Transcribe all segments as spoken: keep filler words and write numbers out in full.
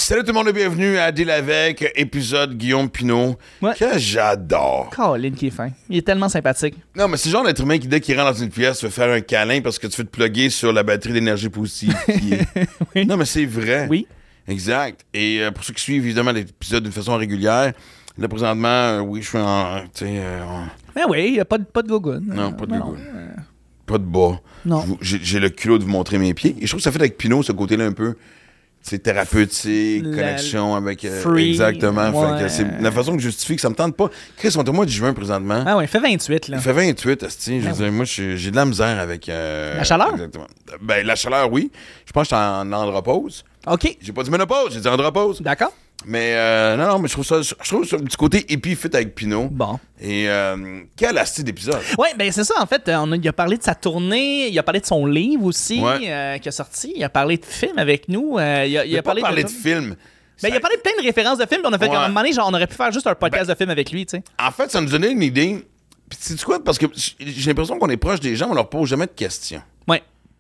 Salut tout le monde et bienvenue à Deal avec, épisode Guillaume Pinot, ouais. que j'adore. Colin qui est fin. Il est tellement sympathique. Non, mais c'est le genre d'être humain qui, dès qu'il rentre dans une pièce, veut faire un câlin parce que tu veux te plugger sur la batterie d'énergie positive. Qui est... oui. Non, mais c'est vrai. Oui. Exact. Et euh, pour ceux qui suivent évidemment l'épisode d'une façon régulière, là présentement, euh, oui, je suis en... Tu sais... Euh, en... Ben oui, il n'y a pas de, pas de gogoune. Non, pas de euh, gogoune. Euh... Pas de bas. Non. J'ai, j'ai le culot de vous montrer mes pieds. Et je trouve que ça fait avec Pinot, ce côté-là un peu... C'est thérapeutique, la... connexion avec... Euh, Free. Exactement. Ouais. Fait que c'est la façon que je justifie que ça me tente pas. Chris, on est au mois de juin présentement. Ah ouais, il fait vingt-huit, là. Il fait vingt-huit, asti. Je veux ah dire, ouais. moi, j'ai, j'ai de la misère avec... Euh, la chaleur? Exactement. Ben, la chaleur, oui. Je pense que je suis en andropause. OK. J'ai pas dit ménopause, j'ai dit andropause. D'accord. Mais euh, non, non, mais je trouve ça... Je trouve ça un petit côté hippie fit avec Pinot. Bon. Et euh, quel asti d'épisode. Oui, ben c'est ça, en fait. On a, il a parlé de sa tournée, il a parlé de son livre aussi, ouais. euh, qui a sorti. Il a parlé de films avec nous. Euh, il a, il il a a pas parlé parlé de, de films. Ben, il a parlé de plein de références de films, puis on a fait Ouais. à un moment donné, genre, on aurait pu faire juste un podcast Ben, de films avec lui, tu sais. En fait, ça nous donnait une idée. Puis, tu sais quoi? Parce que j'ai l'impression qu'on est proche des gens, on leur pose jamais de questions. Ouais.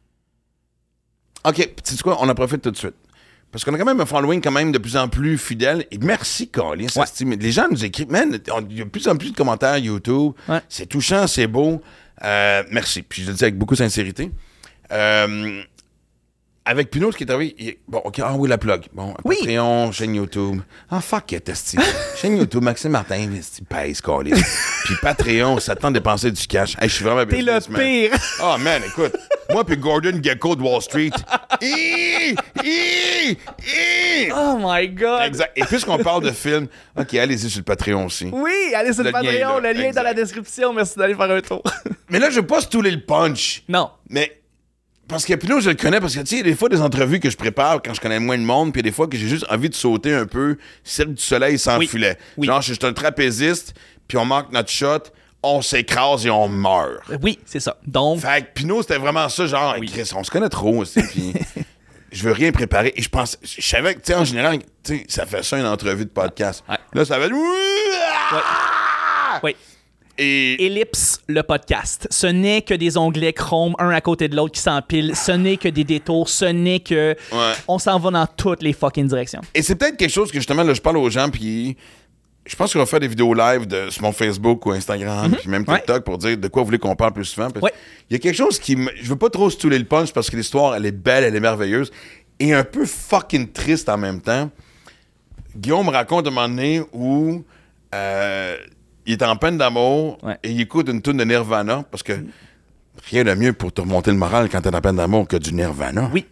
OK, tu sais quoi? On en profite tout de suite. Parce qu'on a quand même un following quand même de plus en plus fidèle. Et merci, Colin. Ça, ouais. Les gens nous écrivent, man, il y a de plus en plus de commentaires YouTube. Ouais. C'est touchant, c'est beau. Euh, merci. Puis je le dis avec beaucoup de sincérité. Euh, avec Pinot, ce qui est arrivé, il... bon, OK, ah oui, la plug. Bon, oui. Patreon, chaîne YouTube. Ah, fuck it, esti. Chaîne YouTube, Maxime Martin, esti, pèse, Colin. Puis Patreon, ça tente de dépenser du cash. Hey, je suis vraiment T'es le pire. Oh, man, écoute. Moi puis Gordon Gekko de Wall Street. Hi, hi, hi. Oh my God. Exact. Et puisqu'on parle de films, OK, allez-y sur le Patreon aussi. Oui, allez sur le, le Patreon, lien, le lien est dans la description. Merci d'aller faire un tour. Mais là, je veux pas stouler le punch. Non. Mais parce que Pinot, je le connais parce que, tu sais, il y a des fois des entrevues que je prépare quand je connais moins de monde, puis il y a des fois que j'ai juste envie de sauter un peu, Cirque du Soleil sans oui. filet. Oui. Genre, je suis un trapéziste, puis on manque notre shot, on s'écrase et on meurt. Oui, c'est ça. Donc. Fait que Pinot, c'était vraiment ça, genre, oui. Chris, on se connaît trop aussi, puis je veux rien préparer. Et je pense, je savais que, tu sais, en général, tu sais, ça fait ça une entrevue de podcast. Ouais. Là, ça va être. Oui. oui. Et... Ellipse, le podcast. Ce n'est que des onglets Chrome, un à côté de l'autre qui s'empilent. Ce n'est que des détours. Ce n'est que. Ouais. On s'en va dans toutes les fucking directions. Et c'est peut-être quelque chose que, justement, là, je parle aux gens, puis. Je pense qu'on va faire des vidéos live de, sur mon Facebook ou Instagram, mm-hmm. puis même TikTok, ouais. pour dire de quoi vous voulez qu'on parle plus souvent. Ouais. Il y a quelque chose qui... Me, je veux pas trop stouler le punch parce que l'histoire, elle est belle, elle est merveilleuse, et un peu fucking triste en même temps. Guillaume me raconte un moment donné où euh, il est en peine d'amour ouais. et il écoute une tune de Nirvana, parce que mm. rien de mieux pour te remonter le moral quand t'es en peine d'amour que du Nirvana. Oui.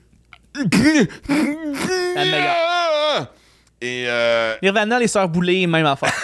La meilleure. Et euh... Nirvana, les Sœurs Boulay, même affaire.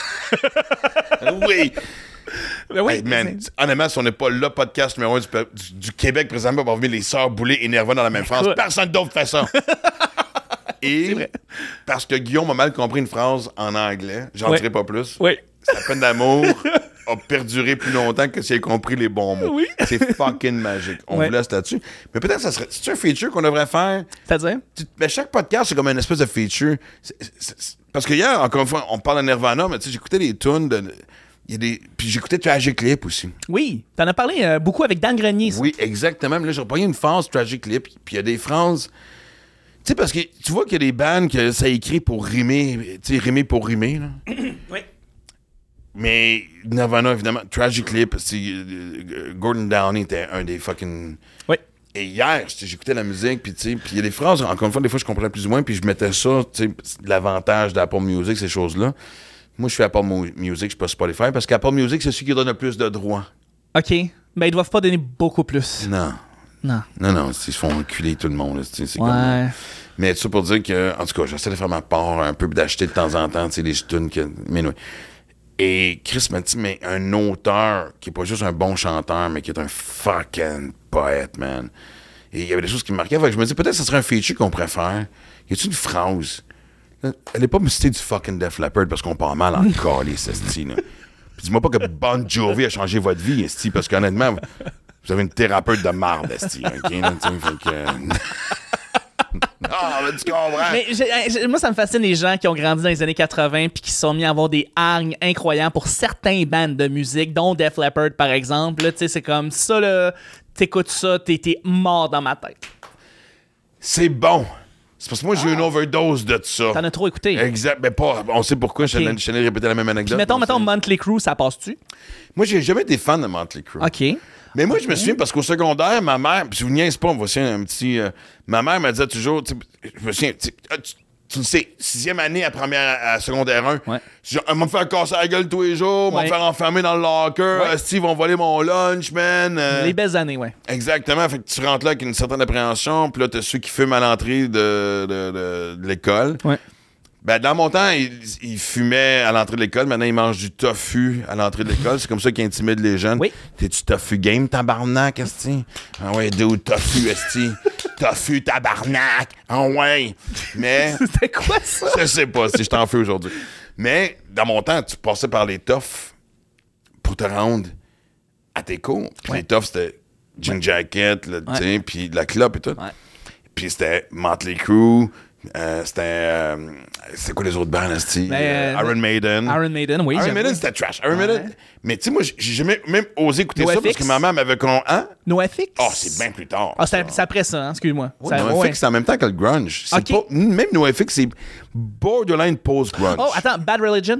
oui. Ben oui. Hey, man, honnêtement, si on n'est pas le podcast numéro un du, du, du Québec, présentement, on va revenir les Sœurs Boulay et Nirvana dans la même phrase. Personne d'autre fait ça. Et vrai. Parce que Guillaume a mal compris une phrase en anglais, j'en ouais. dirai pas plus. Oui. Sa peine d'amour a perduré plus longtemps que si elle a compris les bons mots. Oui. C'est fucking magique. On ouais. vous laisse là-dessus. Mais peut-être que ça serait... C'est un feature qu'on devrait faire. C'est-à-dire? Tu, ben chaque podcast, c'est comme une espèce de feature. C'est, c'est, c'est, parce que hier, encore une fois, on parle de Nirvana, mais tu sais, j'écoutais des tunes de... Il y a des... Puis j'écoutais Tragic Clip aussi. Oui. T'en as parlé euh, beaucoup avec Dan Grenier, ça. Oui, exactement. Mais là, j'ai repris une phrase Tragic Clip, puis il y a des phrases... Tu sais, parce que tu vois qu'il y a des bands que ça écrit pour rimer, tu sais, rimer pour rimer, là. Oui. Mais Nirvana, évidemment, Tragic Clip, c'est, euh, Gordon Downey était un des fucking... Oui. Et hier, j'écoutais la musique, puis tu sais, puis il y a des phrases, encore une fois, des fois, je comprenais plus ou moins, puis je mettais ça, tu sais, l'avantage d'Apple Music, ces choses-là. Moi, je suis Apple Music, je suis pas Spotify, parce qu'Apple Music, c'est celui qui donne le plus de droits. OK. Mais ils doivent pas donner beaucoup plus. Non. Non. Non, non, ils se font enculer tout le monde. C'est, c'est ouais. Comme... Mais tout ça pour dire que, en tout cas, j'essaie de faire ma part un peu, d'acheter de temps en temps, tu sais, les tunes que... Mais oui. Et Chris m'a dit, mais un auteur qui est pas juste un bon chanteur, mais qui est un fucking poète, man. Et il y avait des choses qui me marquaient. Fait que je me dis, peut-être que ce serait un feature qu'on pourrait faire. Y a-tu une phrase? Elle est pas citée du fucking Def Leppard parce qu'on part mal en calé, ce style. Puis dis-moi pas que Bon Jovi a changé votre vie, esti, parce qu'honnêtement, vous avez une thérapeute de marde, esti. OK? Là, fait que... Ah, mais tu comprends. Mais j'ai, j'ai, moi, ça me fascine les gens qui ont grandi dans les années quatre-vingts puis qui se sont mis à avoir des hargnes incroyables pour certains bands de musique, dont Def Leppard, par exemple. Tu sais, c'est comme ça, là, t'écoutes ça, t'es, t'es mort dans ma tête. C'est bon. C'est parce que moi, j'ai eu une overdose de ça. T'en as trop écouté. Exact. Mais pas. On sait pourquoi. Ok. Je t'allais- je t'allais répéter la même anecdote. Puis mettons, mais mettons, c'est- Motley Crue, ça passe-tu? Moi, j'ai jamais été fan de Motley Crue. OK. Mais moi, je me souviens parce qu'au secondaire, ma mère, puis je vous niaise pas, on va essayer un petit. euh, ma mère me disait toujours, tu sais, je me souviens, tu, ah, tu, tu le sais, sixième année à première à secondaire un, Ouais. genre, elle m'a me faire casser la gueule tous les jours, m'a Ouais. me faire enfermer dans le locker, Ouais. euh, Steve, vont voler mon lunch, man. euh, Les belles années, ouais. Exactement. Fait que tu rentres là avec une certaine appréhension, puis là, t'as ceux qui fument à l'entrée de, de, de, de l'école. Ouais. Ben, dans mon temps, ils il fumaient à l'entrée de l'école. Maintenant, ils mangent du tofu à l'entrée de l'école. C'est comme ça qu'ils intimident les jeunes. Oui. T'es-tu tofu game, tabarnak, esti? Ah ouais, dude, tofu, esti. Tofu, tabarnak. Ah ouais. Mais, C'était quoi ça? je sais pas si je t'en fais aujourd'hui. Mais, dans mon temps, tu passais par les toffs pour te rendre à tes cours. Puis Ouais. les toffs, c'était jean jacket, là, tu sais, puis de la clope et tout. Ouais. Puis c'était Motley Crue. Euh, c'était. Euh, c'est quoi les autres bands, esti? Ben, Euh, euh, Iron Maiden. Iron Maiden, oui. Iron j'avoue. Maiden, c'était trash. Iron Ouais. Maiden. Mais tu sais, moi, j'ai jamais même osé écouter ça NoFX? parce que ma mère m'avait con. Hein? NoFX? Oh, c'est bien plus tard. Ah, c'est ça. c'est après ça, hein, excuse-moi. Ouais, Ça- NoFX, ouais. c'est en même temps que le grunge. C'est Ok. pas, même NoFX, c'est borderline post-grunge. Oh, attends, Bad Religion?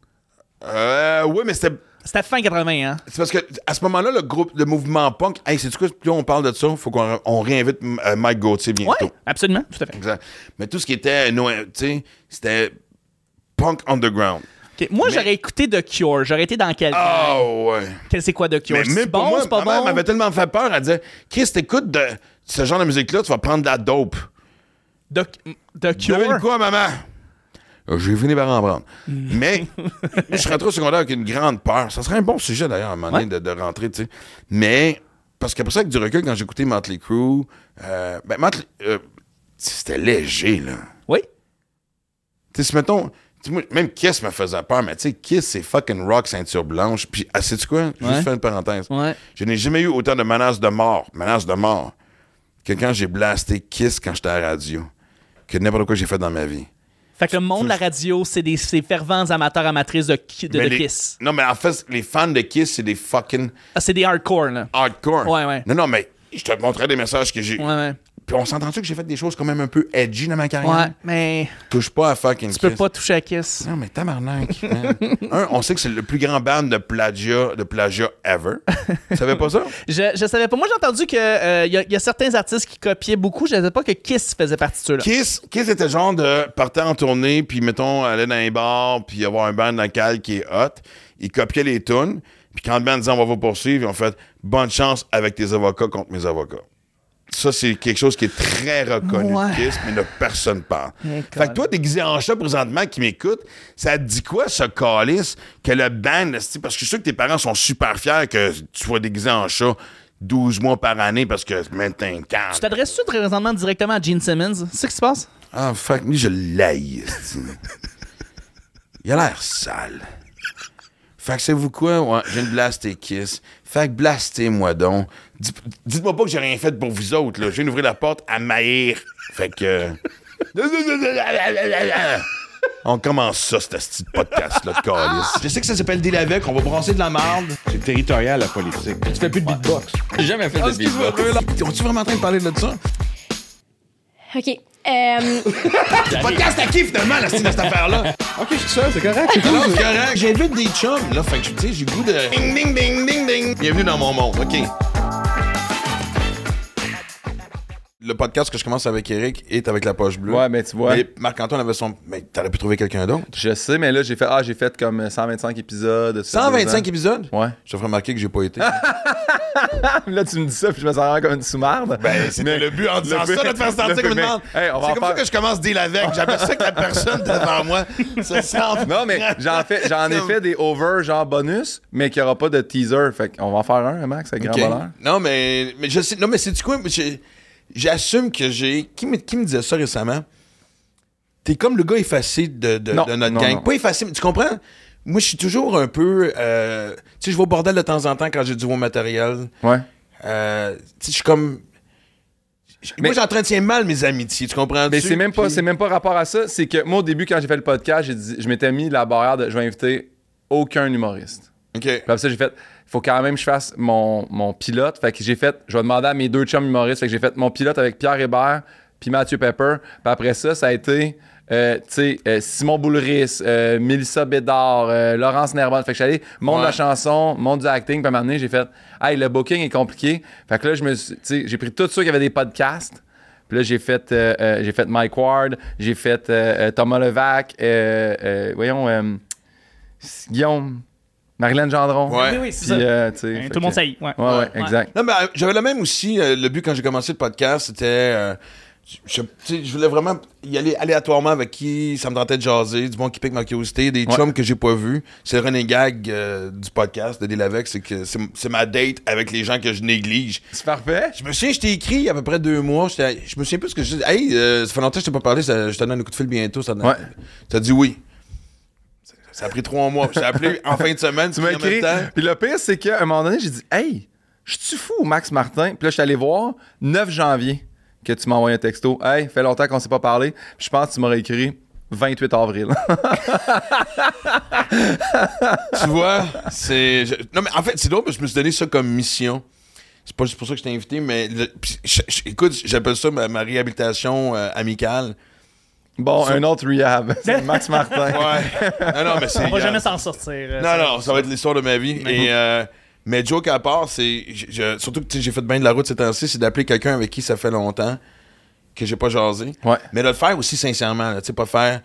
Euh, oui, mais c'était. C'était fin quatre-vingts, hein? C'est parce que à ce moment-là, le groupe, le mouvement punk, hey, c'est-tu quoi, plus on parle de ça, il faut qu'on on réinvite euh, Mike Gauthier bientôt. Ouais, absolument, tout à fait. Exact. Mais tout ce qui était, no- tu sais, c'était punk underground. Ok, moi, Mais- j'aurais écouté The Cure. J'aurais été dans quel... Ah ouais. Quel- C'est quoi The Cure? Mais C'est même pour bon, moi, c'est pas ma mère bon? m'avait tellement fait peur, elle disait, Chris, t'écoutes de ce genre de musique-là, tu vas prendre de la dope. The, The Cure? Devine quoi, maman? Euh, J'ai fini par en prendre. Mm. Mais je suis rentré au secondaire avec une grande peur. Ça serait un bon sujet, d'ailleurs, à un moment donné, de, de rentrer, tu sais. Mais, parce qu'après ça, avec du recul, quand j'ai écouté Motley Crue, euh, ben, Motley, euh, c'était léger, là. Oui. Tu sais, si mettons, tu sais, moi, même Kiss me faisait peur, mais tu sais, Kiss, c'est fucking rock, ceinture blanche. Puis, ah, sais-tu quoi? Ouais. Juste faire une parenthèse. Ouais. Je n'ai jamais eu autant de menaces de mort, menaces de mort, que quand j'ai blasté Kiss quand j'étais à la radio, que n'importe quoi que j'ai fait dans ma vie. Fait que le monde de la radio, c'est des c'est fervents amateurs amatrices de, de, de Mais les- Kiss. Non, mais en fait, les fans de Kiss, c'est des fucking Ah, c'est des hardcore, là. hardcore. Ouais, ouais. Non, non, mais je te montrais des messages que j'ai. Ouais, ouais. Puis on s'entend-tu que j'ai fait des choses quand même un peu edgy dans ma carrière? Ouais, mais Touche pas à fucking tu Kiss. peux pas toucher à Kiss. Non, mais tabarnak. man. Un, on sait que c'est le plus grand band de plagiat, de plagiat ever. Tu savais pas ça? Je, je savais pas. Moi, j'ai entendu qu'il euh, y, a- y a certains artistes qui copiaient beaucoup. Je savais pas que Kiss faisait partie de ceux-là. Kiss, Kiss était le genre de partir en tournée, puis mettons, aller dans un bar, puis avoir un band local qui est hot. Ils copiaient les tunes, puis quand le band disait on va vous poursuivre, ils ont fait bonne chance avec tes avocats contre mes avocats. Ça, c'est quelque chose qui est très reconnu Ouais. de Kiss, mais là, personne parle. École. Fait que toi, déguisé en chat présentement qui m'écoute, ça te dit quoi, ce calice, que le band, esti, parce que je suis sûr que tes parents sont super fiers que tu sois déguisé en chat douze mois par année parce que maintenant, calme. Tu t'adresses-tu présentement directement à Gene Simmons? C'est ce qui se passe? Ah, fuck, lui, je l'aille. esti. Il a l'air sale. Fait que savez-vous quoi? Ouais, je viens de blaster Kiss. Fait que blastez-moi donc. Dis- Dites-moi pas que j'ai rien fait pour vous autres, là. Je viens d'ouvrir la porte à Maïr. Fait que... On commence ça, ce petit podcast-là de calice. Je sais que ça s'appelle deal avec, on va brasser de la marde. C'est territorial, la politique. Tu fais plus de beatbox. J'ai jamais fait de beatbox. Es-tu vraiment en train de parler de ça? OK. Euh, Podcast à qui, finalement, la style de cette affaire-là? OK, c'est ça, c'est correct. C'est Non, c'est correct. J'invite des chums, là. Fait que, tu sais, j'ai le goût de... Ding, ding, ding, ding, ding. Bienvenue dans mon monde, OK. Le podcast que je commence avec Eric est avec la poche bleue. Ouais, mais tu vois. Mais Marc-Antoine avait son... Mais t'aurais pu trouver quelqu'un d'autre. Je sais, mais là, j'ai fait, ah, j'ai fait comme cent vingt-cinq épisodes. cent vingt-cinq épisodes? Ouais. Je te ferai remarquer que j'ai pas été. Là, tu me dis ça, puis je me sens vraiment comme une sous-marde. Ben, c'était le but en disant le ça, but- de te faire sentir le comme une but- merde. Hey, on va C'est en comme ça faire- que je commence deal avec. J'appelle ça que la personne devant moi se sent... Non, mais j'en, fais, j'en ai fait des over, genre bonus, mais qu'il n'y aura pas de teaser. Fait qu'on va en faire un, hein, Max, avec grand Ok. bonheur. Non, mais, mais je sais. Non, mais c'est du quoi? J'ai- J'assume que j'ai. Qui me, qui me disait ça récemment? T'es comme le gars effacé de, de, Non, de notre non, gang. non. Pas effacé, mais tu comprends? Moi, je suis toujours un peu. euh, tu sais, je vais au bordel de temps en temps quand j'ai du nouveau matériel. Ouais. Euh, tu sais, je suis comme. Mais- Moi, j'entretiens mal mes amitiés, tu comprends? Mais c'est même pas, c'est même pas rapport à ça. C'est que moi, au début, quand j'ai fait le podcast, j'ai dit, je m'étais mis la barrière de je vais inviter aucun humoriste. OK. Puis après ça, j'ai fait, il faut quand même que je fasse mon, mon pilote. Fait que j'ai fait, je vais demander à mes deux chums humoristes. Fait que j'ai fait mon pilote avec Pierre Hébert, puis Mathieu Pepper. Puis après ça, ça a été, euh, tu sais, euh, Simon Boulris, euh, Mélissa Bédard, euh, Laurence Nerbonne. Fait que j'allais monde Ouais. de la chanson, monde du acting. Puis à un moment donné, j'ai fait, hey, le booking est compliqué. Fait que là, je me suis, tu sais, j'ai pris tout ça qui avait des podcasts. Puis là, j'ai fait, euh, euh, j'ai fait Mike Ward, j'ai fait euh, euh, Thomas Levac, euh, euh, voyons, euh, Guillaume, Marilyn Gendron. Ouais. Oui, oui, c'est Puis, ça. euh, tu sais, Hein, fait tout le monde que- sait. Ouais. Ouais, ouais, Ouais. exact. Non, mais euh, j'avais le même aussi. euh, le but quand j'ai commencé le podcast, c'était. euh, je, tu sais, je voulais vraiment y aller aléatoirement avec qui ça me tentait de jaser, du monde qui pique ma curiosité, des Ouais. chums que j'ai pas vus. C'est le running gag euh, du podcast de Délavec, c'est que c'est c'est ma date avec les gens que je néglige. C'est parfait. Je me souviens, je t'ai écrit il y a à peu près deux mois. j'étais- Je me souviens plus ce que je dis. Hey, euh, ça fait longtemps que je t'ai pas parlé, ça- je te donne un coup de fil bientôt. Ça Ouais. T'as dit oui. Ça, ça a pris trois mois. Je t'ai appelé en fin de semaine. Tu m'as puis en même écrit. temps- Puis le pire, c'est qu'à un moment donné, j'ai dit, hey, je suis fou, Max Martin. Puis là, je suis allé voir, neuf janvier, que tu m'as envoyé un texto. Hey, fait longtemps qu'on s'est pas parlé. Puis je pense que tu m'aurais écrit vingt-huit avril. Tu vois, c'est. je- Non, mais en fait, c'est drôle parce que je me suis donné ça comme mission. C'est pas juste pour ça que je t'ai invité, mais. le- puis je- je- écoute, j'appelle ça ma, ma réhabilitation euh, amicale. Bon, Ça- un autre rehab. C'est Max Martin. Ouais. Non, non, mais c'est. On va euh, jamais s'en sortir. euh, Non, ça. non, ça va être l'histoire de ma vie. Et, euh, mais joke à part, c'est. je- je- surtout que tu sais, j'ai fait bien de la route ces temps-ci, c'est d'appeler quelqu'un avec qui ça fait longtemps que j'ai pas jasé. Ouais. Mais de le faire aussi sincèrement, là, tu sais, pas faire.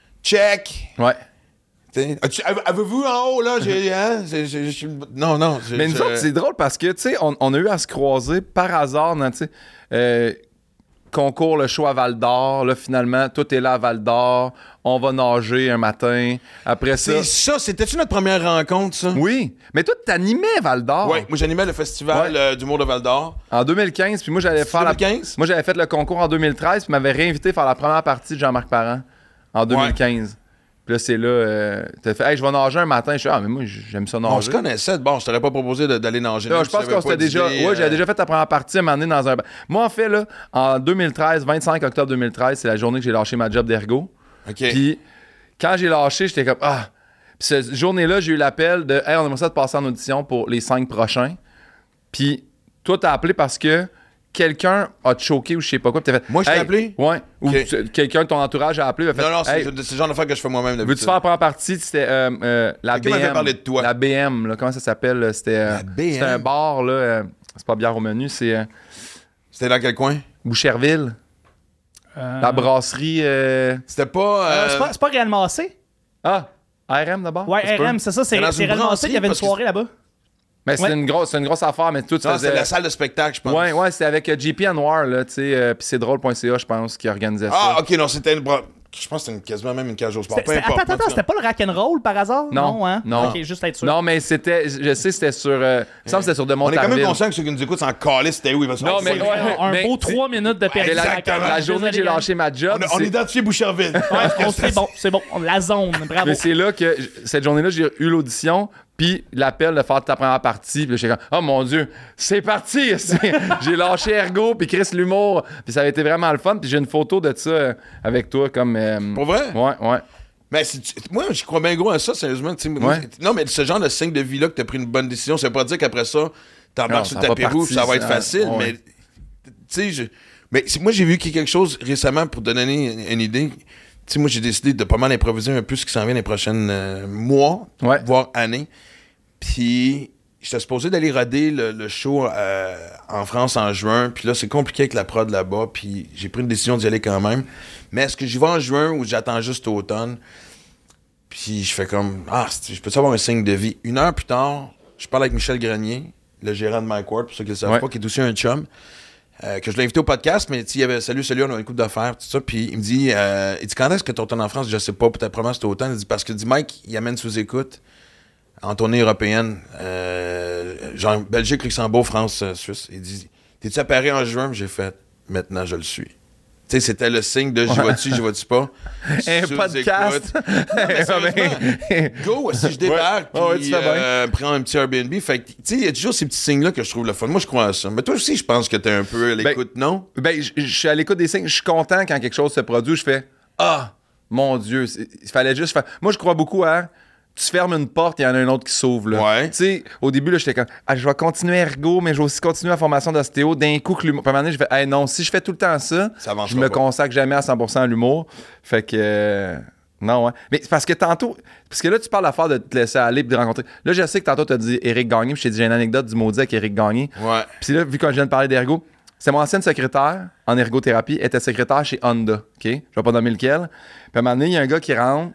Check! Ouais. T'sais, as-tu- avez- Avez-vous en haut, là? J'ai, hein? C'est- j'ai- j'ai- non, non. j'ai- Mais nous je- autres, c'est drôle parce que, tu sais, on, on a eu à se croiser par hasard dans, tu sais, euh, concours le show à Val d'Or. Là, finalement, tout est là à Val d'Or. On va nager un matin. Après ça. C'est ça, c'était-tu notre première rencontre, ça? Oui. Mais toi, t'animais Val d'Or. Oui, moi j'animais le festival Ouais. euh, d'humour de Val d'Or. En deux mille quinze, puis moi, j'allais faire la. deux mille quinze? Moi, j'avais fait le concours en deux mille treize, puis m'avait réinvité faire la première partie de Jean-Marc Parent en deux mille quinze. Puis là, c'est là, euh, t'as fait, hey, je vais nager un matin. Je suis, ah, mais moi, j'aime ça nager. On se connaissait. Bon, je t'aurais pas proposé de- d'aller nager. Là, même je si pense j'avais qu'on pas s'était déjà. d'idée, Ouais, euh, j'avais déjà fait la première partie à un moment donné dans un. Moi, en fait, là, en deux mille treize, vingt-cinq octobre deux mille treize, c'est la journée que j'ai lâché ma job d'ergo. OK. Puis, quand j'ai lâché, j'étais comme, ah. Puis, cette journée-là, j'ai eu l'appel de, hey, on aimerait ça de passer en audition pour les cinq prochains. Puis, toi, t'as appelé parce que quelqu'un a te choqué ou je sais pas quoi. Puis, t'as fait, Moi, je t'ai hey, appelé? Ouais. Ou OK. tu- quelqu'un de ton entourage a appelé. A fait, Non, non, c'est hey, c'est le genre d'affaire que je fais moi-même d'habitude. veux-tu faire la première partie? C'était euh, euh, la B Quelqu'un M. m'avait parlé de toi. La B M, là, comment ça s'appelle? C'était euh, La B M? c'était un bar, là. euh, c'est pas bière au menu, c'est euh, C'était dans quel coin? Boucherville. Euh, La brasserie. euh, C'était pas... euh, euh, c'est pas, c'est pas Réal Massé? Ah, R M d'abord? Ouais, Ça se peut? R M, c'est ça. C'est C'est dans c'est une Réal Massé. brasserie, Il y avait une parce que- soirée là-bas. Mais c'était Ouais. une, grosse, c'est une grosse affaire, mais tout Non, faisait. c'était la salle de spectacle, je pense. Ouais, ouais, c'était avec euh, J P Anwar, là, tu sais, euh, puis c'est drôle point C A, je pense, qui organisait ça. Ah, OK, non, c'était une... bra- Je pense que c'était une- quasiment même une cage au sport. C'était- Peu c'était- importe. Attends, attends, c'était pas le rock'n'roll par hasard? Non, hein? non. Ok, juste être sûr. Non, mais c'était, je sais, c'était sur, euh, il me semble que c'était sur de On est quand même Montarville. conscient que ceux qui nous écoutent s'en calissent, c'était où? Ils vont se Non, dire, mais ouais, ouais, un mais beau tu sais, trois minutes de perdu. Mais la, Exactement. la journée que j'ai lâché ma job, On, a- on c'est- identifie Boucherville. Ouais, on- c'est bon, c'est bon. La zone, bravo. mais c'est là que j- cette journée-là, j'ai eu l'audition, puis l'appel de faire ta première partie, puis là, j'étais comme, oh mon Dieu, c'est parti! c'est- j'ai lâché Ergo, puis Chris l'humour, puis ça a été vraiment le fun, puis j'ai une photo de ça euh, avec toi, comme. euh, Pour vrai? Ouais, ouais. Mais c'est- moi, j'y crois bien gros à ça, sérieusement. tu sais, moi, Ouais. Non, mais ce genre de signe de vie-là que t'as pris une bonne décision, ça veut pas dire qu'après ça, Non, t'embarques sur ça le va tapis rouge, partir, ça va être ça. facile, Ouais. mais tu sais, je... mais c'est- moi, j'ai vu qu'il y a quelque chose récemment pour te donner une, une idée. Tu sais, moi, j'ai décidé de pas mal improviser un peu ce qui s'en vient les prochains euh, mois, Ouais. voire années. Puis, j'étais supposé d'aller roder le, le show euh, en France en juin. Puis là, c'est compliqué avec la prod là-bas. Puis, j'ai pris une décision d'y aller quand même. Mais est-ce que j'y vais en juin ou j'attends juste automne? Puis, je fais comme, ah, c'est- je peux avoir un signe de vie. Une heure plus tard, je parle avec Michel Grenier, le gérant de Mike Ward, pour ceux qui ne le savent Ouais. pas, qui est aussi un chum. euh, que je l'ai invité au podcast, mais il y avait salut, salut, on a une couple d'affaires, tout ça. Puis il me dit, euh, il dit, quand est-ce que tu retournes en France? Je sais pas, peut-être probablement c'était automne. Il dit, parce que dit Mike, il amène sous écoute en tournée européenne, euh, genre Belgique, Luxembourg, France, euh, Suisse. Il dit, t'es-tu à Paris en juin? J'ai fait, maintenant je le suis. Tu sais, c'était le signe de j'y vais-tu, j'y vais-tu pas. Un Sous podcast. écoute. Non, mais sérieusement, go, si je débarque, Ouais. Ouais, puis tu fais bien. euh, prends un petit Airbnb. Fait que, tu sais, il y a toujours ces petits signes-là que je trouve le fun. Moi, je crois à ça. Mais toi aussi, je pense que t'es un peu à l'écoute, non? Ben, je je suis à l'écoute des signes. Je suis content quand quelque chose se produit. Je fais, ah, mon Dieu, c'est- il fallait juste faire. Moi, je crois beaucoup à tu fermes une porte, il y en a un autre qui s'ouvre. Là. Ouais. Tu sais, au début, là, j'étais comme, ah, je vais continuer ergo, mais je vais aussi continuer la formation d'ostéo. D'un coup, que l'humour. Puis à un moment donné, je fais, hey, non, si je fais tout le temps ça, Ça avance je me pas. consacre jamais à cent pour cent à l'humour. Fait que. euh, Non, ouais. Mais c'est parce que tantôt. Parce que là, tu parles d'affaire de te laisser aller et de rencontrer. Là, je sais que tantôt, tu as dit Éric Gagné, puis je t'ai dit, j'ai une anecdote du maudit avec Éric Gagné. Ouais. Puis là, vu que je viens de parler d'ergo, c'est mon ancienne secrétaire en ergothérapie, était secrétaire chez Honda. OK? Je vais pas nommer lequel. Puis à un moment donné, il y a un gars qui rentre,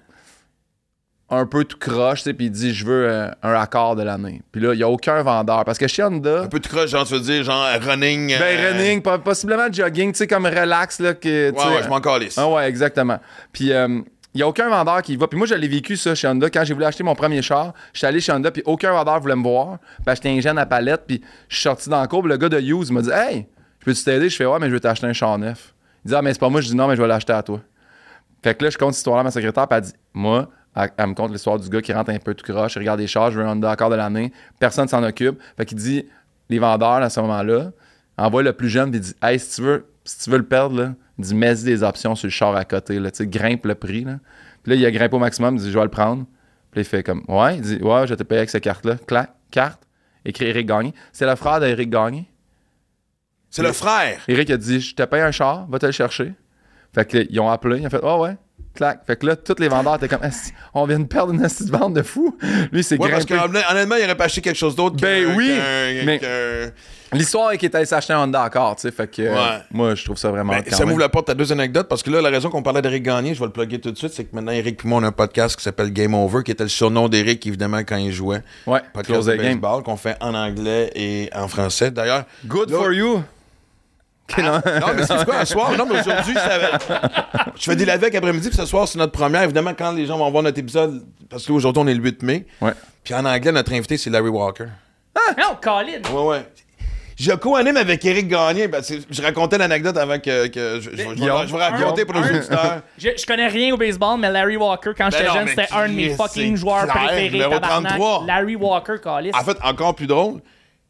un peu tout croche, tu sais, puis il dit, je veux euh, un accord de l'année. Puis là, il y a aucun vendeur. Parce que chez Honda. Un peu de croche, genre, tu veux dire, genre running. Ben, euh, running, po- possiblement jogging, tu sais, comme relax, là. Que, tu Ouais, sais, ouais, je m'en calisse. Ah ouais, exactement. Puis il n'y a aucun vendeur qui y va. Puis moi, je l'ai vécu, ça, chez Honda. Quand j'ai voulu acheter mon premier char, je suis allé chez Honda, puis aucun vendeur voulait me voir. Puis acheter un gène à palette, puis je suis sorti dans le cours, puis le gars de Hughes m'a dit, hey, je peux-tu t'aider? Je fais, ouais, mais je vais t'acheter un char neuf. Il dit, ah, mais c'est pas moi. Je dis, non, mais je vais l'acheter à toi. Fait que là, je compte cette histoire-là à ma secrétaire, puis elle dit, moi, elle, elle me compte l'histoire du gars qui rentre un peu tout croche, il regarde les chars, je veux un Honda Accord de l'année, personne s'en occupe. Fait qu'il dit, les vendeurs, à ce moment-là, envoie le plus jeune, puis il dit, hey, si tu veux, si tu veux le perdre, là, il dit, mets-y des options sur le char à côté, là, tu sais, grimpe le prix, là. Puis là, il a grimpé au maximum, il dit, je vais le prendre. Puis là, il fait comme, ouais, il dit, ouais, je vais te payer avec cette carte-là. Clac, carte, écrit Éric Gagné. C'est le frère d'Éric Gagné. C'est le frère. Éric a dit, je te paye un char, va te le chercher. Fait que là, ils ont appelé, ils ont fait, oh ouais, clac. Fait que là, tous les vendeurs étaient comme, Asti, on vient de perdre une astuce de vente de fou. Lui, c'est Ouais, parce grimpé. qu'honnêtement, il aurait pas acheté quelque chose d'autre. Ben qu'un- oui, qu'un- mais- qu'un- L'histoire est qu'il est allé s'acheter un Honda Accord, tu sais. Fait que, euh, Ouais. moi, je trouve ça vraiment. Ben, quand ça même. m'ouvre la porte à deux anecdotes parce que là, la raison qu'on parlait d'Éric Gagné, je vais le plugger tout de suite, c'est que maintenant, Éric et moi, on a un podcast qui s'appelle Game Over, qui était le surnom d'Éric, évidemment, quand il jouait. Ouais, Podcast close de the game. baseball qu'on fait en anglais et en français. D'ailleurs. Good là- for you. Ok, non. Non, mais c'est quoi, un soir? Non, mais aujourd'hui, ça- je fais des lavec après-midi, puis ce soir, c'est notre première. Évidemment, quand les gens vont voir notre épisode, parce qu'aujourd'hui, on est le huit mai. Ouais. Puis en anglais, notre invité, c'est Larry Walker. Non, Colin! Ouais, ouais. Je co-anime avec Éric Gagné. Ben, c'est- je racontais l'anecdote avant que, que je, je, je, vais- Guillaume. je vais raconter pour nos Un- auditeurs. Je, je connais rien au baseball, mais Larry Walker, quand j'étais non, jeune, mais c'était un de mes Chris, fucking c'est joueurs clair, préférés. numéro tabarnak. trente-trois. Larry Walker, Colin. En fait, encore plus drôle,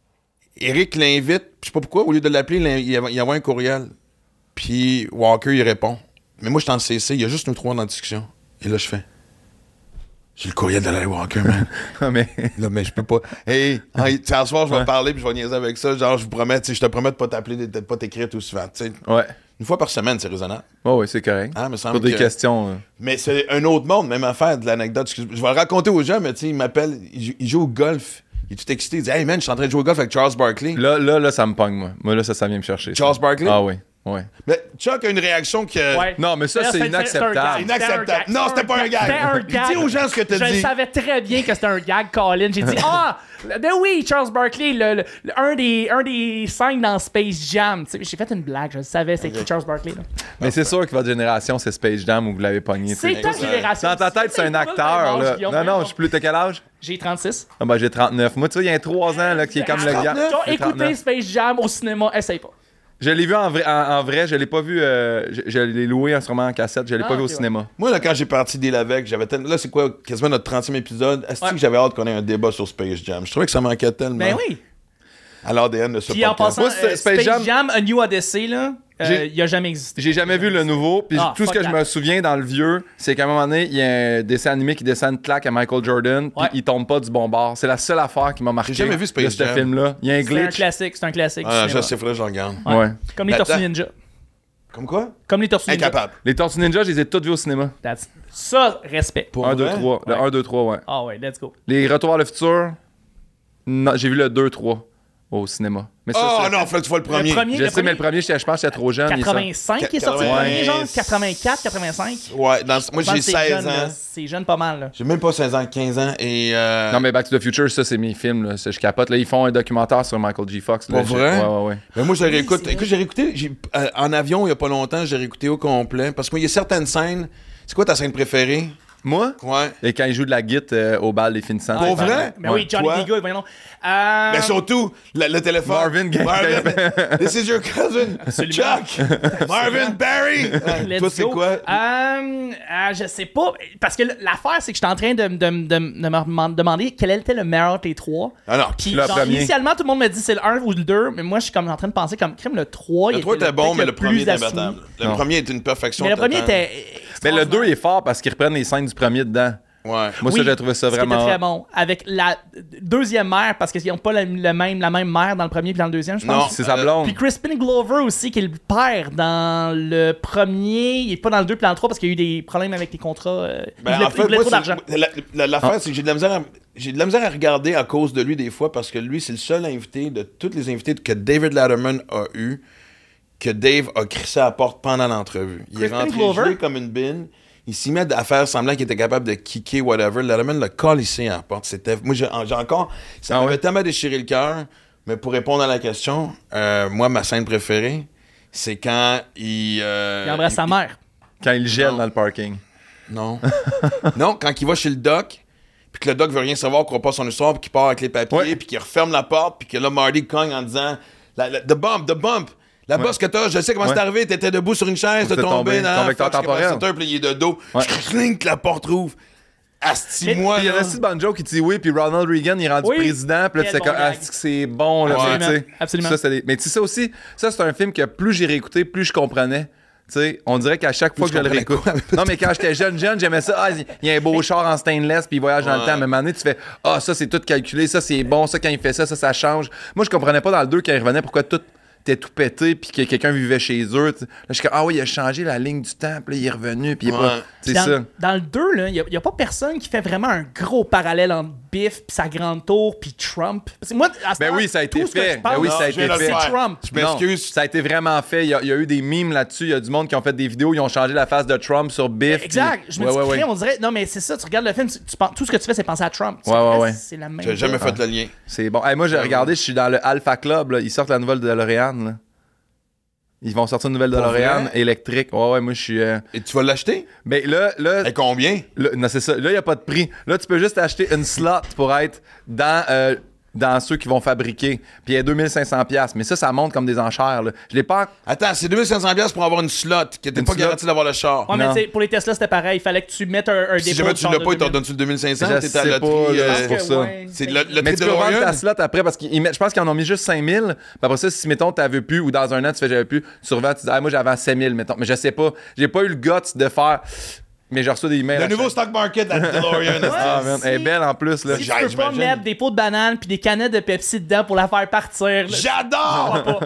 Éric l'invite, je sais pas pourquoi, au lieu de l'appeler, il il y envoie un courriel. Puis Walker, il répond. Mais moi, je suis en C C, il y a juste nous trois dans la discussion. Et là, je fais. J'ai le courriel de Larry Walker, man. Ah, mais. Là, mais je peux pas. Hey, hey, tu sais, ce soir, je vais parler puis je vais niaiser avec ça. Genre, je vous promets, tu sais, je te promets de pas t'appeler, de de pas t'écrire tout souvent. Tu sais, Ouais. une fois par semaine, c'est raisonnable. Oh, oui, c'est correct. Ah, me semble Pour des que- questions. euh. Mais c'est un autre monde, même affaire de l'anecdote. Excuse- Je vais le raconter aux gens, mais tu sais, il m'appelle, il, joue- il joue au golf. Il est tout excité. Il dit, hey man, je suis en train de jouer au golf avec Charles Barkley. Là, là, là, ça me pogne, moi. Moi, là, ça, ça vient me chercher. ça. Charles Barkley? Ah, oui. Ouais. Mais Chuck a une réaction que. Ouais. Non, mais ça, Là, c'est un inacceptable. gag. Inacceptable. C'était un gag. Non, c'était pas un gag. C'était un Dis gag. aux gens ce que t'as Je dit. savais très bien que c'était un gag, Colin. J'ai dit, ah, ben oui, Charles Barkley, le, le- le- un, des, un des cinq dans Space Jam. Tu sais, j'ai fait une blague, je le savais, c'est qui Charles Barkley. Là. Mais c'est sûr que votre génération, c'est Space Jam où vous l'avez pogné. tu sais. C'est ta génération. Dans ta tête, c'est un acteur, là. Non, non, je suis plus. T'as quel âge? J'ai trente-six. Ah, ben, j'ai trente-neuf. Moi, tu vois, il y a trois ans, là, qui est comme le gars. trente-neuf? Tu as J'ai écouté trente-neuf. Space Jam au cinéma, essaye pas. Je l'ai vu en vrai, en, en vrai, je l'ai pas vu. euh, je, je l'ai loué en ce moment en cassette, je l'ai Ah, pas vu au ok, ouais. cinéma. Moi, là, quand j'ai parti des Lavec, j'avais tellement. Là, c'est quoi, quasiment notre trentième épisode. Est-ce Ouais. que j'avais hâte qu'on ait un débat sur Space Jam? Je trouvais que ça manquait tellement. Ben oui. À l'A D N de ce Puis en podcast. passant, Moi, c'est- euh, Space Space, Jam- Jam, A New Odyssey, là, euh, J'ai- il a jamais existé. J'ai jamais vu le nouveau, puis Ah, tout ce fuck que je that. me souviens dans le vieux, c'est qu'à un moment donné, il y a un dessin animé qui descend une claque à Michael Jordan, puis Ouais. il tombe pas du bon bord. C'est la seule affaire qui m'a marqué. J'ai jamais vu Space de ce Jam. film-là. Il y a un C'est un glitch. classique, c'est un classique. du Ah, je cinéma. sais, faudrait que je regarde. Ouais. Comme les Attends. Tortues Ninja. Comme quoi? Comme les Tortues Ninja. Incapable. Les Tortues Ninja, je les ai toutes vues au cinéma. That's- Ça, respect. Pour un, deux, vrai? trois. Le Ouais. un, deux, trois, ouais. Ah ouais, let's go. Les Retours vers le futur, non, j'ai vu le deux, trois au cinéma. Mais ça, Oh c'est- non, faut que tu vois le premier. Le premier, Je le sais, mais le premier, j'étais- je pense que j'étais trop jeune. il est sorti- quatre-vingt-cinq qui est sorti le Ouais. premier, genre quatre-vingt-quatre, quatre-vingt-cinq. Ouais, dans- moi Je pense j'ai que c'est seize jeune, là. ans. C'est jeune pas mal, là. J'ai même pas seize ans, quinze ans. Et. Euh... Non, mais Back to the Future, ça, c'est mes films. Là. Ça, je capote. Là, ils font un documentaire sur Michael J. Fox. Là. Pour Je- vrai? Ouais, ouais, ouais. Ben moi, je le Oui, réécoute. c'est Écoute, j'ai réécouté j'ai- euh, en avion il y a pas longtemps, j'ai réécouté au complet. Parce qu'il y a certaines scènes. C'est quoi ta scène préférée? Moi? Ouais. Et quand il joue de la guitare euh, au bal des finissants. Pour c'est vrai? pareil. Mais oui, Johnny Toi? Giga, voyons. Euh... Mais surtout, le, le téléphone. Marvin Gaye. Marvin, this is your cousin. Chuck. Marvin Barry. Ouais, Let's toi, c'est go. quoi? Euh, euh, je sais pas. Parce que l'affaire, c'est que j'étais en train de, de, de, de me demander quel était le meilleur des trois. Ah non. Puis, Le genre, premier. initialement, tout le monde me dit c'est le un ou le deux, mais moi, je suis comme en train de penser comme crime le trois. Le il trois était était bon, peut-être mais le premier plus était assumé. imbattable. Le Non. premier était une perfection. Mais le premier totale. était. Mais le deux est fort parce qu'ils reprennent les scènes du premier dedans. Ouais. Moi, Oui, ça, j'ai trouvé ça ce qui vraiment. était très bon. Avec la deuxième mère, parce qu'ils n'ont pas la, le même, la même mère dans le premier et dans le deuxième, je pense. Non. C'est sa Euh, blonde. Puis Crispin Glover aussi, qui est le père dans le premier. Il est pas dans le deux puis dans le trois parce qu'il y a eu des problèmes avec les contrats. Euh, Ben, il voulait, en fait, il voulait moi, trop c'est- d'argent. la- la- L'affaire, Ah. c'est que j'ai de la misère à, j'ai de la misère à regarder à cause de lui des fois parce que lui, c'est le seul invité de tous les invités que David Letterman a eu que Dave a crissé à la porte pendant l'entrevue. Il Crispin est rentré Glover? gelé comme une bine. Il s'y met à faire semblant qu'il était capable de kicker, whatever. Letterman l'a collissé à la porte. C'était, moi, j'ai, j'ai encore... Ça Ah m'avait ouais? tellement déchiré le cœur. Mais pour répondre à la question, euh, moi, ma scène préférée, c'est quand il... euh, Il embrasse sa mère. Quand il gèle Non. dans le parking. Non. non, quand il va chez le doc, puis que le doc veut rien savoir, croit pas son histoire, puis qu'il part avec les papiers, Ouais. puis qu'il referme la porte, puis que là, Marty cogne en disant la, la- The bump, the bump. La Ouais. bosse que t'as, je sais comment Ouais. c'est arrivé, t'étais debout sur une chaise, t'as T'es tombé tombé, dans ton vecteur temporel. puis il est de dos. Ouais. Clink, la porte rouvre. Asti, moi, Puis il y a là. aussi de bonne joke qui dit oui, puis Ronald Reagan, il est rendu Oui. président, puis là, tu Quel sais, comme, bon ah, gag. c'est que c'est bon, là, Ouais. tu sais, tu sais. Absolument. Ça, c'est des- Mais tu sais, ça aussi, ça, c'est un film que plus j'ai réécouté, plus je comprenais. Tu sais, on dirait qu'à chaque fois Plus que je le je réécoute. comprenais quoi? Non, mais quand j'étais jeune, jeune, j'aimais ça. Ah, il y a un beau char en stainless, puis il voyage dans le Ouais. temps. Mais à un moment donné, tu fais ah, ça, c'est tout calculé, ça, c'est bon, ça, quand il fait ça, ça, ça change. Moi, je comprenais pas dans le deux quand il revenait pourquoi tout était tout pété, puis que quelqu'un vivait chez eux. tu sais. Là, je suis comme ah oui, il a changé la ligne du temps, puis là, il est revenu, puis il est Ouais. pas. C'est dans, ça. dans le deux, il n'y a, y a pas personne qui fait vraiment un gros parallèle entre Biff, puis sa grande tour, puis Trump. Parce que moi, à ce Ben temps, oui, ça a été tout ce que fait. je parle, Ben oui, Non, ça a je été viens de le fait. faire. Trump. Je m'excuse. Non, ça a été vraiment fait. Il y a, il y a eu des mimes là-dessus. Il y a du monde qui ont fait des vidéos. Ils ont changé la face de Trump sur Biff. Exact. puis- Je me ouais, dis, ouais, ouais. crème, on dirait. Non, mais c'est ça, tu regardes le film, tu, tu penses- tout ce que tu fais, c'est penser à Trump. Ouais, ouais, ouais. C'est la même. J'ai jamais chose. fait le lien. C'est bon. Hey, moi, j'ai regardé, je suis dans le Alpha Club. Là. Ils sortent la nouvelle DeLorean. Là. Ils vont sortir une nouvelle Pour DeLorean vrai? électrique. Ouais, ouais, moi, je suis. euh, Et tu vas l'acheter? Mais là, là, Et combien? là, non, c'est ça. Là, il n'y a pas de prix. Là, tu peux juste acheter une slot pour être dans, euh, dans ceux qui vont fabriquer. Puis il y a deux mille cinq cents dollars. Mais ça, ça monte comme des enchères. Là. Je l'ai pas. Attends, c'est deux mille cinq cents dollars pour avoir une slot qui n'était Une pas slot. garantie d'avoir le char. Ouais, mais Non. tu sais, pour les Tesla, c'était pareil. Il fallait que tu mettes un, un Si dépôt. jamais de tu genre l'as de pas, ils t'en deux mille. donnent-tu le deux mille cinq cents? Je T'es à sais la pas, loterie. là, euh, c'est pour Que ça. ouais. C'est le, le Mais tri tu de peux vendre DeLorean. ta slot après parce qu'ils mettent- je pense qu'ils en ont mis juste cinq mille. Puis après ça, si mettons, t'en veux plus ou dans un an, tu fais j'avais plus, tu revends, tu dis, ah, moi j'avais sept mille, mettons. Mais je sais pas. J'ai pas eu le guts de faire. Mais j'ai reçu des emails. Le à nouveau chaque- stock market à DeLorean. Ah, man, Si- elle est belle en plus, là. Si tu J'ai- peux pas j'imagine. mettre des pots de banane puis des canettes de Pepsi dedans pour la faire partir. là, J'adore!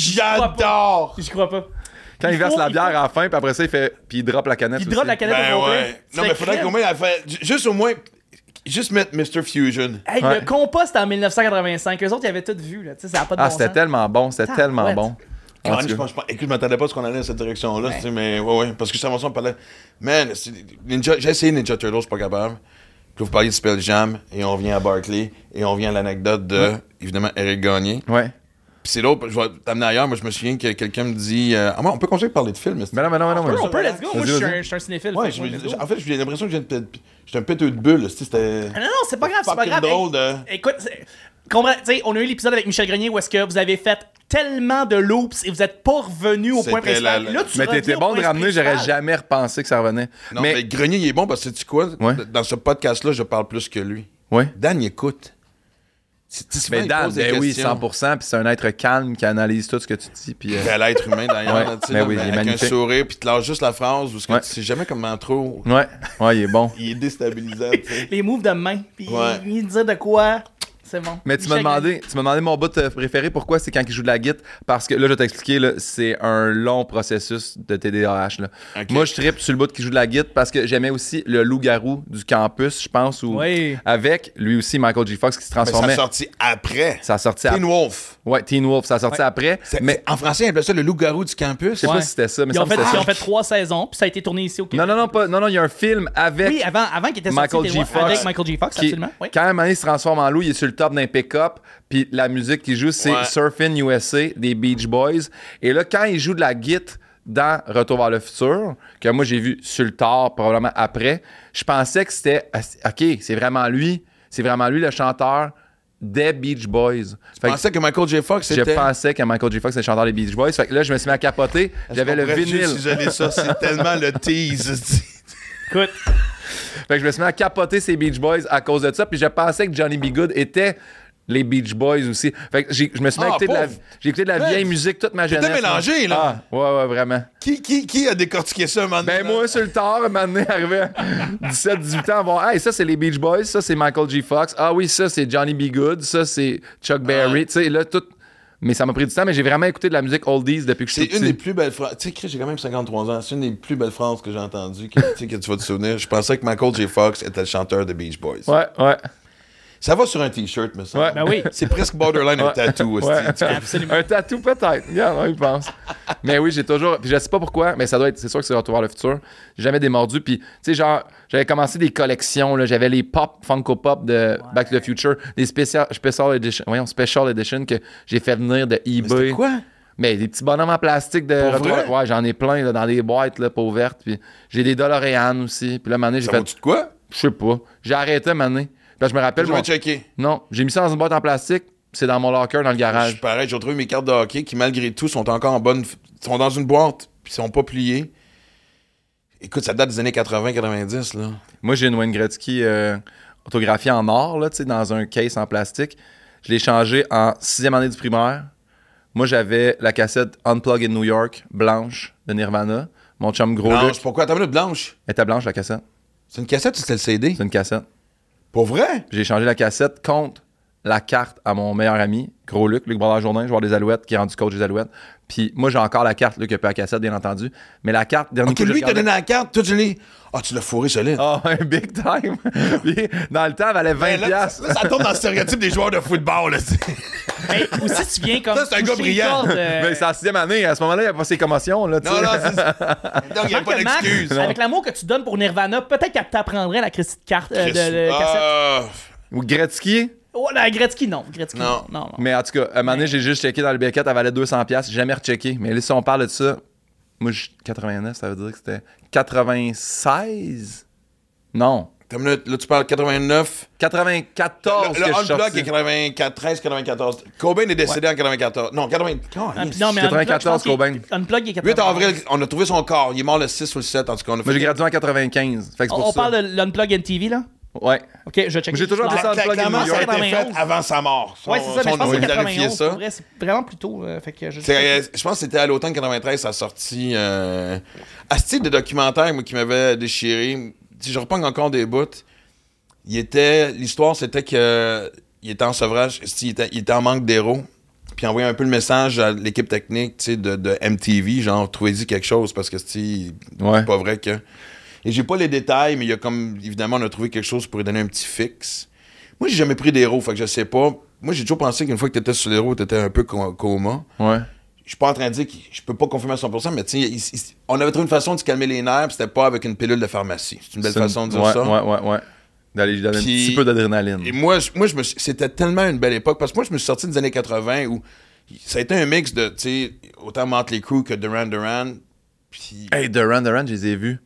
J'adore! Je crois pas. Quand il Il verse faut- la il bière faut- à la fin, puis après ça, il fait. Puis il drop la canette. Il aussi. drop la canette Ben au complet. ouais. Tu Non, fais mais faudrait crème. qu'au moins, elle fait. Juste au moins. Juste mettre mister Fusion. Hey, Ouais. le compost en dix-neuf cent quatre-vingt-cinq, eux autres, ils avaient tout vu. Là. Tu sais, ça n'a pas de Ah, bon c'était sens. tellement bon, c'était Ah, tellement ouais. bon. En Ah, tout je cas. pense, je pense- écoute, je m'attendais pas à ce qu'on allait dans cette direction-là, tu sais, mais ouais, ouais, parce que ça on parlait. Man, c'est- Ninja, j'ai essayé Ninja Turtles, je suis pas capable. Puis là, vous parliez de Spell Jam, et on revient à Barclay, et on vient à l'anecdote de, évidemment, Eric Gagné. Ouais. Puis c'est l'autre, je vais t'amener ailleurs, moi je me souviens que quelqu'un me dit. euh, ah, moi, on peut continuer de parler de films, mais c'est- Mais non, mais non, mais non. mais- On peut, let's go. Moi, Vas-y, je suis vas-y. un- je suis un cinéphile. Ouais, fait je- que, let's go. en fait, j'ai l'impression que je viens de- j'étais un péteux de bulle, tu sais, c'était. Ah, non, non, c'est pas grave, c'est pas fucking grave. drôle de. Hey, écoute, c'est- comprends- tu sais, on a eu l'épisode avec Michel Grenier où est-ce que vous avez fait tellement de loops et vous êtes pas revenu au point C'était principal. la- Là, tu Mais reviens t'étais au bon de point ramener, j'aurais principal. jamais repensé que ça revenait. Non, mais, mais. Grenier, il est bon parce que sais-tu quoi? Ouais. Dans ce podcast-là, je parle plus que lui. Ouais. Dan, il écoute. C'est- tu sais, souvent, Mais il Dan, pose des ben oui, questions. cent pour cent, puis c'est un être calme qui analyse tout ce que tu dis, puis... euh, Quel être humain d'ailleurs, Ouais, là, tu sais, ben là, oui, mais il est avec magnifique. un sourire, puis tu lâches juste la phrase, parce que Ouais. tu sais jamais comment trop. Ouais, ouais, il est bon. Il est déstabilisant, tu sais. Les moves de main, puis Ouais. il dit de quoi. C'est bon. Mais tu m'as Michel demandé, tu m'as demandé mon bout euh, préféré, pourquoi c'est quand il joue de la guitare, parce que là, je vais t'expliquer, là, c'est un long processus de T D A H. Là. Ok. Moi, je trippe sur le bout qui joue de la guitare parce que j'aimais aussi le loup-garou du campus, je pense, où, Oui. avec lui aussi Michael J. Fox qui se Mais ça transformait. a sorti après. Ça a sorti Teen après. Wolf. Ouais, Teen Wolf, ça a sorti Ouais. après. C'est- Mais En français, ils appellent ça le loup-garou du campus. je sais Ouais. pas si c'était ça, mais Ils ça ont, me fait, semble que ils ont c'était fait trois saisons, puis ça a été tourné ici au ça. Québec. Non, non, non, pas, non, non, il y a un film avec. Oui, avant, avant qu'il était sorti Michael des J. mois- Fox. avec Michael J. Fox, qui- absolument. Oui. Quand un moment donné, il se transforme en loup, il est sur le top d'un pick-up, puis la musique qu'il joue, c'est Ouais. Surfin' U S A des Beach Boys. Et là, quand il joue de la guitare dans Retour vers le futur, que moi j'ai vu sur le tard, probablement après, je pensais que c'était OK, c'est vraiment lui, c'est vraiment lui le chanteur des Beach Boys. Je Fait que pensais que Michael J. Fox je c'était. pensais que Michael J. Fox était le chanteur des Beach Boys. Fait que là, je me suis mis à capoter. J'avais le vinyle. Isolé ça, c'est tellement le tease. Écoute, Fait que je me suis mis à capoter ces Beach Boys à cause de ça. Puis je pensais que Johnny B. Good était Les Beach Boys aussi. Fait que j'ai- je me suis mis à Ah, écouter de la, pauvre. j'ai écouté de la Man, vieille musique toute ma t'étais jeunesse. mélangé, là. Ah, ouais, ouais, vraiment. Qui, qui, qui a décortiqué ça, un moment donné, Ben là? moi, sur le tard, un moment donné, arrivé à dix-sept dix-huit ans, voir, hey, ça c'est les Beach Boys, ça c'est Michael J. Fox, ah oui, ça c'est Johnny B. Good, ça c'est Chuck Berry, tu sais, là, tout. Mais ça m'a pris du temps, mais j'ai vraiment écouté de la musique oldies depuis que je C'est suis tout une des petit. plus belles phrases. Tu sais, Chris, j'ai quand même cinquante-trois ans. C'est une des plus belles phrases que j'ai entendues, que, tu sais, que tu vas te souvenir. Je pensais que Michael J. Fox était le chanteur de Beach Boys. Ouais, ouais. Ça va sur un T-shirt, me semble. Ouais. Ben oui. C'est presque borderline un Ouais. tatou. hostie. Ouais. Tu- Absolument. Un tatou peut-être. Regarde, on y pense. Mais oui, j'ai toujours. Puis je sais pas pourquoi, mais ça doit être. C'est sûr que c'est Retour vers le futur. J'ai jamais démordu. Puis, tu sais, genre, j'avais commencé des collections. Là. J'avais les pop, Funko Pop de Back to the Future, des spécial, special edition, voyons, special edition que j'ai fait venir de Mais eBay. c'était quoi? Mais des petits bonhommes en plastique de Pour Retour. vrai? Ouais, j'en ai plein là, dans des boîtes là, pas ouvertes. Puis j'ai des DeLorean aussi. Puis là, un moment donné, j'ai Ça fait. vaut-tu de quoi? Je sais pas. J'ai arrêté un moment donné. Puis là, je me rappelle. Je vais mon- checker. Non, j'ai mis ça dans une boîte en plastique. C'est dans mon locker dans le Je garage. suis pareil, j'ai retrouvé mes cartes de hockey qui, malgré tout, sont encore en bonne. sont dans une boîte, puis sont pas pliées. Écoute, ça date des années quatre-vingts quatre-vingt-dix, là. Moi, j'ai une Wayne Gretzky euh, autographiée en or, là, tu sais, dans un case en plastique. Je l'ai changé en sixième année du primaire. Moi, j'avais la cassette Unplugged in New York, blanche, de Nirvana. Mon chum Gros Luc Blanche, pourquoi? T'as une minute blanche? était blanche, la cassette. C'est une cassette ou c'était le C D? C'est une cassette. Pour vrai? J'ai changé la cassette contre la carte à mon meilleur ami, Gros Luc, Luc Brodeur-Jourdain, joueur des Alouettes, qui est rendu coach des Alouettes. Puis moi, j'ai encore la carte, Luc a pas la cassette, bien entendu. Mais la carte, dernier Ok, coup, j'ai lui, il t'a regardé- donné la carte, toi, tu l'as. Ah, tu l'as fourré solide. Ah, un big time! Puis, dans le temps, elle valait vingt Ben, là, piastres. là, ça tombe dans le stéréotype des joueurs de football, là. c'est- Mais aussi, tu viens comme. Ça, c'est un gars toucher les brillant. cordes, euh, Mais c'est en sixième année, à ce moment-là, il n'y a pas ces commotions, là, tu Non, sais. non, c'est ça. Donc, il n'y a pas que Max, d'excuse. avec l'amour que tu donnes pour Nirvana, peut-être qu'elle t'apprendrait la Christie de carte euh, de, de cassette. Ah, Ou Gretzky. Oh, la Gretzky, non. Gretzky, Non. non. non, non. Mais en tout cas, à un moment donné, j'ai juste checké dans le Beckett, elle valait deux cents piastres. J'ai jamais rechecké. Mais là, si on parle de ça, moi, je quatre-vingt-neuf, ça veut dire que c'était quatre-vingt-seize? Non. T'as une minute, là, tu parles quatre-vingt-neuf. quatre-vingt-quatorze Le, le que je suis Unplug sorti. est quatre-vingt-quatre, treize quatre-vingt-quatorze. Cobain est décédé en quatre-vingt-quatorze. Non, quatre-vingt-quatorze. Ah, puis non, mais quatre-vingt-quatorze, Unplug, je pense qu'il- Cobain. Unplug est huit quatre-vingt-onze. avril, on a trouvé son corps. Il est mort le six ou le sept, en tout cas. On a Moi, j'ai fait- gradué en quatre-vingt-quinze. Fait que c'est On, pour on ça. parle de l'Unplug M T V, là? Ouais. Ok, je check. J'ai toujours appelé ça Cla- Unplug in Clairement, New ça a York. été fait quatre-vingt-onze. avant sa mort. Ouais, c'est ça, mais je pense que c'est vérifié quatre-vingt-onze. ça. Pour vrai, c'est vraiment plus tôt. euh, fait que je... C'est, euh, je pense que c'était à l'automne quatre-vingt-treize, ça a sorti euh, à ce type de documentaire moi, qui m'avait déchiré. Si je reprends encore des bouts, il était, l'histoire c'était que il était en sevrage, il était, il était en manque d'héros, puis il envoyait un peu le message à l'équipe technique tu sais, de, de M T V, genre trouvez-y quelque chose parce que c'est Ouais. pas vrai que. Et j'ai pas les détails, mais il y a comme évidemment on a trouvé quelque chose pour lui donner un petit fixe. Moi j'ai jamais pris d'héros, fait que je sais pas. Moi j'ai toujours pensé qu'une fois que t'étais sur l'héros, t'étais un peu co- coma. Ouais. Je suis pas en train de dire que je peux pas confirmer à cent pour cent, mais tu sais, il- il- on avait trouvé une façon de se calmer les nerfs, puis c'était pas avec une pilule de pharmacie. C'est une belle C'est façon de dire ouais, ça. Ouais, ouais, ouais. D'aller lui donner Puis- un petit peu d'adrénaline. Et moi, je- moi je me suis- c'était tellement une belle époque, parce que moi, je me suis sorti des années quatre-vingts où ça a été un mix de, tu sais, autant Motley Crue que Duran Duran. Puis, Hey, Duran Duran, je les ai vus.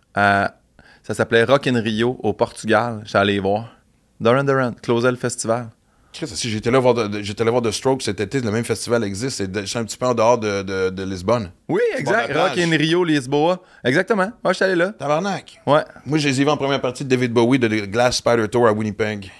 à- ça s'appelait Rock in Rio au Portugal. J'étais allé les voir. Duran Duran, closait le festival. Chris, si j'étais là voir de, de- j'étais là voir The Strokes cet été, le même festival existe, c'est de- c'est un petit peu en dehors de, de, de Lisbonne. Oui, Bord exact. de la Rock plage. in Rio, Lisboa. Exactement. Moi, j'étais allé là. Tabarnak. Ouais. Moi, je les ai vus en première partie de David Bowie de The Glass Spider Tour à Winnipeg.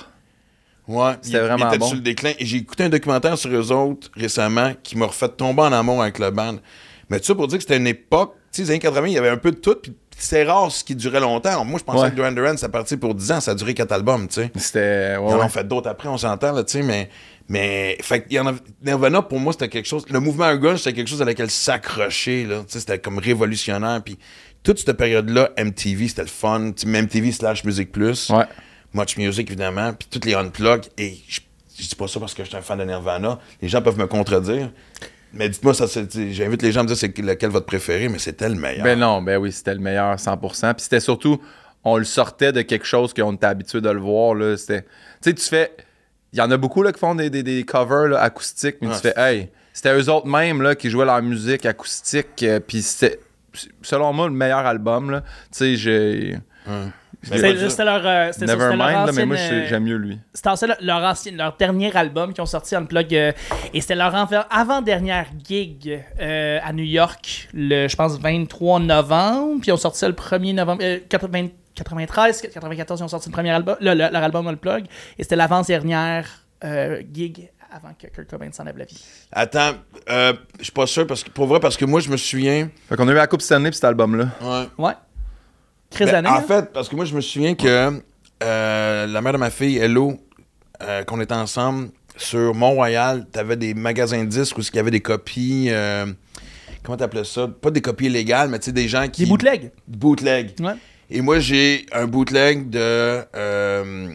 Ouais, C'était il- vraiment il était bon. sur le déclin. Et j'ai écouté un documentaire sur eux autres récemment qui m'a refait tomber en amour avec le band. Mais tout ça pour dire que c'était une époque, tu sais, les années quatre-vingts, il y avait un peu de tout, puis c'est rare ce qui durait longtemps. Moi, je pensais Ouais. que Duran Duran, ça partit pour dix ans, ça a duré quatre albums, tu sais. C'était. Ouais, Ils en ouais. ont fait d'autres après, on s'entend, là, tu sais, mais... Mais, fait qu'il y en a... Nirvana, pour moi, c'était quelque chose... Le mouvement grunge, c'était quelque chose à laquelle s'accrocher, là, tu sais, c'était comme révolutionnaire, puis toute cette période-là, M T V, c'était le fun, tu sais, M T V slash Music Plus, Ouais. Much Music, évidemment, puis toutes les unplugs, et je, je dis pas ça parce que je suis un fan de Nirvana, les gens peuvent me contredire, mais dites-moi, ça, c'est- tu sais, j'invite les gens à me dire c'est lequel votre préféré, mais c'était le meilleur. Ben non, ben oui, c'était le meilleur cent pour cent. Puis c'était surtout, on le sortait de quelque chose qu'on était habitué de le voir. Là. C'était, tu sais, tu fais. Il y en a beaucoup là, qui font des, des, des covers là, acoustiques, mais Ah, tu fais, hey, c'était eux autres mêmes là, qui jouaient leur musique acoustique. euh, Puis c'était, selon moi, le meilleur album. Là. Tu sais, j'ai. Ben, C'est- pas sûr. C'était leur, euh, c'était ça, c'était leur Nevermind, là, mais ancienne, moi, je- euh, j'aime mieux lui. C'était ça, leur, ancien, leur dernier album qui ont sorti Unplug euh, et c'était leur enver- avant-dernière gig euh, à New York le, je pense, vingt-trois novembre, puis ils ont sorti ça le premier novembre, euh, quatre-vingts quatre-vingt-treize, quatre-vingt-quatorze, ils ont sorti le premier album, le- le- leur album Unplug, et c'était l'avant-dernière euh, gigs avant que Kurt Cobain s'en lève la vie. Attends, euh, je suis pas sûr, parce que, pour vrai, parce que moi, je me souviens... Fait qu'on a eu la Coupe Stanley pis cet album-là. Ouais. Ouais. Chris Ben, d'année. en là. fait, parce que moi, je me souviens que euh, la mère de ma fille, Hello, euh, qu'on était ensemble, sur Mont-Royal, t'avais des magasins de disques où il y avait des copies... Euh, comment t'appelais ça? Pas des copies illégales, mais tu sais, des gens qui... Des bootlegs. Bootleg. Ouais. Et moi, j'ai un bootleg de... Euh,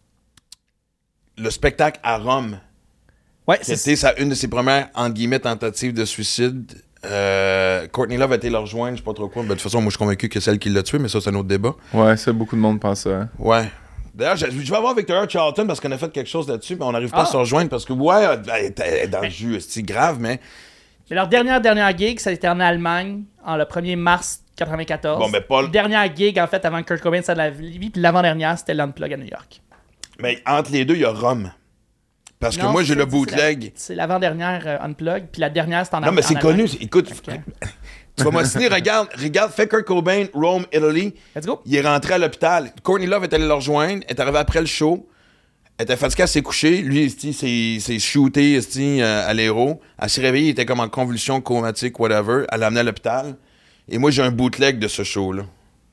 le spectacle à Rome. Ouais, C'était c'est sa, une de ses premières, entre guillemets, tentatives de suicide. Euh, Courtney Love a été leur rejoindre, je sais pas trop quoi. Ben, de toute façon, moi, je suis convaincu que c'est elle qui l'a tué, mais ça, c'est un autre débat. Ouais, ça, beaucoup de monde pense ça. Hein. Ouais. D'ailleurs, je, je vais avoir Victoria Charlton parce qu'on a fait quelque chose là-dessus, mais on n'arrive pas Ah. à se rejoindre parce que, ouais, elle est, elle est dans le jus, c'est grave, mais... Mais leur dernière, dernière gig, ça a été en Allemagne, en le premier mars quatre-vingt-quatorze. Bon, ben, Paul- Dernière gig, en fait, avant que Kurt Cobain s'en lève la vie, puis l'avant-dernière, c'était l'Unplug à New York. Mais entre les deux, il y a Rome. Parce que Non, moi, j'ai c'est- le c'est bootleg. la- C'est l'avant-dernière euh, Unplug, puis la dernière, c'était en Non, mais c'est en connu. Allemagne. c'est- Écoute, Ok. tu vas m'assiner, regarde, regarde, fait Kurt Cobain, Rome, Italy. Let's go. Il est rentré à l'hôpital. Courtney Love est allé le rejoindre. Elle est arrivée après le show. Elle était fatiguée, elle s'est couchée. Lui, esti, s'est s'est shooté esti, euh, à l'héros. Elle s'est réveillée, il était comme en convulsion, comatique, whatever. Elle l'a amené à l'hôpital. Et moi, j'ai un bootleg de ce show-là.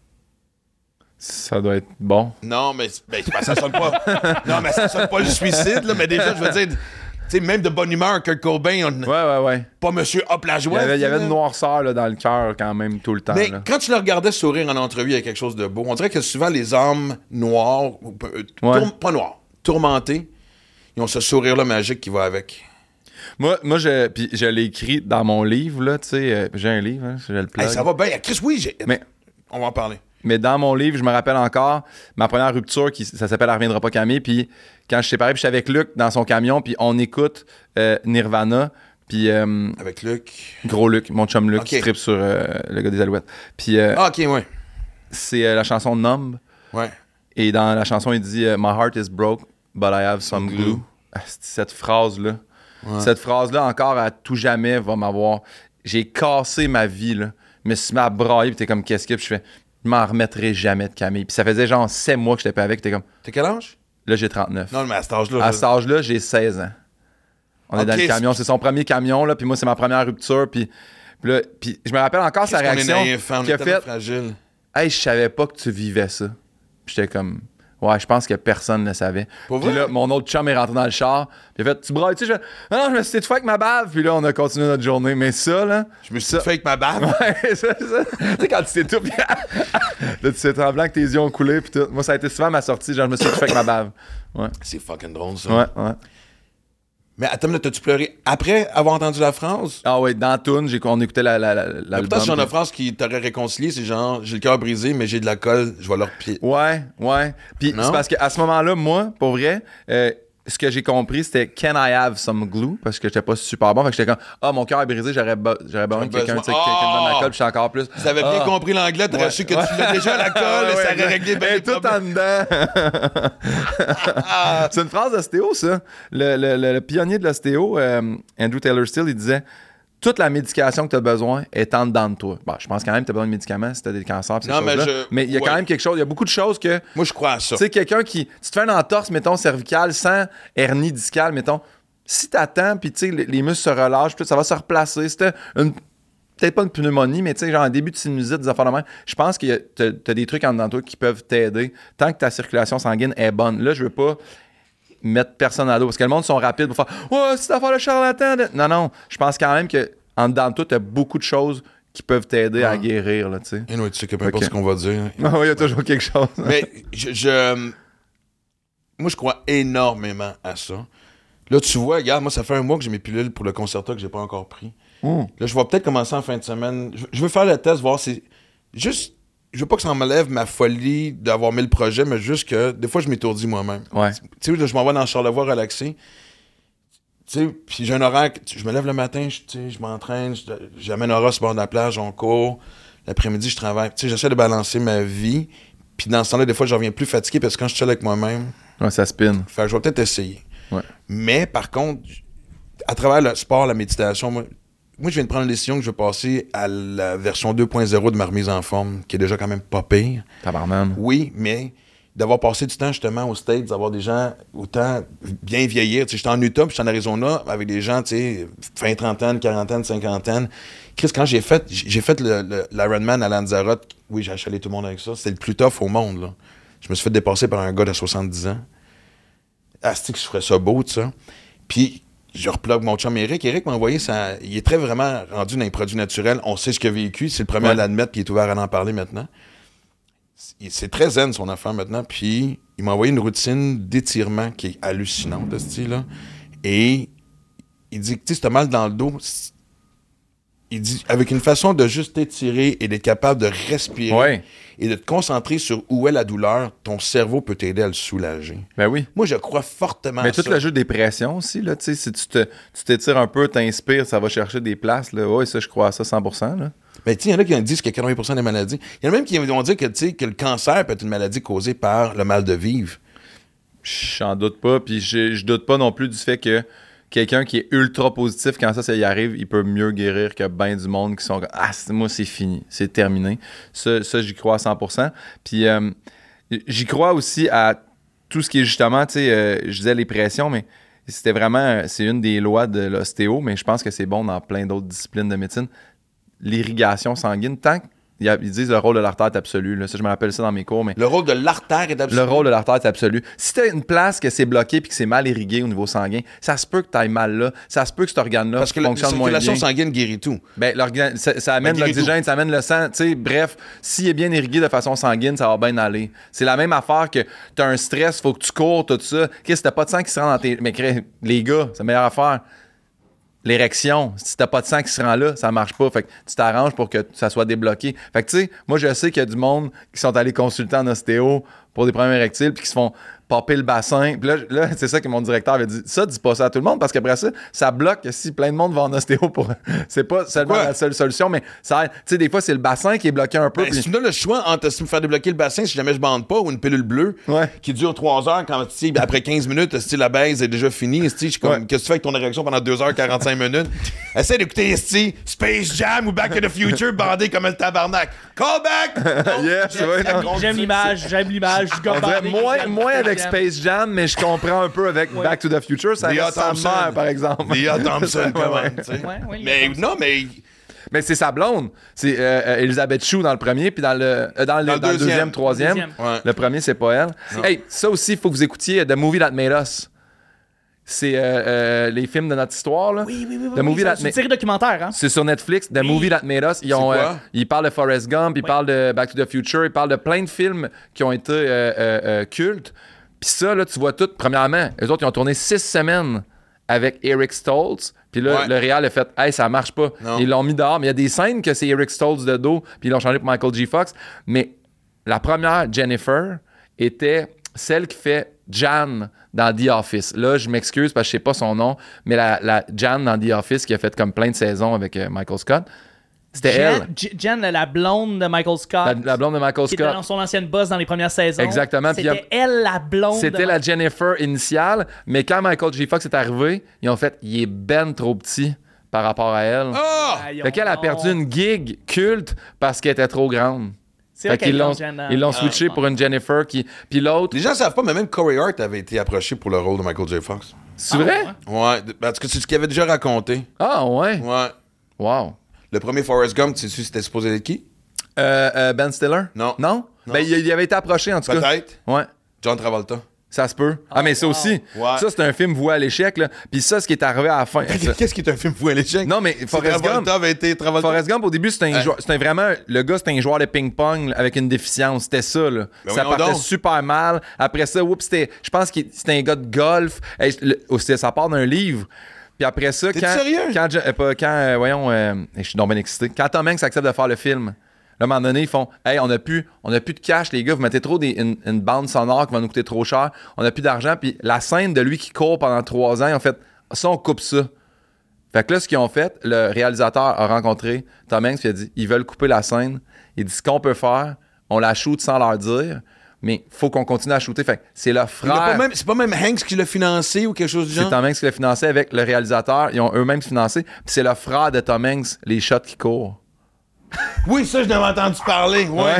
Ça doit être bon. Non, mais c'est- ben, c'est pas- ça sonne pas. Non, mais ça sonne pas le suicide, là. Mais déjà, je veux dire, tu sais, même de bonne humeur, Kurt Cobain, on... Ouais, ouais, ouais. pas Monsieur Hop la Il y joie. avait, il y avait là. une noirceur là, dans le cœur quand même tout le temps. Mais là. quand tu le regardais sourire en entrevue, il y a quelque chose de beau. On dirait que souvent les hommes noirs, ou peu- euh, Ouais. tour- pas noirs, tourmentés, ils ont ce sourire-là magique qui va avec. Moi, moi je, puis je l'ai écrit dans mon livre, là, tu sais. euh, j'ai un livre, hein, je le plug. Hey, ça va bien. Chris, oui, j'ai... Mais- on va en parler. Mais dans mon livre, je me rappelle encore ma première rupture, qui, ça s'appelle « Elle reviendra pas Camille », puis quand je suis séparé, puis je suis avec Luc dans son camion, puis on écoute euh, Nirvana, puis euh, Avec Luc. gros Luc, mon chum Luc, Ok. qui trippe sur euh, le gars des Alouettes. Puis euh, Ah, ok, ouais. c'est euh, la chanson « Numb », Ouais. et dans la chanson, il dit euh, « My heart is broke, but I have some glue Glue. ». Ah, c'est- Cette phrase-là, cette phrase-là, encore à tout jamais, va m'avoir... J'ai cassé ma vie, là. Je me suis mis à brailler, puis t'es comme « Qu'est-ce que... » Puis je fais... Je m'en remettrai jamais de Camille. Puis ça faisait genre sept mois que j'étais pas avec. T'es comme, T'as quel âge? là, j'ai trente-neuf. Non, mais à cet âge-là. À je- cet âge-là, j'ai seize ans. On est dans Ok, le camion. C'est son premier camion, là. Puis moi, c'est ma première rupture. Puis, puis là, puis je me rappelle encore sa Qu'est-ce qu'on est réaction. naïf, hein, on qui a est tellement fait, fragile. hey, je savais pas que tu vivais ça. Puis j'étais comme, ouais, je pense que personne ne le savait. Pour Puis vrai? là, mon autre chum est rentré dans le char. Puis il a fait, tu brailles-tu? Je fais, non, non, je me suis fait avec ma bave. Puis là, on a continué notre journée. Mais ça, là. Je me suis fait avec ma bave. Ouais, ça, ça. Tu sais, quand tu sais tout, puis là, tu sais tremblant que tes yeux ont coulé, puis tout. Moi, ça a été souvent ma sortie, genre, je me suis fait avec ma bave. Ouais, C'est fucking drôle, ça. ouais, ouais. Mais attends, là, t'as-tu pleuré après avoir entendu la phrase? Ah ouais, dans Toon, j'ai on écoutait la, la, la, Pourtant, l'album. ce genre de puis- phrase qui t'aurait réconcilié, c'est genre, j'ai le cœur brisé, mais j'ai de la colle, je vais leur pied. Ouais, ouais. Puis Non? c'est parce qu'à ce moment-là, moi, pour vrai, euh, ce que j'ai compris, c'était Can I have some glue? Parce que j'étais pas super bon. Fait que j'étais comme, ah, mon cœur est brisé, j'aurais, be- j'aurais besoin de quelqu'un, besoin- tu sais, quelqu'un me donne la Ah! colle, puis je suis encore plus. Si t'avais bien Ah! compris l'anglais, t'aurais Ouais. su que tu l'as déjà la colle, Ouais, et ça ouais, aurait exact. réglé bien Elle les est tout en problèmes. dedans. C'est une phrase d'ostéo, ça. Le, le- le- le pionnier de l'ostéo, euh, Andrew Taylor Still, il disait toute la médication que tu as besoin est en dedans de toi. Bon, je pense quand même que tu as besoin de médicaments si tu as des cancers, pis ces Non, mais choses-là. je- Mais il y a quand ouais. même quelque chose, il y a beaucoup de choses que. Moi, je crois à ça. Tu sais, quelqu'un qui. Tu te fais une entorse, mettons, cervicale, sans hernie discale, mettons. Si t'attends, puis tu sais, les, les muscles se relâchent, puis tout, ça va se replacer. C'était une. Peut-être pas une pneumonie, mais tu sais, genre un début de sinusite, des affaires de même. Je pense que t'as, t'as des trucs en dedans de toi qui peuvent t'aider tant que ta circulation sanguine est bonne. Là, je veux pas mettre personne à dos parce que le monde sont rapides pour faire ouais, c'est affaire de charlatan. de- Non, non. Je pense quand même que en dedans de toi, t'as beaucoup de choses qui peuvent t'aider à Ouais. guérir, là, tu sais. Et nous, tu sais que peu importe Ok. ce qu'on va dire. Non, il y a toujours quelque chose. Mais je, je- Moi, je crois énormément à ça. Là, tu vois, regarde, moi, ça fait un mois que j'ai mes pilules pour le concerto que j'ai pas encore pris. Mmh. Là, je vais peut-être commencer en fin de semaine. Je, je veux faire le test, voir si. Juste. Je veux pas que ça m'enlève ma folie d'avoir mis le projet, mais juste que des fois, je m'étourdis moi-même. Ouais. Tu sais, là, je m'en vais dans Charlevoix relaxer. Tu sais, puis j'ai un horaire. Je me lève le matin, je, tu sais, je m'entraîne, je- j'amène Nora sur le bord de la plage, on court. L'après-midi, je travaille. Tu sais, j'essaie de balancer ma vie. Puis dans ce temps-là, des fois, je reviens plus fatigué parce que quand je suis seul avec moi-même, Ouais, ça spin. fait que je vais peut-être essayer. Ouais. Mais par contre, à travers le sport, la méditation, moi, moi, je viens de prendre la décision que je vais passer à la version deux point zéro de ma remise en forme, qui est déjà quand même pas pire. Tabarnan. Oui, mais d'avoir passé du temps justement aux States, d'avoir des gens autant bien vieillir. Tu sais, j'étais en Utah, puis j'étais en Arizona avec des gens, tu sais, fin trentaine, quarantaine, cinquantaine. Chris, quand j'ai fait, j'ai fait le, le, l'Ironman à Lanzarote, oui, j'ai achalé tout le monde avec ça, c'était le plus tough au monde, là. Je me suis fait dépasser par un gars de soixante-dix ans. Ah, c'est que je ferais ça beau, tout ça. Puis, je replogue mon chum Eric. Eric m'a envoyé ça. Il est très vraiment rendu dans les produits naturels. On sait ce qu'il a vécu. C'est le premier ouais. à l'admettre, puis il est ouvert à en parler maintenant. C'est très zen, son affaire, maintenant. Puis, il m'a envoyé une routine d'étirement qui est hallucinante, de ce style-là. Et il dit, tu sais, si t'as mal dans le dos, il dit, avec une façon de juste t'étirer et d'être capable de respirer ouais. et de te concentrer sur où est la douleur, ton cerveau peut t'aider à le soulager. Ben oui. Moi, je crois fortement Mais à ça. Mais tout le jeu des pressions aussi, là, tu sais, si tu, te, tu t'étires un peu, t'inspires, ça va chercher des places, là. Oui, ça, je crois à ça cent pour cent, là. Mais tu sais, il y en a qui disent qu'il y a quatre-vingts pour cent des maladies. Il y en a même qui vont dire que, tu sais, que le cancer peut être une maladie causée par le mal de vivre. J'en doute pas, puis je, je doute pas non plus du fait que quelqu'un qui est ultra positif, quand ça, ça y arrive, il peut mieux guérir que ben du monde qui sont « Ah, c'est, moi, c'est fini, c'est terminé. » Ça, ça, j'y crois à cent pour cent. Puis euh, j'y crois aussi à tout ce qui est justement, tu sais, euh, je disais les pressions, mais c'était vraiment, c'est une des lois de l'ostéo, mais je pense que c'est bon dans plein d'autres disciplines de médecine. L'irrigation sanguine, tant qu'ils disent le rôle de l'artère est absolu. Là. Ça, je me rappelle ça dans mes cours. Mais le rôle de l'artère est absolu. Le rôle de l'artère est absolu. Si tu as une place que c'est bloqué et que c'est mal irrigué au niveau sanguin, ça se peut que tu ailles mal là. Ça se peut que cet organe-là Parce que fonctionne moins bien. La circulation sanguine guérit tout. Ben, ça, ça amène ben, l'oxygène, tout. Ça amène le sang. T'sais, bref, s'il est bien irrigué de façon sanguine, ça va bien aller. C'est la même affaire que tu as un stress, il faut que tu cours, tout ça. Qu'est-ce que t'as pas de sang qui se rend dans tes... Mais les gars, c'est la meilleure affaire. L'érection, si t'as pas de sang qui se rend là, ça marche pas. Fait que tu t'arranges pour que ça soit débloqué. Fait que tu sais, moi je sais qu'il y a du monde qui sont allés consulter en ostéo pour des problèmes érectiles puis qui se font popper le bassin. Puis là, là, c'est ça que mon directeur avait dit. Ça, dis pas ça à tout le monde parce qu'après ça, ça bloque si plein de monde va en ostéo pour. C'est pas seulement ouais. la seule solution, mais ça, tu sais, des fois, c'est le bassin qui est bloqué un peu. Ben, pis... Si tu me donnes le choix entre me faire débloquer le bassin si jamais je bande pas ou une pilule bleue ouais. qui dure trois heures quand après quinze minutes, la baise est déjà finie. Je suis comme, ouais. qu'est-ce que tu fais avec ton érection pendant deux heures quarante-cinq minutes? Essaie d'écouter Space Jam ou Back to the Future bandé comme le tabarnak. Call back! yes, ouais, j'aime l'image, j'aime l'image. Moins, moins avec Space Jam, mais je comprends un peu avec ouais. Back to the Future. Ça reste sa mère, par exemple. Léa Thompson, quand même. Ouais, ouais, mais non, mais... Mais c'est sa blonde. C'est euh, Elisabeth Shue dans le premier, puis dans le, euh, dans le, dans le, dans deuxième, le deuxième, troisième. Deuxième. Ouais. Le premier, c'est pas elle. Non. Hey, ça aussi, il faut que vous écoutiez The Movie That Made Us. C'est euh, euh, les films de notre histoire, là. Oui, oui, oui. The Movie oui, c'est une série documentaire, hein? C'est sur Netflix. The oui. Movie That Made Us. Ils, ont, euh, ils parlent de Forrest Gump, ils oui. parlent de Back to the Future, ils parlent de plein de films qui ont été euh, euh, euh, cultes. Puis ça, là, tu vois tout. Premièrement, eux autres, ils ont tourné six semaines avec Eric Stoltz. Puis là, ouais. le réal a fait « Hey, ça marche pas. » Ils l'ont mis dehors. Mais il y a des scènes que c'est Eric Stoltz de dos, puis ils l'ont changé pour Michael J. Fox. Mais la première, Jennifer, était celle qui fait Jan dans The Office. Là, je m'excuse parce que je sais pas son nom, mais la, la Jan dans The Office qui a fait comme plein de saisons avec euh, Michael Scott. C'était Jan, elle. Jan, la blonde de Michael Scott. La, la blonde de Michael qui Scott. Qui était dans son ancienne boss dans les premières saisons. Exactement. C'était a... elle, la blonde. C'était de... la Jennifer initiale. Mais quand Michael J. Fox est arrivé, ils ont fait « Il est ben trop petit par rapport à elle. Oh! » Fait qu'elle a perdu une gig culte parce qu'elle était trop grande. C'est fait qu'ils l'ont, Jenna. ils l'ont switché ah, pour une Jennifer qui... Puis l'autre... Les gens savent pas, mais même Corey Hart avait été approché pour le rôle de Michael J. Fox. C'est ah, vrai? Ouais. ouais. Parce que c'est ce qu'il avait déjà raconté. Ah, ouais? Ouais. Wow. Le premier Forrest Gump, tu sais, c'était supposé être qui? Euh, euh, Ben Stiller? Non. Non? non. Ben, il, il avait été approché, en tout Peut-être. cas. Peut-être. Ouais. John Travolta. Ça se peut. Ah, oh, mais ça wow. aussi. Ouais. Ça, c'est un film voué à l'échec, là. Puis ça, ce qui est arrivé à la fin... Qu'est-ce qui est un film voué à l'échec? Non, mais Forrest Gump... avait été Travolta. Forrest Gump, au début, c'était un hein? joueur... C'était vraiment... Le gars, c'était un joueur de ping-pong avec une déficience. C'était ça, là. Ben ça partait donc. super mal. Après ça, oups, c'était... Je pense que c'était un gars de golf. Hey, le... Ça part d'un livre. Puis après ça, T'es quand... sérieux? Quand... Quand... quand euh, voyons... Euh... Je suis donc bien excité. Quand Tom Hanks accepte de faire le film... Là, à un moment donné, ils font « Hey, on n'a plus, on a plus de cash, les gars. Vous mettez trop des, une, une bande sonore qui va nous coûter trop cher. On n'a plus d'argent. » Puis la scène de lui qui court pendant trois ans, ils ont fait « Ça, on coupe ça. » Fait que là, ce qu'ils ont fait, le réalisateur a rencontré Tom Hanks et il a dit « Ils veulent couper la scène. » Il dit « Ce qu'on peut faire, on la shoot sans leur dire. » Mais il faut qu'on continue à shooter. Fait que c'est le frère... Pas même, c'est pas même Hanks qui l'a financé ou quelque chose du genre? C'est Tom Hanks qui l'a financé avec le réalisateur. Ils ont eux-mêmes financé. Puis c'est le frère de Tom Hanks, les shots qui courent. Oui, ça, je n'avais entendu parler. Ouais. ouais.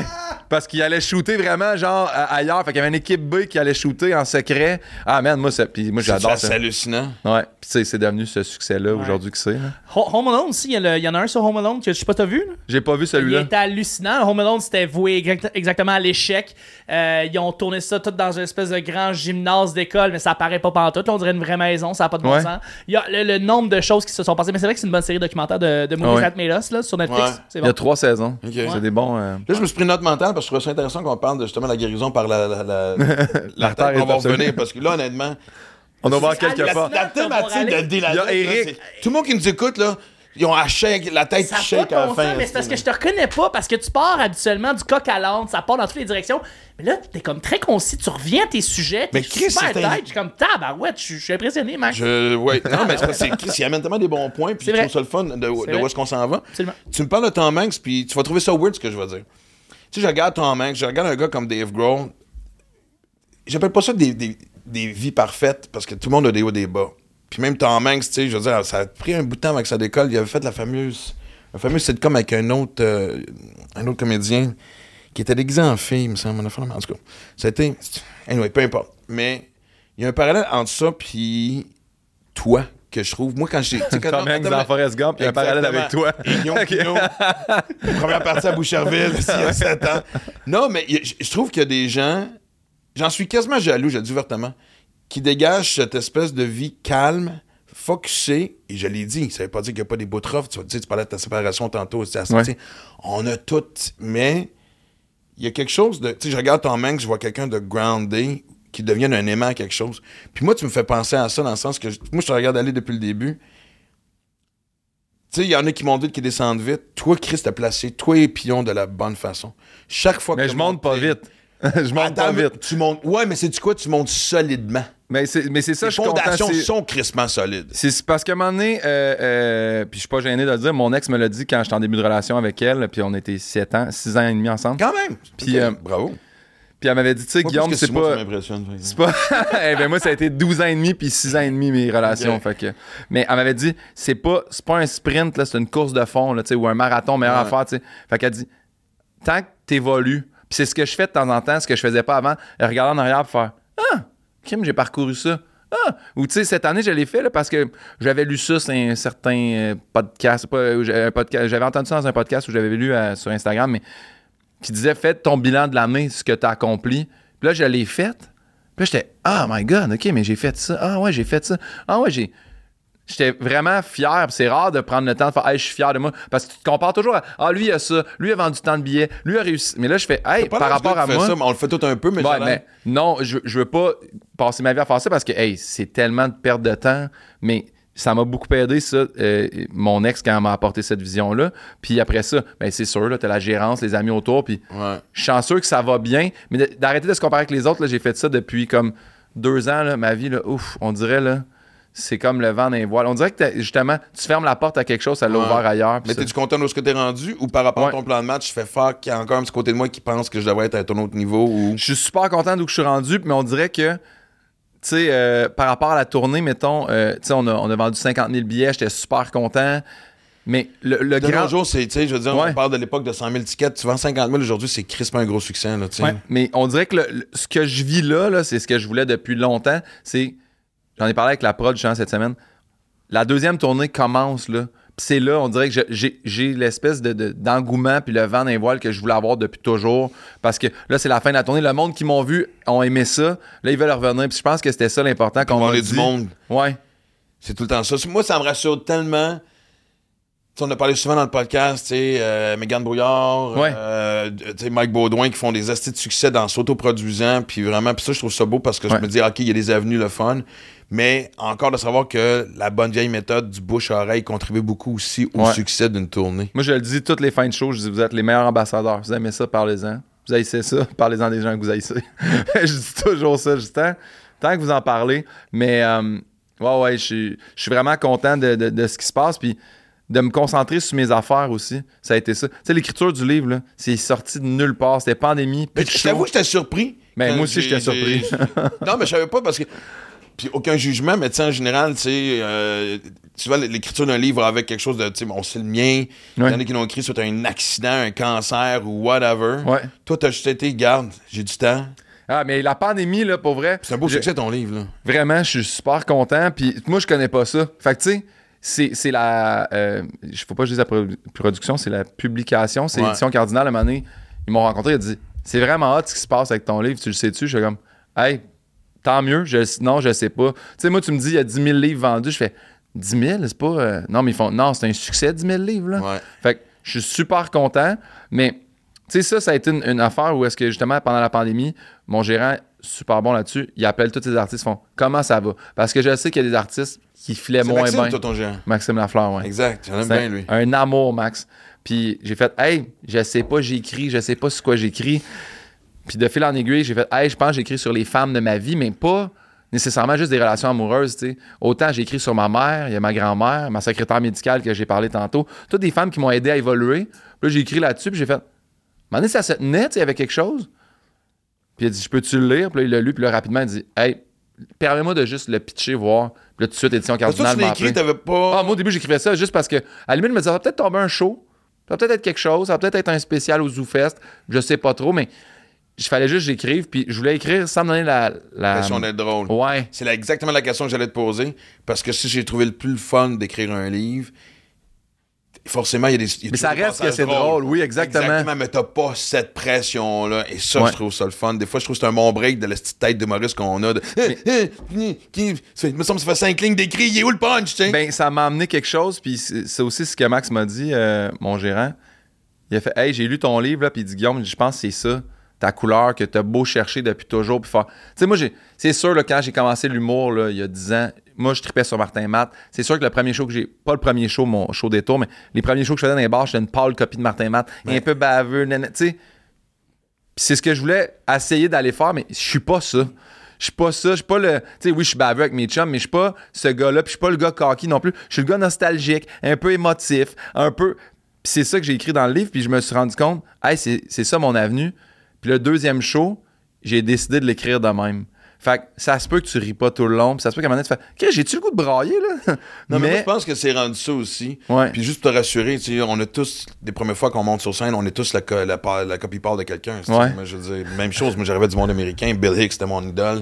parce qu'il allait shooter vraiment, genre, à- ailleurs. Fait qu'il y avait une équipe B qui allait shooter en secret. Ah, man, moi, ça, puis moi j'adore C'est ça. hallucinant. Ouais, puis tu sais, c'est devenu ce succès-là aujourd'hui que c'est. là. Ho- Home Alone aussi, il y, a le- il y en a un sur Home Alone que je sais pas, t'as vu? Là? J'ai pas vu Il celui-là. était hallucinant. Home Alone, c'était voué exact- exactement à l'échec. Euh, ils ont tourné ça tout dans une espèce de grand gymnase d'école, mais ça apparaît pas pantoute. Là, on dirait une vraie maison, ça n'a pas de bon Ouais. sens. Il y a le, le nombre de choses qui se sont passées. Mais c'est vrai que c'est une bonne série documentaire de, de Movies Ouais. That Made Us là, sur Netflix. Ouais. C'est Il bon. y a trois saisons. Ok. C'est des bons. euh, Là, je me suis pris une note mentale parce que je trouvais ça intéressant qu'on parle de justement la guérison par la, la, la, la terre tête. On est va absolue. revenir parce que là, honnêtement, On a voir C'est quelque hallucinant. part. la thématique de Il y a Dylan, Eric. tout le monde qui nous écoute, là, ils ont à shake, la tête Ça qui n'a shake pas à de la bon fin. sens, mais c'est parce que je te reconnais pas, parce que tu pars habituellement du coq à l'âne, ça part dans toutes les directions. Mais là, t'es comme très concis, tu reviens à tes sujets, t'es Mais Chris, super c'est un- tête. Je suis comme tabarouette, je suis- je suis impressionné, Max. Je, ouais. Non, mais c'est parce que c'est Chris, il amène tellement des bons points, puis C'est je vrai. trouve ça le fun de, de vrai. où est-ce qu'on s'en va. Absolument. Tu me parles de Tom Hanks, puis tu vas trouver ça weird ce que je vais dire. Tu sais, je regarde Tom Hanks, je regarde un gars comme Dave Grohl. J'appelle pas ça des, des, des vies parfaites, parce que tout le monde a des hauts et des bas. Puis même Tom Hanks, tu sais, je veux dire, ça a pris un bout de temps avec sa décolle. Il avait fait la fameuse, un fameux sitcom avec un autre, euh, un autre comédien qui était déguisé en fille, il me semble. En tout cas, ça a été... Anyway, peu importe. Mais il y a un parallèle entre ça puis toi, que je trouve... Moi, quand j'ai... tu sais, quand- Tom Hanks attends, dans mais- Forrest Gump, il y a un parallèle avec toi. Et Guillaume Ok. Pinot, première partie à Boucherville, il y a sept ans. Non, mais il y a- je trouve qu'il y a des gens... J'en suis quasiment jaloux, je le dis ouvertement, qui dégagent cette espèce de vie calme, focusée, et je l'ai dit, ça veut pas dire qu'il n'y a pas des bouts de rough, tu, tu sais, tu parlais de ta séparation tantôt, tu sais, Ouais. on a tout, mais il y a quelque chose de... Tu sais, je regarde Tom Hanks, je vois quelqu'un de groundé, qui devient un aimant à quelque chose. Puis moi, tu me fais penser à ça dans le sens que... je- moi, je te regarde aller depuis le début. Tu sais, il y en a qui montent vite, qui descendent vite. Toi, Chris, t'as placé toi et Pion de la bonne façon. Chaque fois que Mais t'as je monte pas monté- vite. Je monte Attends, pas mais vite. Tu montes... Ouais, mais c'est du quoi? Tu montes solidement. Mais c'est, mais c'est ça, Les je suis content. fondations c'est- sont crissement solides. C'est c'est parce qu'à un moment donné, euh, euh, puis je suis pas gêné de le dire, mon ex me l'a dit quand j'étais en début de relation avec elle, puis on était sept ans, six ans et demi ensemble. Quand même. Puis, Ok, euh, bravo. Puis elle m'avait dit, tu sais, Moi, Guillaume, plus que c'est six mois, pas... ça m'impressionne, par C'est exemple. pas. Eh ben moi, ça a été douze ans et demi puis six ans et demi mes relations. Ok. Fait que... Mais elle m'avait dit, c'est pas, c'est pas un sprint, là, c'est une course de fond, là, tu sais, ou un marathon, meilleure Ouais. affaire, tu sais. Fait qu'elle dit, tant que t'évolues, puis c'est ce que je fais de temps en temps, ce que je faisais pas avant, regarder en arrière pour faire, ah, crime, j'ai parcouru ça. Ah! Ou tu sais, cette année, je l'ai fait là, parce que j'avais lu ça sur un certain euh, podcast, pas, euh, un podcast. J'avais entendu ça dans un podcast où j'avais lu euh, sur Instagram, mais qui disait, fais ton bilan de l'année, ce que tu as accompli. Puis là, je l'ai fait. Puis là, j'étais, ah, my God, OK, mais j'ai fait ça. Ah, ouais, j'ai fait ça. Ah, ouais, j'ai. J'étais vraiment fier. Puis c'est rare de prendre le temps de faire, hey, je suis fier de moi. Parce que tu te compares toujours à, ah, lui, il a ça. Lui, il a vendu tant de billets. Lui, a réussi. Mais là, je fais, hey, Pas par l'âge rapport que à tu fais moi. ça, mais on le fait tout un peu, mais Ouais, j'ai l'air- mais non, je, je veux pas passer ma vie à faire ça parce que, hey, c'est tellement de perte de temps. Mais ça m'a beaucoup aidé, ça, euh, mon ex, quand elle m'a apporté cette vision-là. Puis après ça, ben c'est sûr, là, t'as la gérance, les amis autour. Puis Ouais. je suis chanceux que ça va bien. Mais de- d'arrêter de se comparer avec les autres, là, j'ai fait ça depuis comme deux ans, là, ma vie, là, ouf, on dirait, là, c'est comme le vent dans les voiles. On dirait que, t'as- justement, tu fermes la porte à quelque chose, ça l'a Ouais. ouvert ailleurs. puis Mais ça- t'es-tu content de ce que t'es rendu ou par rapport Ouais. à ton plan de match, tu fais fuck, il y a encore un petit côté de moi qui pense que je devrais être à ton autre niveau ou. Je suis super content d'où je suis rendu, mais on dirait que, tu sais, euh, par rapport à la tournée, mettons, euh, tu sais, on a, on a vendu cinquante mille billets, j'étais super content. Mais le, le De grand. nos jours, c'est, tu sais, je veux dire, Ouais. on parle de l'époque de cent mille tickets, tu vends cinquante mille aujourd'hui, c'est crispement un gros succès, là, tu sais. Ouais, mais on dirait que le- le- ce que je vis là, là, c'est ce que je voulais depuis longtemps. C'est. J'en ai parlé avec la prod justement cette semaine. La deuxième tournée commence, là. Puis c'est là, on dirait que je- j'ai, j'ai l'espèce de, de- d'engouement puis le vent dans les voiles que je voulais avoir depuis toujours. Parce que là, c'est la fin de la tournée. Le monde qui m'ont vu ont aimé ça. Là, ils veulent revenir. Puis je pense que c'était ça l'important qu'on On m'a est dit. du monde. Ouais. C'est tout le temps ça. Moi, ça me rassure tellement. Tu sais, on a parlé souvent dans le podcast, tu sais, euh, Mégane Brouillard, Ouais. euh, tu sais, Mike Baudouin qui font des astis de succès dans s'autoproduisant, puis vraiment, puis ça, je trouve ça beau parce que Ouais. je me dis, OK, il y a des avenues, le fun, mais encore de savoir que la bonne vieille méthode du bouche-oreille contribue beaucoup aussi au Ouais. succès d'une tournée. Moi, je le dis toutes les fins de show, je dis vous êtes les meilleurs ambassadeurs. Vous aimez ça, parlez-en. Vous haïssez ça, parlez-en des gens que vous haïssez. Je dis toujours ça, juste tant, tant que vous en parlez. Mais euh, ouais, ouais, je suis- je suis vraiment content de, de- de ce qui se passe. Puis de me concentrer sur mes affaires aussi. Ça a été ça. Tu sais, l'écriture du livre, là, c'est sorti de nulle part. C'était pandémie. Mais plus de je t'avoue show. que j'étais surpris. Ben, Quand moi aussi, j'ai- j'étais surpris. j'ai- non, mais je savais pas parce que puis aucun jugement, mais tu sais, en général, tu sais, euh, souvent, l'écriture d'un livre avec quelque chose de, tu sais, bon, c'est le mien. Il Ouais. y en a qui l'ont écrit sur un accident, un cancer ou whatever. Ouais. Toi, t'as juste été, garde, j'ai du temps. Ah, mais la pandémie, là, pour vrai. C'est un beau je- succès, ton livre, là. Vraiment, je suis super content. Puis moi, je connais pas ça. Fait que, tu sais, c'est, c'est la. Euh, je faut pas que je dise la pro- production, c'est la publication. C'est Ouais. l'édition Cardinal. À un moment donné, ils m'ont rencontré. Ils ont dit c'est vraiment hot ce qui se passe avec ton livre. Tu le sais-tu? Je suis comme hey, tant mieux. Je, non, je sais pas. Tu sais, moi, tu me dis il y a dix mille livres vendus. Je fais dix mille, c'est pas. euh, Non, mais ils font non, c'est un succès, dix mille livres, là. Ouais. Fait que je suis super content. Mais, tu sais, ça, ça a été une, une affaire où est-ce que justement, pendant la pandémie, mon gérant, super bon là-dessus, il appelle tous les artistes, font comment ça va? Parce que je sais qu'il y a des artistes qui filaient C'est moins Maxime, bien. toi, ton géant. Maxime Lafleur, oui. Exact, j'en aime C'est bien, lui. un, un amour, Max. Puis j'ai fait, hey, je sais pas, j'écris, je sais pas sur quoi j'écris. Puis de fil en aiguille, j'ai fait, hey, je pense que j'écris sur les femmes de ma vie, mais pas nécessairement juste des relations amoureuses, tu sais. Autant j'ai écrit sur ma mère, il y a ma grand-mère, ma secrétaire médicale que j'ai parlé tantôt. Toutes des femmes qui m'ont aidé à évoluer. Puis là, j'ai écrit là-dessus, puis j'ai fait, à un moment donné, ça se tenait, tu sais, il y avait quelque chose. Puis il a dit, je peux-tu le lire? Puis là, il l'a lu, puis là, rapidement, il dit, hey, permets-moi de juste le pitcher, voir. Puis là, tout de suite, édition Parce que toi, Cardinal tu l'as m'a écrit, appelé. t'avais pas. Ah, moi, au début, j'écrivais ça juste parce que, à la limite, je me disais, ça va peut-être tomber un show, ça va peut-être être quelque chose, ça va peut-être être un spécial au ZooFest, je sais pas trop, mais il fallait juste que j'écrive, puis je voulais écrire sans me donner la. la... question d'être drôle. Ouais. C'est la- exactement la question que j'allais te poser. Parce que si j'ai trouvé le plus le fun d'écrire un livre, forcément, il y a des. il y a Mais ça toujours des reste que passages c'est drôle, oui, exactement. Exactement, mais t'as pas cette pression-là. Et ça, Ouais. je trouve ça le fun. Des fois, je trouve que c'est un bon break de la petite tête d'humoriste qu'on a. De... Qui... Il me semble que ça fait cinq lignes d'écrit. Il est où le punch, tu sais? Ben, ça m'a amené quelque chose, puis c'est c'est aussi ce que Max m'a dit, euh, mon gérant. Il a fait, hey, j'ai lu ton livre, là, puis il dit, Guillaume, je pense que c'est ça, ta couleur que t'as beau chercher depuis toujours, puis faire. Tu sais, moi, j'ai, c'est sûr, là, quand j'ai commencé l'humour, là, il y a dix ans, moi, je tripais sur Martin Matt. C'est sûr que le premier show que j'ai, pas le premier show, mon show des tours, mais les premiers shows que je faisais dans les bars, j'étais une pâle copie de Martin Matt, un peu baveux, nana, tu sais. Puis c'est ce que je voulais essayer d'aller faire, mais je suis pas ça. Je suis pas ça, je suis pas le. Tu sais, oui, je suis baveux avec mes chums, mais je suis pas ce gars-là, puis je suis pas le gars cocky non plus. Je suis le gars nostalgique, un peu émotif, un peu. Puis c'est ça que j'ai écrit dans le livre, puis je me suis rendu compte, hey, c'est, c'est ça mon avenue. Puis le deuxième show, j'ai décidé de l'écrire de même. Fait que ça se peut que tu ris pas tout le long, puis ça se peut qu'à un moment donné, tu fais, Chris, j'ai-tu le goût de brailler, là? Non, mais, moi, je pense que c'est rendu ça aussi. Ouais. Puis juste pour te rassurer, tu sais, on a tous, des premières fois qu'on monte sur scène, on est tous la, co- la, pa- la copie pâle de quelqu'un. tu sais. Ouais. Moi, je veux dire, même chose, moi j'arrivais du monde américain, Bill Hicks, c'était mon idole.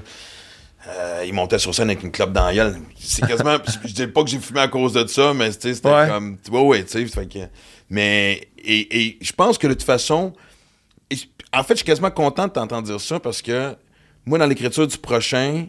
Euh, il montait sur scène avec une clope dans la gueule. C'est quasiment. Je dis pas que j'ai fumé à cause de ça, mais tu sais, c'était Ouais. comme. Ouais, ouais, tu sais. fait que- Mais. Et, et je pense que de toute façon. et- en fait, je suis quasiment content de t'entendre dire ça parce que moi, dans l'écriture du prochain,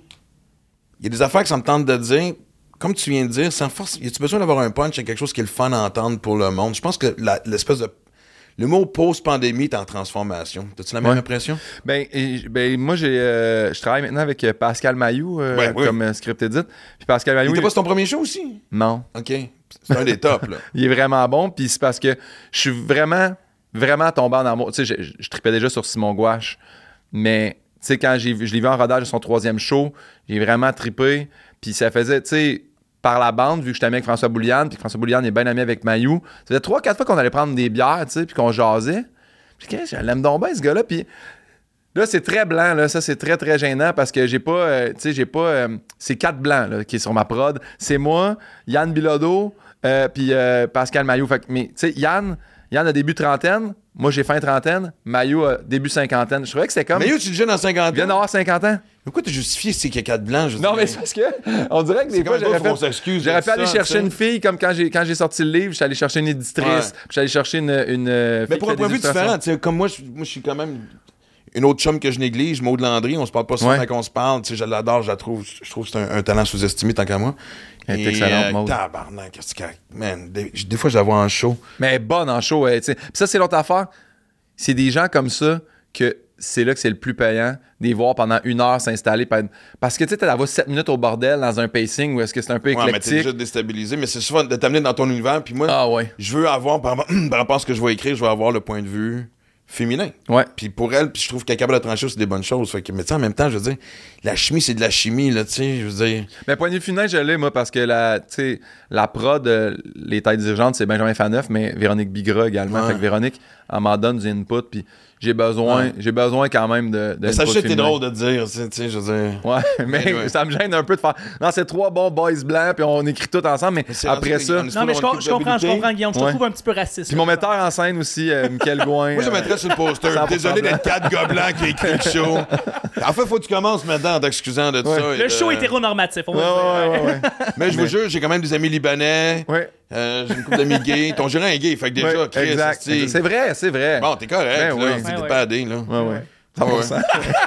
il y a des affaires que ça me tente de dire. Comme tu viens de dire, sans force. Y a-tu besoin d'avoir un punch, quelque chose qui est le fun à entendre pour le monde? Je pense que la- l'espèce de. Le mot post-pandémie est en transformation. T'as-tu la même Ouais. impression? Ben, et- ben moi, j'ai, euh, je travaille maintenant avec euh, Pascal Mailloux euh, Ouais, oui. comme euh, script edit. Puis Pascal Il Mailloux, était il- pas sur ton premier show aussi? non. OK. C'est un des tops, là. Il est vraiment bon, puis c'est parce que je suis vraiment, vraiment tombé en amour. Tu sais, je, je, je tripais déjà sur Simon Gouache, mais tu sais, quand j'ai, vu- je l'ai vu en rodage de son troisième show, j'ai vraiment trippé, puis ça faisait, tu sais, par la bande, vu que j'étais ami avec François Bouliane, puis que François Bouliane est bien ami avec Mailloux, ça faisait trois, quatre fois qu'on allait prendre des bières, tu sais, puis qu'on jasait. Puis qu'est-ce que je l'aime donc bien, ce gars-là, puis... Là, c'est très blanc, là. Ça, c'est très, très gênant parce que j'ai pas... euh, tu sais, j'ai pas... euh, c'est quatre blancs, là, qui est sur ma prod. C'est moi, Yann Bilodeau, euh, puis euh, Pascal Mailloux. Fait que, mais, tu sais, Yann, Yann a début trentaine. Moi, j'ai fin trentaine. Mailloux a début cinquantaine. Je trouvais que c'était comme... Mais yo, tu le jeune en cinquante Il vient ans. d'avoir cinquante ans. Pourquoi t'as justifié ces caca de blanc? Je veux Non, dire? mais c'est parce que... On dirait que des C'est fois, comme j'aurais d'autres, fait... on s'excuse J'aurais de pu aller ça, chercher tu sais. une fille, comme quand j'ai, quand j'ai sorti le livre, j'étais allé chercher une éditrice, Ouais. puis j'étais allé chercher une, une euh, fille Mais pour qui un fait point de des vue différent, illustrations. tu sais, comme moi, je, moi, je suis quand même une autre chum que je néglige, Maud Landry, on se parle pas souvent Ouais. quand on se parle, tu sais, je l'adore, je la trouve, je trouve que c'est un, un talent sous-estimé tant qu'à moi. Elle est Et, excellente, Maud. Tabarnak, qu'est-ce que... Man, des, des fois, je la vois en show. Mais elle est bonne en show, elle, tu sais. Puis ça, c'est l'autre affaire. C'est des gens comme ça que c'est là que c'est le plus payant, de les voir pendant une heure s'installer. Parce que tu sais, t'as la voix sept minutes au bordel dans un pacing où est-ce que c'est un peu Ouais, mais t'es éclectique. déjà déstabilisé, mais c'est souvent de t'amener dans ton univers, puis moi, Ah ouais. je veux avoir, par rapport par rapport à ce que je vais écrire, je veux avoir le point de vue féminin. Ouais. Puis pour elle, puis je trouve qu'elle est capable de trancher sur des bonnes choses. Fait que, mais tu sais, en même temps, je veux dire, la chimie, c'est de la chimie, là, tu sais, je veux dire... Mais point de vue féminin, je l'ai, moi, parce que la, tu sais, la prod, euh, les têtes dirigeantes, c'est Benjamin Faneuf, mais Véronique Bigra également. Ouais. Fait que Véronique, elle m'en donne du input, puis j'ai besoin, Ouais. j'ai besoin quand même de. de Mais ça input c'était féminin. drôle de dire, tu sais, tu sais, je veux dire. Ouais, mais ouais. ça me gêne un peu de faire. Non, c'est trois bons boys blancs, puis on écrit tout ensemble, mais, c'est après rendu- ça. on est Non, mais je, Faut com- avoir je comprends, je une comprends, Guillaume. Je te Ouais. trouve un petit peu raciste. Puis mon metteur en scène aussi, euh, Michael Gouin. Moi, je euh, mettrais sur le poster. cent pour cent Désolé d'être quatre gars blancs qui écrit le show. En fait, faut que tu commences maintenant en t'excusant de tout ça. et Le de- show hétéronormatif, on Ouais, va dire. ouais, ouais, ouais. Mais je vous jure, j'ai quand même des amis libanais. Ouais. Euh, j'ai une couple d'amis gays. Ton gérant est gay, fait que déjà, Ouais, Chris, exact. c'est- C'est vrai, c'est vrai. Bon, t'es correct, Ben là. oui. C'est Ouais, des ouais. padés, là. Ouais, ouais. Ah ouais.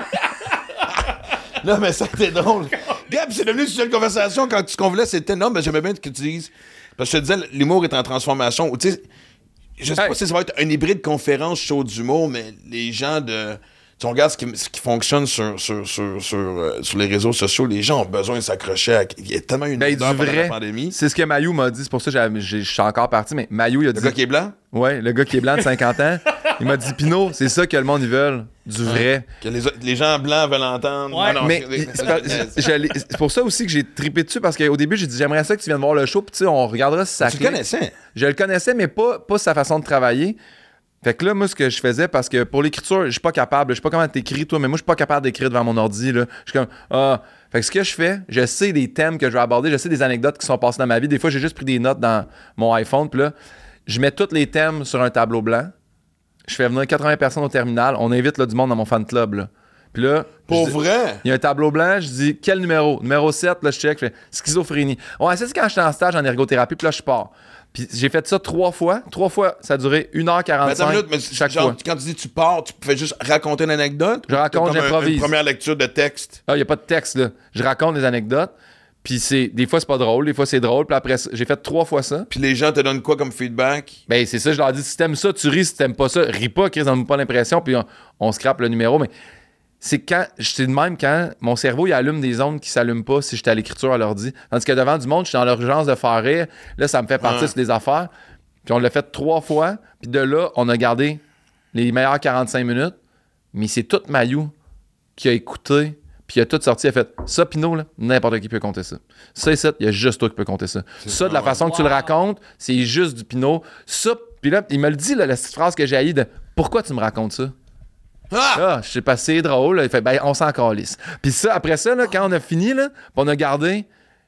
Non, mais ça, c'était drôle. Gab, c'est devenu une sujet de conversation quand tu- ce qu'on voulait, c'était non, mais j'aimais bien que tu dises. Parce que je te disais, l'humour est en transformation. Tu sais, je sais Hey. pas si ça va être un hybride conférence show d'humour, mais les gens de. Tu regardes ce qui, ce qui fonctionne sur, sur, sur, sur, euh, sur les réseaux sociaux, les gens ont besoin de s'accrocher à. Il y a tellement une Ben, odeur du pendant la vrai. pandémie. C'est ce que Mayou m'a dit, c'est pour ça que j'ai- j'ai- je suis encore parti, mais Mayou, il a Le dit. gars qui est blanc, Ouais, le gars qui est blanc de cinquante ans, il m'a dit Pinot, c'est ça que le monde ils veulent, du vrai. que les, les gens blancs veulent entendre. Ouais. Non, non, Mais c'est- c'est pas- je l'ai- c'est pour ça aussi que j'ai trippé dessus parce qu'au début j'ai dit j'aimerais ça que tu viennes voir le show puis tu sais on regardera si ça tu le clique. connaissais. Je le connaissais mais pas, pas sa façon de travailler. Fait que là moi ce que je faisais parce que pour l'écriture je suis pas capable, je sais pas comment t'écris toi mais moi je suis pas capable d'écrire devant mon ordi là. Je suis comme ah fait que ce que je fais, je sais des thèmes que je vais aborder, je sais des anecdotes qui sont passées dans ma vie. Des fois j'ai juste pris des notes dans mon iPhone puis là je mets tous les thèmes sur un tableau blanc. Je fais venir quatre-vingts personnes au terminal, on invite là, du monde dans mon fan club là. Puis là Pour je dis- vrai. il y a un tableau blanc, je dis quel numéro? Numéro sept, là je check, je fais schizophrénie. Ouais, ça c'est quand j'étais en stage en ergothérapie, puis là je pars. Puis j'ai fait ça trois fois. Trois fois, ça a duré une heure Mais attends quarante-cinq une minute, mais chaque genre, fois. quand tu dis tu pars, tu fais juste raconter une anecdote? Je ou raconte, t'as comme un- j'improvise. Une première lecture de texte. Ah, il n'y a pas de texte là. Je raconte des anecdotes. Puis c'est des fois c'est pas drôle, des fois c'est drôle. Puis après ça, j'ai fait trois fois ça. Puis les gens te donnent quoi comme feedback? Ben c'est ça, je leur dis si t'aimes ça, tu ris, si t'aimes pas ça, ris pas, Chris, donne-nous pas l'impression, puis on, on scrape le numéro. Mais c'est quand, c'est de même quand mon cerveau il allume des ondes qui s'allument pas si j'étais à l'écriture à l'ordi. Tandis que devant du monde, je suis dans l'urgence de faire rire. Là, ça me fait partir Ouais. sur des affaires. Puis on l'a fait trois fois. Puis de là, on a gardé les meilleures quarante-cinq minutes. Mais c'est tout Mayou qui a écouté. Puis il a tout sorti. Il a fait ça, Pinot, là, n'importe qui peut compter ça. Ça et ça, il y a juste toi qui peux compter ça. Ça, de la ouais. façon que tu le racontes, c'est juste du Pinot. Ça, puis là, il me le dit, là, la petite phrase que j'ai haïe de pourquoi tu me racontes ça? Ah! Ah, je sais pas, c'est drôle. Là. Il fait, ben, on s'en calisse. Puis ça, après ça, là, quand on a fini, là, puis on a gardé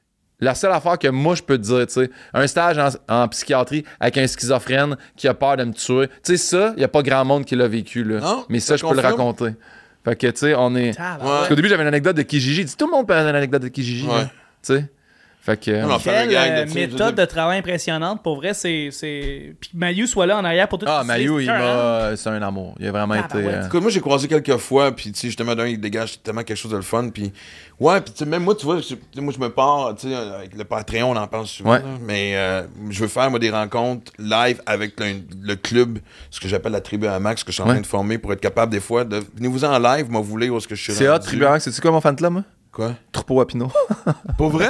la seule affaire que moi, je peux te dire, tu sais, un stage en, en psychiatrie avec un schizophrène qui a peur de me tuer. Tu sais, ça, il n'y a pas grand monde qui l'a vécu, là. Non, Mais ça, je je peux le confirme. raconter. Fait que, tu sais, on est... Ah, bah Ouais. Parce qu'au début, j'avais une anecdote de Kijiji. Dis, tout le monde peut avoir une anecdote de Kijiji, Ouais. là. Tu sais? Fait que... Non, non, faire Quelle un gag euh, de ça, je veux méthode dire. de travail impressionnante. Pour vrai, c'est. c'est... Puis que Mayu soit là en arrière pour tout Ah, ce Mayu, il sticker, hein. m'a... C'est un amour. Il a vraiment Ah, été... bah ouais. euh, Écoute, moi, j'ai croisé quelques fois, puis, tu sais, justement, d'un, il dégage tellement quelque chose de le fun, puis... Ouais, puis, tu sais, même moi, tu vois, je- tu sais, moi, je me pars, tu sais, avec le Patreon, on en parle souvent, Ouais. là, mais euh, je veux faire, moi, des rencontres live avec le, le club, ce que j'appelle la tribu à Max, que je suis en Ouais. train de former pour être capable, des fois, de... Venez-vous en live, moi, vous voulez, où est-ce que je suis C'est hot, rendu. Tribu Max. C'est-tu quoi mon fan club, moi? Quoi? Troupeau à Pinot. Pour vrai?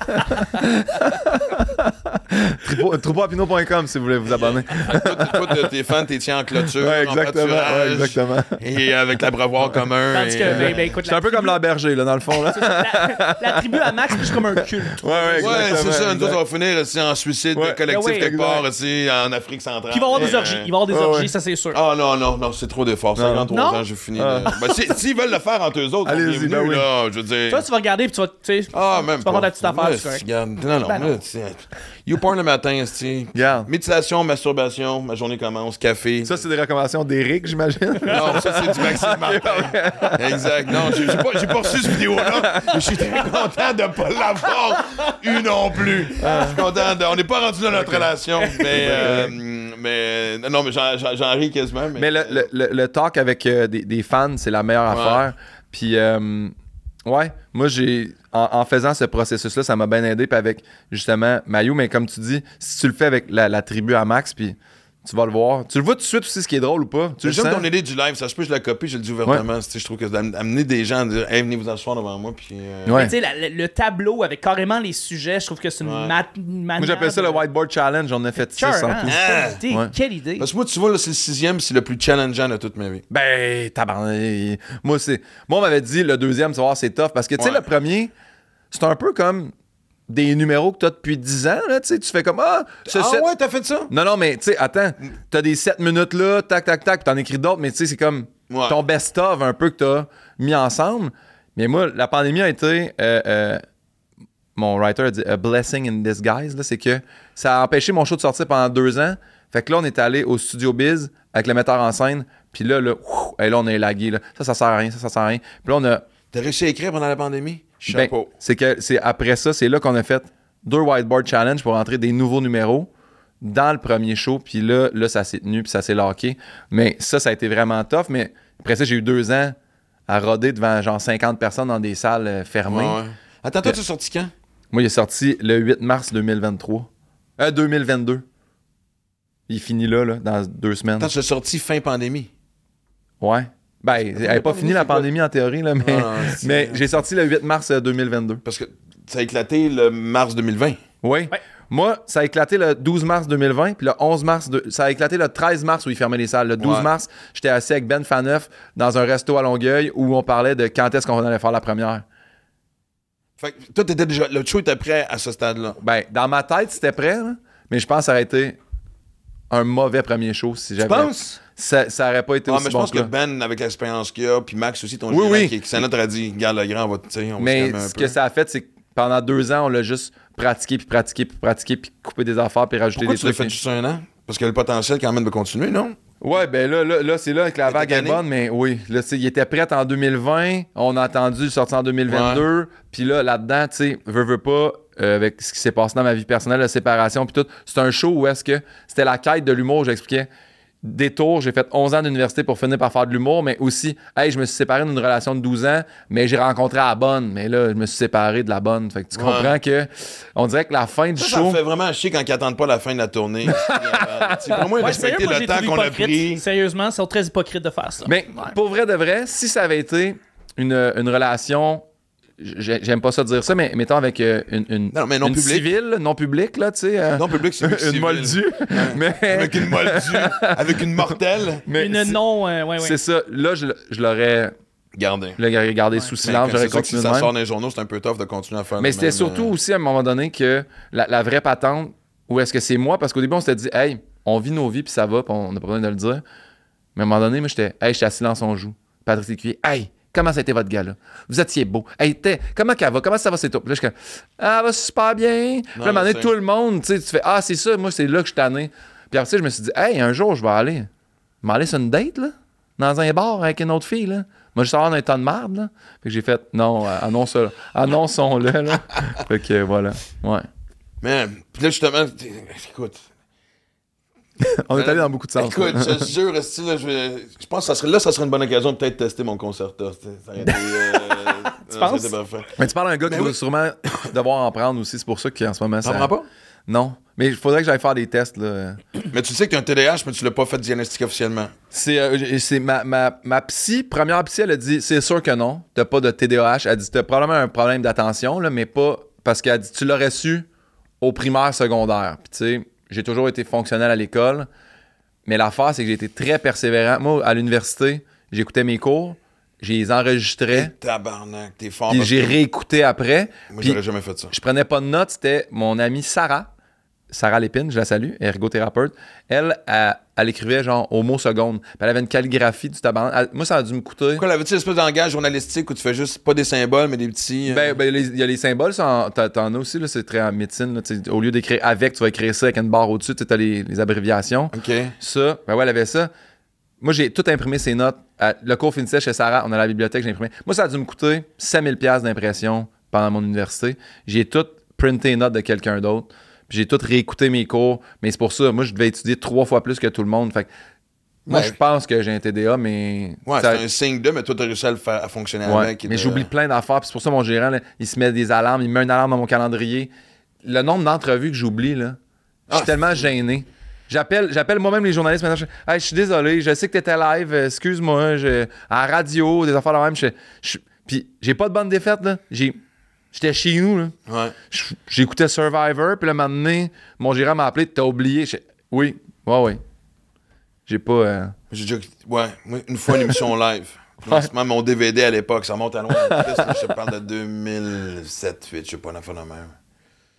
troupeau à pinot point com si vous voulez vous abonner. Toi, toi, tes fans, t'es tiens en clôture, Ouais, en exactement. pâturage, Ouais, exactement. et avec l'abreuvoir commun. Tandis et, que, euh, ben, ben, écoute, C'est un peu comme l'Amberger, là, dans le fond, là. la, la tribu à Max, c'est plus comme un culte. Ouais, ouais, Ouais, c'est exactement, ça. Nous exact. autres, on va finir aussi en suicide Ouais. collectif Ah ouais, quelque exact. part aussi en Afrique centrale. Puis il va y avoir des Et, orgies. euh, Il va y avoir des ouais, orgies, ouais. ça, c'est sûr. Ah non, non, non, c'est trop d'efforts. cinquante-trois Non? ans, j'ai fini. Ah. de- Ben, si- s'ils veulent le faire entre eux autres, Allez-y, bienvenue, ben oui. là, je veux dire. Toi, tu vas regarder puis tu vas, tu sais, Ah, même tu vas pas. avoir ta petite affaire, Ouais, c'est correct. regarde. Non, non, Ben non. là, tu sais, YouPorn le matin, c'est Regarde. méditation, masturbation, ma journée commence, café. Ça, c'est des recommandations d'Éric, j'imagine. Non, ça, c'est du Maxime Martin. Exact. Non, j'ai j'ai pas, j'ai pas reçu cette vidéo-là. Je suis très content de pas l'avoir eu non plus. Je suis content de... On n'est pas rendu dans notre relation, mais... euh, mais... Non, mais j'en- j'en j'en ris quasiment. Mais, Mais le, le, le, le talk avec euh, des, des fans, c'est la meilleure Ouais. affaire. Puis, euh, ouais, moi, j'ai en, en faisant ce processus-là, ça m'a bien aidé. Puis avec, justement, Mayou, mais comme tu dis, si tu le fais avec la, la tribu à Max, puis tu vas le voir. Tu le vois tout de suite aussi, ce qui est drôle ou pas. Tu le J'aime sens? ton idée du live, ça se peut, je la copie, je le dis ouvertement. Tu sais, Je trouve que d'amener des gens à dire, hey, venez vous asseoir devant moi, puis. euh, Ouais. Tu sais, la- le, le tableau avec carrément les sujets, je trouve que c'est une Ouais. mat- une manière. Moi, j'appelle ça de- le Whiteboard Challenge. On a fait Cœur, six en hein? tout. Ah! Quelle idée, Ouais. quelle idée. Parce que moi, tu vois, là, c'est le sixième, c'est le plus challengeant de toute ma vie. Ben, tabarnak. Moi, c'est. Moi, on m'avait dit le deuxième, tu vas voir, c'est tough. Parce que, tu sais, Ouais. le premier, c'est un peu comme des numéros que t'as depuis dix ans, là, tu sais, tu fais comme, ah, ce Ah set- ouais, t'as fait ça? Non, non, mais tu sais, attends, t'as des sept minutes là, tac, tac, tac, t'en écris d'autres, mais tu sais, c'est comme Ouais. ton best-of un peu que t'as mis ensemble. Mais moi, la pandémie a été, euh, euh, mon writer a dit, a blessing in disguise, là, c'est que ça a empêché mon show de sortir pendant deux ans. Fait que là, on est allé au Studio Biz avec le metteur en scène, puis là, là, ouf, et là, on est lagué, là. Ça, ça sert à rien, ça, ça sert à rien. Puis là, on a. T'as réussi à écrire pendant la pandémie? Ben, Chapeau. c'est que c'est après ça, c'est là qu'on a fait deux whiteboard challenge pour entrer des nouveaux numéros dans le premier show. Puis là, là, ça s'est tenu, puis ça s'est locké. Mais ça, ça a été vraiment tough. Mais après ça, j'ai eu deux ans à roder devant genre cinquante personnes dans des salles euh, fermées. Ouais, ouais. Attends, toi, tu es sorti quand? Moi, il est sorti le huit mars deux mille vingt-trois. Euh, deux mille vingt-deux. Il finit là, là, dans deux semaines. Attends, tu es sorti fin pandémie. Ouais. Ben, elle n'est pas pandémie, finie la c'est quoi? pandémie en théorie, là, mais, Ah, non, c'est- mais j'ai sorti le huit mars deux mille vingt-deux. Parce que ça a éclaté le mars deux mille vingt. Oui. Ouais. Moi, ça a éclaté le douze mars deux mille vingt, puis le onze mars, de... ça a éclaté le treize mars où ils fermaient les salles. Le douze Ouais. mars, j'étais assis avec Ben Faneuf dans un resto à Longueuil où on parlait de quand est-ce qu'on allait faire la première. Fait que toi, t'étais déjà. Le show était prêt à ce stade-là. Ben, dans ma tête, c'était prêt, là, mais je pense que ça aurait été un mauvais premier show si Tu j'avais. penses? Ça, ça aurait pas été Ah, aussi mais je bon pense que que là. Ben, avec l'expérience qu'il a, puis Max aussi, ton Oui, gérant, oui. qui, qui s'en a dit, regarde le grand, on va, tu sais, on va Mais se calmer un ce peu. que ça a fait, c'est que pendant deux ans, on l'a juste pratiqué, puis pratiqué, puis pratiqué, puis coupé des affaires, puis rajouté Pourquoi des tu l'as trucs. fait juste un an? Parce que le potentiel quand même de continuer, non? Ouais, ben là, là, là c'est là que la Elle vague était est tannée? bonne, mais oui. Là, tu sais, il était prêt en deux mille vingt, on a attendu sortir en deux mille vingt-deux, puis là, là-dedans, tu sais, veux, veux pas, euh, avec ce qui s'est passé dans ma vie personnelle, la séparation, puis tout, c'est un show où est-ce que c'était la quête de l'humour, j'expliquais. Détour, j'ai fait onze ans d'université pour finir par faire de l'humour, mais aussi, hey, je me suis séparé d'une relation de douze ans, mais j'ai rencontré la bonne, mais là, je me suis séparé de la bonne. Fait que tu Ouais. comprends que, on dirait que la fin du Ça, ça show. me fait vraiment chier quand ils attendent pas la fin de la tournée. C'est pour moi, Ouais, respecter sérieux, moi, le j'ai temps trouvé qu'on a hypocrite. pris. Sérieusement, c'est très hypocrite de faire ça. Mais Ouais. pour vrai de vrai, si ça avait été une, une relation, j'ai- j'aime pas ça dire ça, mais mettons avec euh, une, une, Non, mais non une public. civile, non publique, là, tu sais. euh, Non public, c'est mieux que une civil. moldue. mais Avec une moldue, avec une mortelle. mais Une c'est- non. euh, ouais, ouais. c'est ça. Là, je, l- je l'aurais Gardez. je l'aurais gardé sous Mais silence, quand j'aurais c'est ça que continué si de ça même. sort dans les journaux, c'est un peu tough de continuer à faire Mais le c'était même, surtout euh, aussi à un moment donné que la, la vraie patente, où est-ce que c'est moi, parce qu'au début, on s'était dit, hey, on vit nos vies, puis ça va, puis on n'a pas besoin de le dire. Mais à un moment donné, moi, j'étais, hey, j'étais assis dans son joue. Patrick Lécuyer, hey, comment ça a été votre gars-là? Vous étiez beau. Hey, t'es- comment qu'elle va? Comment ça va, c'est tout? Puis là, je suis comme, ah, elle va super bien. Puis là, à un moment donné, je sais. tout le monde, tu sais, tu fais, ah, c'est ça, moi, c'est là que je suis tanné. Puis après ça, je me suis dit, hey, un jour, je vais aller. Je vais aller sur une date, là, dans un bar avec une autre fille, là. Moi, je sors d'un temps de marde, là. Fait que j'ai fait, non, euh, annonce ça, annonçons-le, là. Fait que euh, voilà. Ouais. Mais, puis là, justement, t'es- écoute. On est allé dans beaucoup de sens. Écoute, là. je te jure, esti, là, je, vais- je pense que ça serait, là, ça serait une bonne occasion de peut-être tester mon concerto. c'était- Ça aurait été, euh, Tu ça aurait penses? été parfait. Mais tu parles d'un gars qui Ben doit oui. sûrement devoir en prendre aussi. C'est pour ça qu'en ce moment, T'en ça... prends pas? Non. Mais il faudrait que j'aille faire des tests, là. Mais tu sais que tu as un T D A H, mais tu l'as pas fait diagnostiquer officiellement. C'est, euh, c'est ma, ma, ma psy, première psy, elle a dit, c'est sûr que non, t'as pas de T D A H. Elle dit, t'as probablement un problème d'attention, là, mais pas... Parce qu'elle dit, tu l'aurais su au primaire, secondaire. Puis tu sais, j'ai toujours été fonctionnel à l'école, mais l'affaire, c'est que j'ai été très persévérant. Moi, à l'université, j'écoutais mes cours, je les enregistrais, Tabarnak, t'es fort. puis parce j'ai que réécouté après. Moi, puis j'aurais jamais fait ça. je prenais pas de notes, c'était mon amie Sarah, Sarah Lépine, je la salue, ergothérapeute. Elle, elle, elle écrivait genre au mot seconde. Puis elle avait une calligraphie du tabac. Elle- Moi, ça a dû me coûter. Pourquoi l'avais-tu l'espèce de langage journalistique où tu fais juste pas des symboles, mais des petits. euh, Ben, ben, les- il y a les symboles, ça, en- t'en t'en as aussi, là, c'est très en médecine. Là, tu sais, au lieu d'écrire avec, tu vas écrire ça avec une barre au-dessus, tu as les, les abréviations. OK. Ça, ben ouais, elle avait ça. Moi, j'ai tout imprimé ses notes. Euh, Le cours finissait chez Sarah, on a la bibliothèque, j'ai imprimé. Moi, ça a dû me coûter cinq mille dollars d'impression pendant mon université. J'ai tout printé les notes de quelqu'un d'autre. Puis j'ai tout réécouté mes cours. Mais c'est pour ça, moi, je devais étudier trois fois plus que tout le monde. Fait que moi, Ouais. je pense que j'ai un T D A, mais. Ouais, ça- c'est un signe de, mais toi, t'as réussi à le faire à fonctionner Ouais, avec. et mais de- j'oublie plein d'affaires. Puis c'est pour ça, mon gérant, là, il se met des alarmes. Il met une alarme dans mon calendrier. Le nombre d'entrevues que j'oublie, là, je suis Ah, tellement gêné. J'appelle, j'appelle moi-même les journalistes maintenant. Je fais, hey, je suis désolé, je sais que t'étais live, euh, excuse-moi, je, à la radio, des affaires de même. Je, je- puis j'ai pas de bonne défaite, là. J'ai, j'étais chez nous, là. Ouais. Je- J'écoutais Survivor, puis le moment donné, mon gérant m'a appelé, t'as oublié. Je fais, oui, ouais, ouais. J'ai pas. euh, J'ai déjà. Ouais, moi, une fois une émission live. Lancement, mon D V D à l'époque, ça monte à loin. Chris, là, je te parle de deux mille sept, deux mille huit, je sais pas, une affaire de même.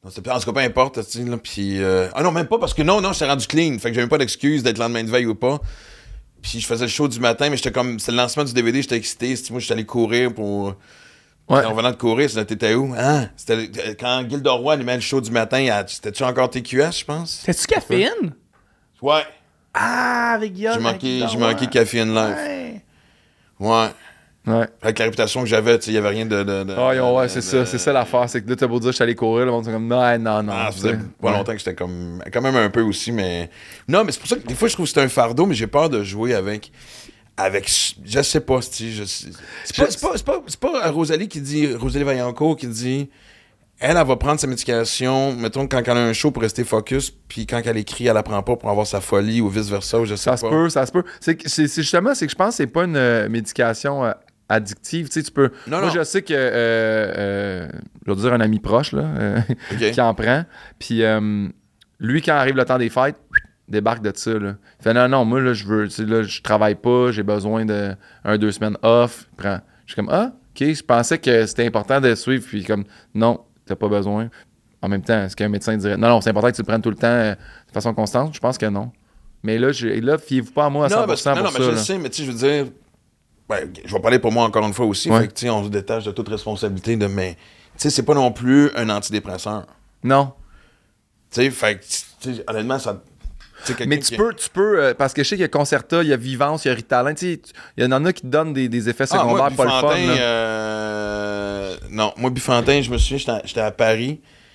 Non, c'était, en tout cas, peu importe, tu sais, là, puis... Euh... Ah non, même pas, parce que non, non, j'étais rendu clean, fait que j'avais pas d'excuse d'être lendemain de veille ou pas. Puis je faisais le show du matin, mais j'étais comme... C'est le lancement du D V D, j'étais excité, moi, j'étais allé courir pour... Ouais. En revenant de courir, t'étais où? Hein? C'était quand Gilda Roy animait le show du matin, c'était-tu encore T Q S, je pense? C'était-tu Caféine? Ouais. Ah, avec Guillaume. J'ai manqué, j'ai manqué Caféine Live. Ouais. Ouais. Ouais. Avec la réputation que j'avais, tu sais, il n'y avait rien de. de, de Oh, yo, ouais, de, c'est de, ça, de, c'est ça l'affaire. C'est que là, t'as beau dire que je suis allé courir, le monde c'est comme non, non, non. Ah, ça faisait t'sais. pas Ouais. longtemps que j'étais comme. Quand même un peu aussi, mais. Non, mais c'est pour ça que des fois, je trouve que c'est un fardeau, mais j'ai peur de jouer avec. Avec. Je sais pas, si je sais. C'est pas, c'est pas, c'est pas, c'est pas Rosalie qui dit. Rosalie Vaillancourt qui dit. Elle, elle va prendre sa médication, mettons, quand elle a un show pour rester focus, puis quand elle écrit, elle la prend pas pour avoir sa folie ou vice-versa, ou je sais Ça pas. se peut, ça se peut. C'est, que- c'est, c'est justement, c'est que je pense que c'est pas une euh, médication euh, addictive. Tu sais, tu peux. Non, Moi, non. je sais que. Euh, euh, je vais dire un ami proche, là, euh, Ok. qui en prend. Puis euh, lui, quand arrive le temps des fêtes, débarque de ça, là. Il fait non, non, moi, là, je veux. Tu sais, là, je travaille pas, j'ai besoin de un, deux semaines off. Prends. Je suis comme, ah, OK, je pensais que c'était important de suivre, puis comme, non, t'as pas besoin. En même temps, est-ce qu'un médecin dirait, non, non, c'est important que tu le prennes tout le temps euh, de façon constante? Je pense que non. Mais là, je, là fiez-vous pas à moi à cent pour cent non, pour non, mais ça. je le là. sais, mais tu sais, je veux dire, ben, je vais parler pour moi encore une fois aussi, Ouais. fait que, tu sais, on se détache de toute responsabilité de, mais, tu sais, c'est pas non plus un antidépresseur. Non. Tu sais, fait que, tu sais, honnêtement, ça. tu sais, quelqu'un Mais tu qui- peux, tu peux euh, parce que je sais qu'il y a Concerta, il y a Vivance, il y a Ritalin. Tu sais, tu- il y en a qui te donnent des, des effets Ah, secondaires moi, pas le fun. Bufantin, là. euh, non, moi, Bufantin, je me souviens, j'étais à, j'étais à Paris,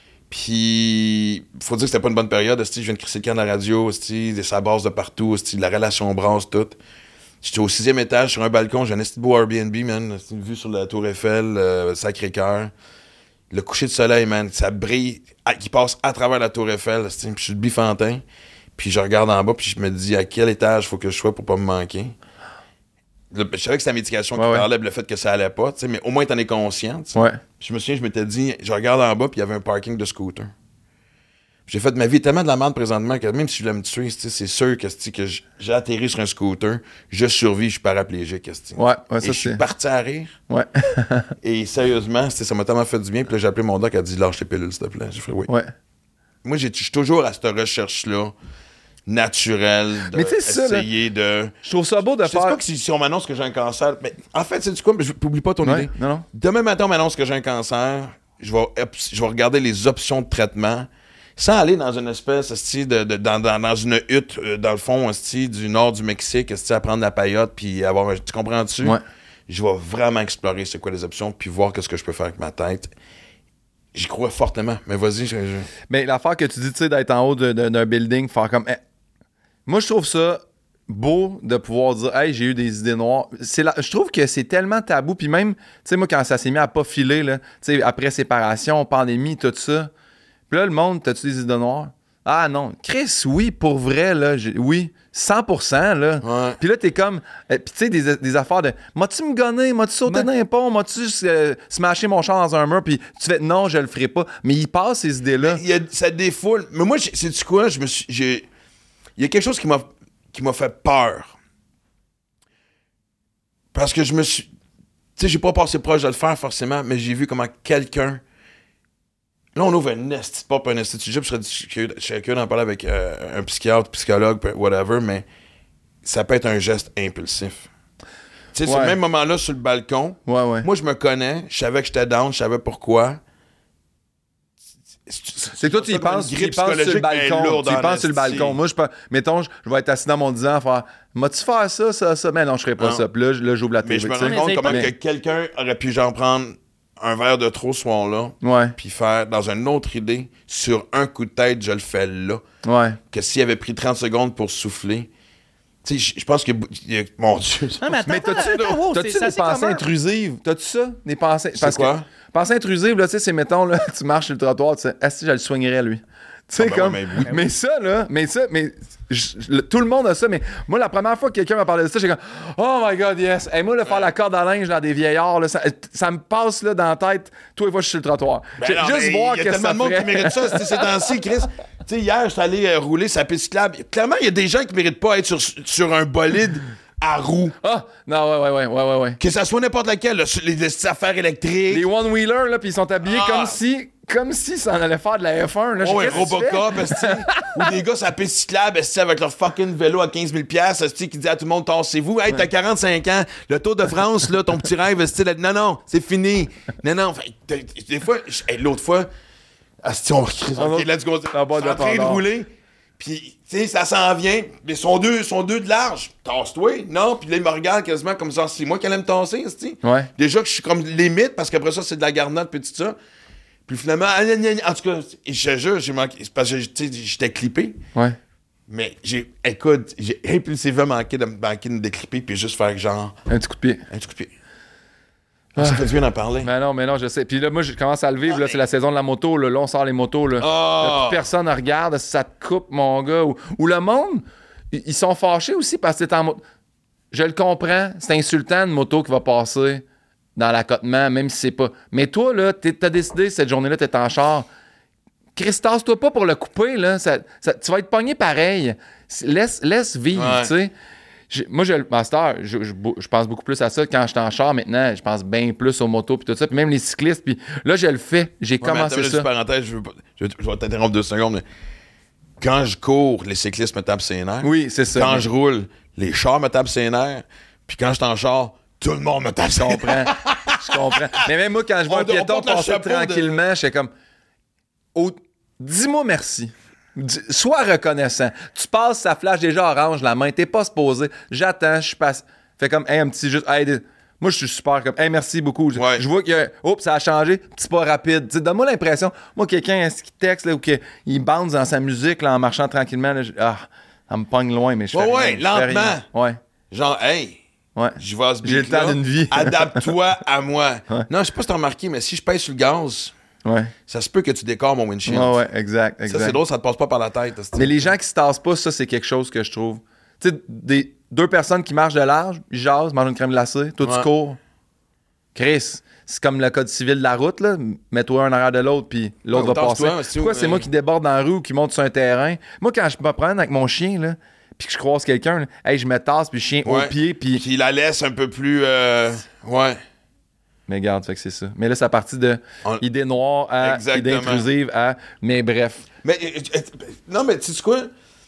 puis faut dire que c'était pas une bonne période, esti, je viens de crisser le camp de la radio, esti, des sa base de partout, esti, la relation brasse, tout. J'étais au sixième étage, sur un balcon, j'ai un esti de beau Airbnb, man, c'est une vue sur la Tour Eiffel, euh, Sacré-Cœur. Le coucher de soleil, man, ça brille, à- qui passe à travers la Tour Eiffel, esti, puis je suis le Bufantin, puis je regarde en bas, puis je me dis à quel étage faut que je sois pour pas me manquer. Le- je savais que c'était la médication qui Ouais, ouais. parlait, le fait que ça allait pas, tu sais, mais au moins t'en es conscient. tu sais. Ouais. Puis je me souviens, je m'étais dit, je regarde en bas, puis il y avait un parking de scooter. J'ai fait ma vie tellement de la merde présentement que même si je voulais me tuer, tu sais, c'est sûr que, tu sais, que j- j'ai atterri sur un scooter, je survis, je suis paraplégique. tu sais. Ouais, ouais, Et ça je suis c'est. parti à rire. Ouais. Et sérieusement, tu sais, ça m'a tellement fait du bien. Puis là, j'ai appelé mon doc, elle a dit, lâche les pilules, s'il te plaît. J'ai fait, oui. Ouais. Moi, j'ai- je suis toujours à cette recherche-là, naturelle, de Mais tu sais, ça, là, essayer de. Je trouve ça beau de Je sais faire. pas que si, si on m'annonce que j'ai un cancer. Mais en fait, c'est du quoi? Je n'oublie pas ton Ouais, idée. non, non. Demain matin, on m'annonce que j'ai un cancer. Je vais, je vais regarder les options de traitement sans aller dans une espèce esti, de, de, dans, dans, dans une hutte, euh, dans le fond, esti, du nord du Mexique, esti, à prendre la paillote puis avoir un. Tu comprends-tu? Ouais. Je vais vraiment explorer c'est quoi les options puis voir qu'est-ce que je peux faire avec ma tête. J'y crois fortement. Mais vas-y, je. je- Mais l'affaire que tu dis, tu sais, d'être en haut de- de- d'un building, faire comme. Eh. Moi, je trouve ça beau de pouvoir dire, hey, j'ai eu des idées noires. C'est la... Je trouve que c'est tellement tabou. Puis même, tu sais, moi, quand ça s'est mis à pas filer, là, tu sais, après séparation, pandémie, tout ça. Puis là, le monde, t'as-tu des idées noires? Ah non. Chris, oui, pour vrai, là, j'ai- oui, cent pour cent, là. Ouais. Puis là, t'es comme. euh, Puis tu sais, des, des affaires de. M'as-tu me gonné? M'as-tu sauté Ouais. dans un pont? M'as-tu euh, smasher mon char dans un mur? Puis tu fais non, je le ferai pas. Mais il passe ces idées-là. Il y a, ça défoule. Mais moi, c'est du quoi? Je me suis. j'ai- Il y a quelque chose qui m'a qui m'a fait peur. Parce que je me suis. Tu sais, j'ai pas passé proche de le faire forcément, mais j'ai vu comment quelqu'un. Là, on ouvre un esti pas un institut. Je serais curieux je serais curieux d'en parler avec euh, un psychiatre, psychologue, whatever, mais ça peut être un geste impulsif. Tu sais, sur Ouais. le même moment-là, sur le balcon, Ouais, ouais. moi, je me connais, je savais que j'étais down, je savais pourquoi. C'est que toi, tu y penses, tu y penses sur le balcon. Tu y penses sur le balcon. Moi, je pense, mettons, je, je vais être assis dans mon divan, faire, m'as-tu faire ça, ça, ça? Mais non, je ferai pas Non. ça. Puis là, je- là, j'ouvre la Mais télé. je me tu sais. rends compte Mais comment mais- que quelqu'un aurait pu genre prendre un verre de trop ce soir-là, Ouais, puis faire dans une autre idée, sur un coup de tête, je le fais là. ouais. Que s'il avait pris trente secondes pour souffler. Tu sais, je- je pense que. il y a- Mon Dieu. Non, mais attends, Mais attends, t'as-tu attends, wow, t'as-tu c'est- ça, des c'est pensées comment? intrusives? T'as-tu ça? Des pensées. C'est quoi? Que, pensées intrusives, là, tu sais, c'est mettons, là, tu marches sur le trottoir, tu sais, ah, si, je le soignerais, lui. Tu sais, Ah, ben comme. ouais, mais oui. mais ça, là, mais ça, mais. je- je- le- tout le monde a ça, mais moi, la première fois que quelqu'un m'a parlé de ça, j'ai comme, oh my god, yes. Et moi, le faire la corde à linge dans des vieillards, là, ça, ça me passe là, dans la tête, tous les fois que je suis sur le trottoir. Ben J'ai- non, juste mais voir il y a que tellement ça de monde ferait. qui mérite ça c'est- ces temps-ci, Chris. Tu sais, hier, je suis allé euh, rouler sa piste cyclable. Clairement, il y a des gens qui méritent pas être sur, sur un bolide à roue. Ah! Non, ouais, ouais, ouais, ouais, ouais, ouais. Que ça soit n'importe laquelle, là, les, les affaires électriques. Les one-wheelers, là, pis ils sont habillés Ah. comme si... Comme si ça en allait faire de la F un, là. Oh, ouais, Qu'est-ce que tu fais? Robocop, esti. Ou des gars sur la piste cyclable, esti, avec leur fucking vélo à quinze mille piastres, esti, qui dit à tout le monde, tassez-vous. Hey, t'as quarante-cinq ans, le Tour de France, là, ton petit rêve, esti, là, non, non, c'est fini. Non, non, fait, des fois, je- hey, l'autre fois, esti, on ok, let's go. La boîte Je suis en de train de Pandore. rouler, puis, tu sais, ça s'en vient, mais ils sont deux, ils sont deux de large. Tasse-toi, non, puis là, ils me regardent quasiment comme ça, c'est moi qui allais me tasser, esti. Ouais. Déjà que je suis comme limite, parce qu'après ça, c'est de la garnotte, puis tout ça. Puis finalement, ah, gna, gna, gna. En tout cas, je te jure, j'ai manqué. C'est parce que tu sais, j'étais clippé. Ouais. Mais j'ai. Écoute, j'ai impulsivement manqué de me manquer de me déclipper puis juste faire genre Un petit coup de pied. un petit coup de pied. Ah, ça fait du bien d'en parler. Mais non, mais non, je sais. Puis là, moi, je commence à le vivre. Là, c'est la saison de la moto. Là, là on sort les motos. Là. Ah! Là, plus personne ne regarde. Ça te coupe, mon gars. Ou, ou le monde, ils ils sont fâchés aussi parce que t'es en moto. Je le comprends. C'est insultant une moto qui va passer dans l'accotement, même si c'est pas. Mais toi, là, t'es- t'as décidé cette journée-là, t'es en char. Christos, toi pas pour le couper, là. Ça, ça- tu vas être pogné pareil. C'est- Laisse, laisse vivre, Ouais. tu sais. J'ai- Moi, je, master, je, je, je pense beaucoup plus à ça quand je suis en char maintenant. Je pense bien plus aux motos puis tout ça. Puis même les cyclistes. Puis là, je le fais. J'ai Ouais, mais commencé attends, ça. juste parenthèse, je, veux pas- je, je vais t'interrompre deux secondes. Mais quand je cours, les cyclistes me tapent ses nerfs. Oui, c'est ça. Quand Mais je roule, les chars me tapent ses nerfs. Puis quand je suis en char, tout le monde me tape Je ses nerfs. comprends. Je comprends. Mais même moi, quand je vois On- un on piéton porte le passer chapeau de- tranquillement, je suis comme. Oh, dis-moi merci. Dis- Sois reconnaissant. Tu passes, ça flash déjà orange la main, t'es pas supposé. J'attends, je passe. Fais comme, hey, un petit juste. Hey, des- moi, je suis super comme, hey, merci beaucoup. Je, Ouais. je vois qu'il y a. Oups, ça a changé. Petit pas rapide. Tu sais, donne-moi l'impression. Moi, quelqu'un est-ce qui texte là, ou qu'il bounce dans sa musique là, en marchant tranquillement. Là, je- ah, ça me pogne loin, mais je fais Ouais, rien, ouais, je fais rien. lentement. Ouais. Genre, hey, Ouais. je vais à ce J'ai le beat-là, temps d'une vie. Adapte-toi à moi. Ouais. Non, je sais pas si t'as remarqué, mais si je pèse sur le gaz, Ouais. ça se peut que tu décores mon windshield. Ouais, ouais, exact, exact. Ça, c'est drôle, ça te passe pas par la tête. c'est- Mais les gens qui se tassent pas, ça, c'est quelque chose que je trouve. Tu sais, des, deux personnes qui marchent de large, ils jasent, mangent une crème glacée, toi, tu Ouais. cours. Chris, c'est comme le code civil de la route, là. Mets-toi un en arrière de l'autre, puis l'autre Ouais, va passer. tasse-toi, c'est où, Pourquoi c'est euh, moi qui déborde dans la rue ou qui monte sur un terrain? Moi, quand je me promène avec mon chien, là, puis que je croise quelqu'un, là, hey, je me tasse, puis le chien Ouais. au pied, puis... Puis il la laisse un peu plus. euh, Ouais. Mais regarde, fait que c'est ça. Mais là, c'est parti de On- idée noire à idée Exactement. intrusive à... Mais bref. Mais, euh, euh, non, mais tu sais quoi?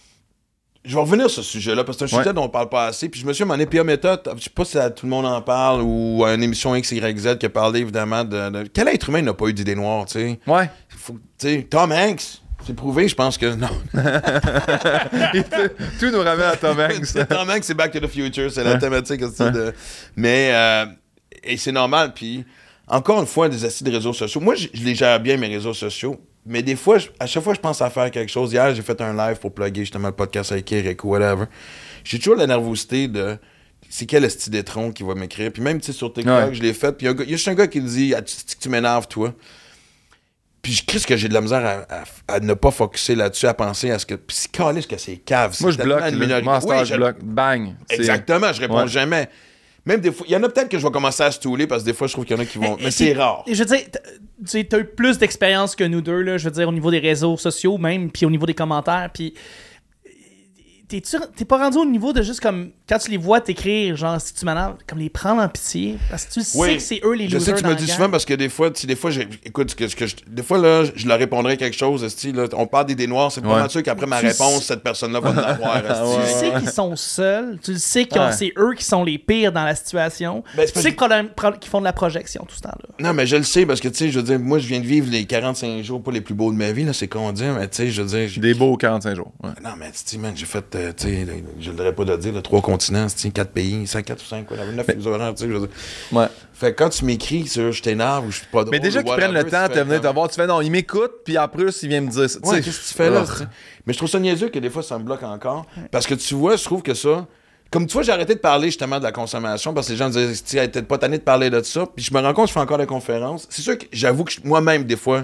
Je vais revenir sur ce sujet-là, parce que c'est un Ouais. sujet dont on parle pas assez. Puis je me suis demandé, P A Méthode, je sais pas si ça- tout le monde en parle, ou à une émission X Y Z qui a parlé évidemment de. de- Quel être humain n'a pas eu d'idée noire, tu sais? Ouais. Faut- Tu sais, Tom Hanks, c'est prouvé, je pense que non. Tout nous ramène à Tom Hanks. Tom Hanks, c'est Back to the Future, c'est la thématique aussi de. Mais, euh, et c'est normal, puis encore une fois, des acides de réseaux sociaux. Moi, je je les gère bien, mes réseaux sociaux. Mais des fois, je- à chaque fois, je pense à faire quelque chose. Hier, j'ai fait un live pour plugger justement le podcast avec Eric ou whatever. J'ai toujours la nervosité de. C'est quel esti d'étron qui va m'écrire. Puis même, tu sais, sur TikTok, Ouais. je l'ai fait. Puis il y a un gars- il y a juste un gars qui me dit ah, tu, tu- tu m'énerves, toi. Puis je crie que j'ai de la misère à, à- à ne pas focusser là-dessus, à penser à ce que. Puis c'est calé ce que c'est cave. Moi, c'est je bloque. tellement une là. minorité. Moi, à ce Oui, temps, je je- bloque. Bang. C'est- Exactement, je réponds Ouais. jamais. Même des fois, il y en a peut-être que je vais commencer à stouler parce que des fois, je trouve qu'il y en a qui vont. Mais c'est rare. Je veux dire, t- tu sais, t'as eu plus d'expérience que nous deux, là, je veux dire, au niveau des réseaux sociaux même, puis au niveau des commentaires, puis t'es-tu- t'es pas rendu au niveau de juste comme, quand tu les vois t'écrire, genre, si tu m'énerves, comme les prendre en pitié, parce que tu sais Oui, que c'est eux les je losers sais que tu dans me la dis gang. souvent parce que des fois, tu sais, des fois, j'ai- écoute, ce que, ce que je- des fois, là, je leur répondrai quelque chose, esti, là, on parle d'idées noires, c'est pas Ouais. mal sûr qu'après ma Tu réponse, sais- cette personne-là va l'avoir, esti. Tu Ouais, sais ouais. qu'ils sont seuls, tu le sais que Ouais. c'est eux qui sont les pires dans la situation, Ben, c'est tu pas- sais que problème- pro- qu'ils font de la projection tout ce temps-là. Non, mais je le sais parce que, tu sais, je veux dire, moi, je viens de vivre les quarante-cinq jours, pas les plus beaux de ma vie, là, c'est con à dire, mais tu sais, je veux dire. je- Des beaux quarante-cinq jours. Ouais. Non, mais tu sais, man, j'ai fait, euh, tu sais, je ne devrais pas le dire, là, trois continents, tu sais, quatre pays, cinq, quatre ou cinq, quoi, neuf fuseaux horaires, tu sais, je veux dire. Ouais. Fait que quand tu m'écris sur je t'énerve ou je suis pas drôle. Mais déjà ou qu'ils prennent le whatever, temps tu de fais venir comme- te voir, tu fais non, il m'écoute, puis en plus, il vient me dire ça. Ouais, Tu sais, qu'est-ce que tu fais là? oh. tu sais? Mais je trouve ça niaiseux que des fois, ça me bloque encore. Parce que tu vois, je trouve que ça... Comme tu vois, j'ai arrêté de parler justement de la consommation parce que les gens me disaient, tu n'es peut-être pas tanné de parler de ça. Puis je me rends compte que je fais encore des conférences. C'est sûr que j'avoue que je- moi-même, des fois,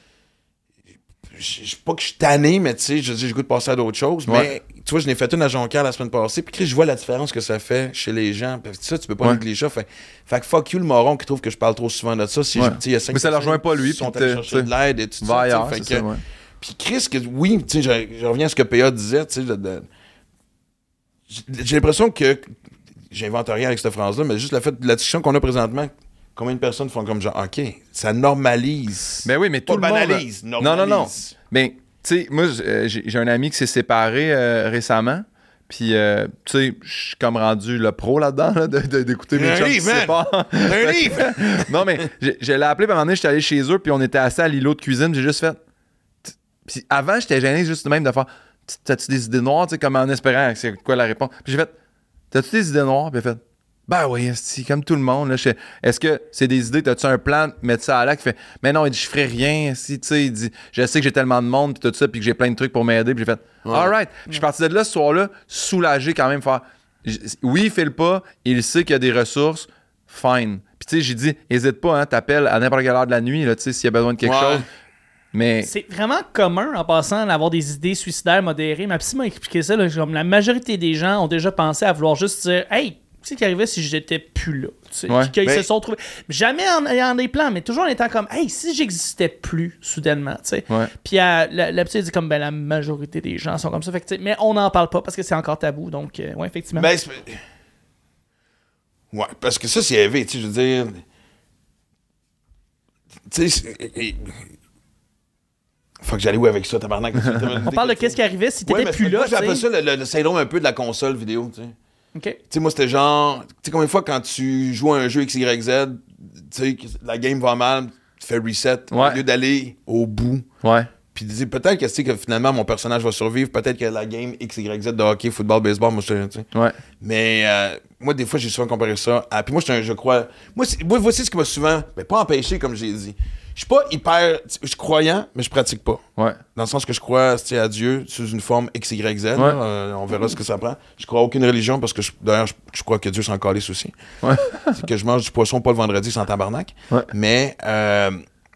je je- pas que je suis tanné, mais tu sais, je dis, j'ai goût de passer à d'autres choses. Ouais. Mais tu vois, je n'ai fait une à Jonquière la semaine passée. Puis Chris, je vois la différence que ça fait chez les gens. Puis ça, tu peux pas Ouais. négliger ça. Fait, fait que fuck you le moron qui trouve que je parle trop souvent de ça. Si Ouais. je- tu sais, il y a cinq Mais ça leur rejoint pas, lui, qui sont puis allés te- chercher t'sais, de l'aide et tout Va ça. ailleurs, tu sais, c'est fait ça, que- ouais. Puis Chris, que, oui, tu sais, je, je reviens à ce que P A disait, tu sais, de- de- j'ai l'impression que j'invente rien avec cette phrase-là, mais juste le fait de la discussion qu'on a présentement, combien de personnes font comme genre, OK, ça normalise. Mais oui, mais tout Pas le monde... banalise, Non, normalise. non, non. Mais, tu sais, moi, j'ai, j'ai un ami qui s'est séparé euh, récemment. Puis, euh, tu sais, je suis comme rendu le pro là-dedans, là, de, de, d'écouter mes Un chums qui livre, se man! séparent. Un livre! Non, mais je, je l'ai appelé, puis à un moment donné, j'étais allé chez eux, puis on était assis à l'îlot de cuisine, j'ai juste fait... Puis avant, j'étais gêné juste même de faire... T'as-tu des idées noires, tu sais, comme en espérant que c'est quoi la réponse? Puis j'ai fait... T'as-tu des idées noires? Puis il a fait... Ben oui, c'est comme tout le monde. Là, je fais, est-ce que c'est des idées? T'as-tu un plan de mettre ça à l'acte? Il fait, mais non, il dit, je ferai rien. Si, tu sais, il dit, je sais que j'ai tellement de monde, puis tout ça, puis que j'ai plein de trucs pour m'aider. Puis j'ai fait, Ouais. all right. Puis je suis parti de là ce soir-là, soulagé quand même. Faire, oui, il fait le pas, il sait qu'il y a des ressources, fine. Puis tu sais, j'ai dit, n'hésite pas, hein, t'appelles à n'importe quelle heure de la nuit, là, tu sais, s'il y a besoin de quelque Ouais. chose. Mais. C'est vraiment commun en passant d'avoir des idées suicidaires modérées. Ma psy m'a expliqué ça. Là, comme la majorité des gens ont déjà pensé à vouloir juste dire hey, tu sais, qui arrivait si j'étais plus là. Tu sais, Ouais. puis qu'ils Mais- se sont trouvés. Jamais en ayant des plans, mais toujours en étant comme hey, si j'existais plus soudainement. Tu sais. Ouais. Puis euh, la, la psy dit comme ben, la majorité des gens sont comme ça. Fait que, tu sais, mais on n'en parle pas parce que c'est encore tabou. Donc, euh, ouais, effectivement. Ben, c'est- ouais, parce que ça, c'est élevé, tu sais, je veux dire. Tu sais, c'est- et- et- faut que j'aille où avec ça, tabarnak? on parle de qu'est-ce qui arrivait si t'étais Ouais, mais plus là. moi, j'appelle tu sais. ça le, le- le syndrome un peu de la console vidéo, tu sais. OK. Tu sais, moi, c'était genre. Tu sais, combien de fois quand tu joues à un jeu X Y Z, tu sais, que la game va mal, tu fais reset, Ouais. au lieu d'aller au bout. Ouais. Puis tu dis, peut-être que, tu sais, que finalement, mon personnage va survivre, peut-être que la game X Y Z de hockey, football, baseball, moi, je tu sais. Ouais. Mais euh, moi, des fois, j'ai souvent comparé ça à. Puis moi, je, je crois. Moi, c'est- moi, voici ce qui m'a souvent. Mais pas empêché, comme j'ai dit. Je suis pas hyper. Je suis croyant, mais je pratique pas. Ouais. Dans le sens que je crois tu sais, à Dieu sous une forme X Y Z. là. Euh, on verra ce que ça prend. Je crois à aucune religion parce que, je- d'ailleurs, je, je crois que Dieu s'en calisse aussi. Ouais. C'est que je mange du poisson pas le vendredi sans tabarnak. Ouais. Mais. Euh,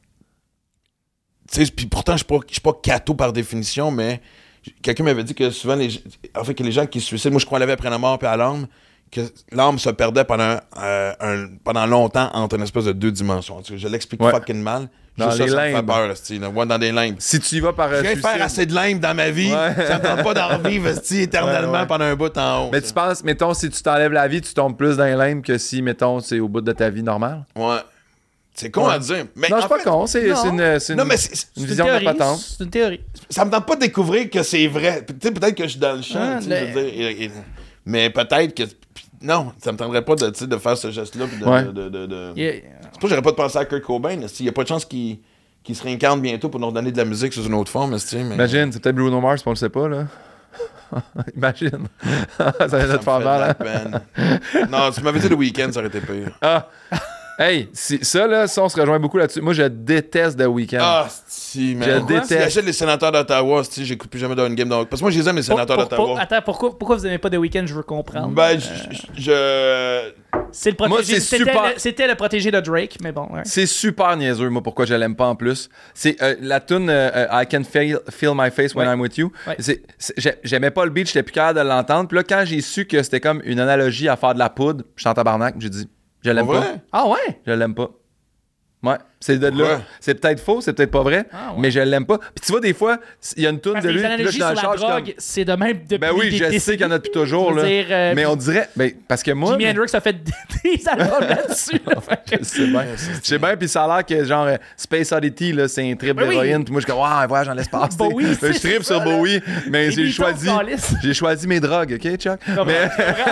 tu sais, puis pourtant, je suis pas, je suis pas catho par définition, mais quelqu'un m'avait dit que souvent, les, en fait, que les gens qui se suicident, moi, je crois à la vie après la mort puis à l'âme, que l'âme se perdait pendant, euh, un, pendant longtemps entre une espèce de deux dimensions. Tu sais, je l'explique Ouais. fucking mal. Dans Juste les ça, ça me fait limbes. peur, esti, là. Ouais, dans des limbes. Si tu y vas par. Je euh, viens de faire suicide- assez de limbes dans ma vie. Ouais. Ça me tente pas d'en revivre esti, éternellement Ouais, ouais. pendant un bout en haut. Mais ça. tu penses, mettons, si tu t'enlèves la vie, tu tombes plus dans les limbes que si, mettons, c'est au bout de ta vie normale? Ouais. C'est con Ouais. à dire. Mais non, je en suis pas fait, con, c'est, non. c'est une, c'est Non, une, mais c'est- une C'est vision de théorie, la patente. C'est une théorie. ça me tente pas de découvrir que c'est vrai. Tu sais, peut-être que je suis dans le champ. Ah, tu sais, le- je veux dire, et- et- mais peut-être que. Non, ça me tenterait pas de, tu sais, de faire ce geste-là. Puis de, Ouais. de, de, de- de- Yeah. C'est pas que j'aurais pas de penser à Kurt Cobain. Il y a pas de chance qu'il qu'il se réincarne bientôt pour nous redonner de la musique sous une autre forme. esti, Mais, Imagine, c'est peut-être Bruno Mars, on le sait pas, là. Imagine. ça vient de ça te me faire fait mal, de la hein? peine. Non, tu m'avais dit le week-end, ça aurait été pire. Ah! Hey, si- ça, là, ça, on se rejoint beaucoup là-dessus. Moi, je déteste The Weeknd. Ah, si, mais. Je Pourquoi? déteste. Si j'achète les sénateurs d'Ottawa, si j'écoute plus jamais dans une game d'Ottawa. Parce que moi, je les aime, les Pour- sénateurs pour- pour- d'Ottawa. Attends, pourquoi, pourquoi vous n'aimez pas The Weeknd? Je veux comprendre. Ben, je. je- je- C'est le Moi, protégé. c'est C'était super- le- C'était le protégé de Drake, mais bon. Ouais. C'est super niaiseux, moi, pourquoi je l'aime pas en plus. C'est euh, la tune euh, euh, I Can Feel, Feel My Face When Ouais. I'm With You. Ouais. C'est- c'est- j'ai- J'aimais pas le beat, j'étais plus capable de l'entendre. Puis là, quand j'ai su que c'était comme une analogie à faire de la poudre, je suis en tabarnak, j'ai dit, je l'aime Pour pas. vrai? Ah ouais? Je l'aime pas. Ouais, c'est de là. Ouais. C'est peut-être faux, c'est peut-être pas vrai, Ah, ouais. mais je l'aime pas. Puis tu vois, des fois, il y a une toune Parce de que lui, les puis là, je analogies suis dans sur le la char, je suis drogue, comme, c'est de même depuis ben oui, des je sais décennies. qu'il y en a depuis toujours, Je veux là. dire, euh, mais on dirait, ben, parce que moi, Jimi Hendrix a fait des albums là-dessus. là. Fait que- je sais bien, je sais bien, puis ça a l'air que genre euh, Space Oddity, là, c'est un trip Ben oui. d'héroïne, puis moi je suis comme, ouais, un voyage dans l'espace. tu sais. Bowie, Fait que je c'est tripe ça, sur là. Bowie, mais Les j'ai Beatles, choisi, câlisse. j'ai choisi mes drogues, ok, Chuck? Comprends, Mais,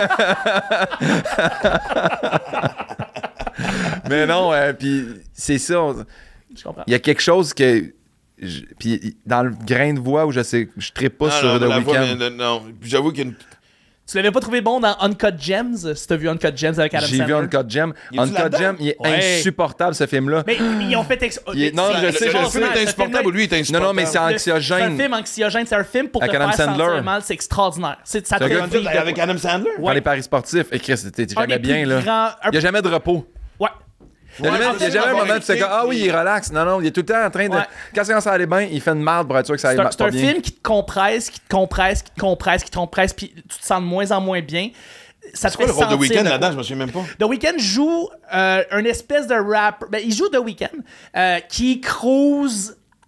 mais non, euh, puis c'est ça. on- Je comprends. Il y a quelque chose que. je- Puis dans le grain de voix où je sais, je trippe pas Non, sur non, The mais la voix, Weeknd. mais, non, j'avoue qu'il y a une. Tu l'avais pas trouvé bon dans Uncut Gems? Si t'as vu Uncut Gems avec Adam J'ai vu Sandler. Uncut Gem. Il est-tu Uncut là-dedans? Gem, il est Ouais. insupportable ce film-là. Mais ils ont fait... Ex... Il est- non, c'est- je sais, c'est je bon, sais. Le film ce est insupportable ou lui est Non, insupportable? non, mais c'est C'est un anxiogène. film anxiogène, c'est un film pour Avec te Adam faire Sandler. sentir mal, c'est extraordinaire. C'est, ça te C'est un fait gars- vivre de Avec quoi. Adam Sandler? Dans les paris sportifs. Et Chris, t'es Un jamais des bien, plus là. grands- un- Il n'y a jamais de repos. Ouais. Il n'y a Ouais, jamais, en il y a fait, jamais un avoir moment où tu fais écouté, comme, ah oui, puis- il relaxe. Non, non, il est tout le temps en train de. Ouais. Quand ça commence à aller bien, il fait une merde pour être sûr que ça aille C'est un, ma- c'est pas un bien. film qui te compresse, qui te compresse, qui te compresse, qui te compresse, puis tu te sens de moins en moins bien. Ça te C'est quoi fait le rôle de sentir Weeknd de là-dedans? quoi. Je me souviens même pas. The Weeknd joue euh, une espèce de rap. Ben, il joue The Weeknd euh, qui cruise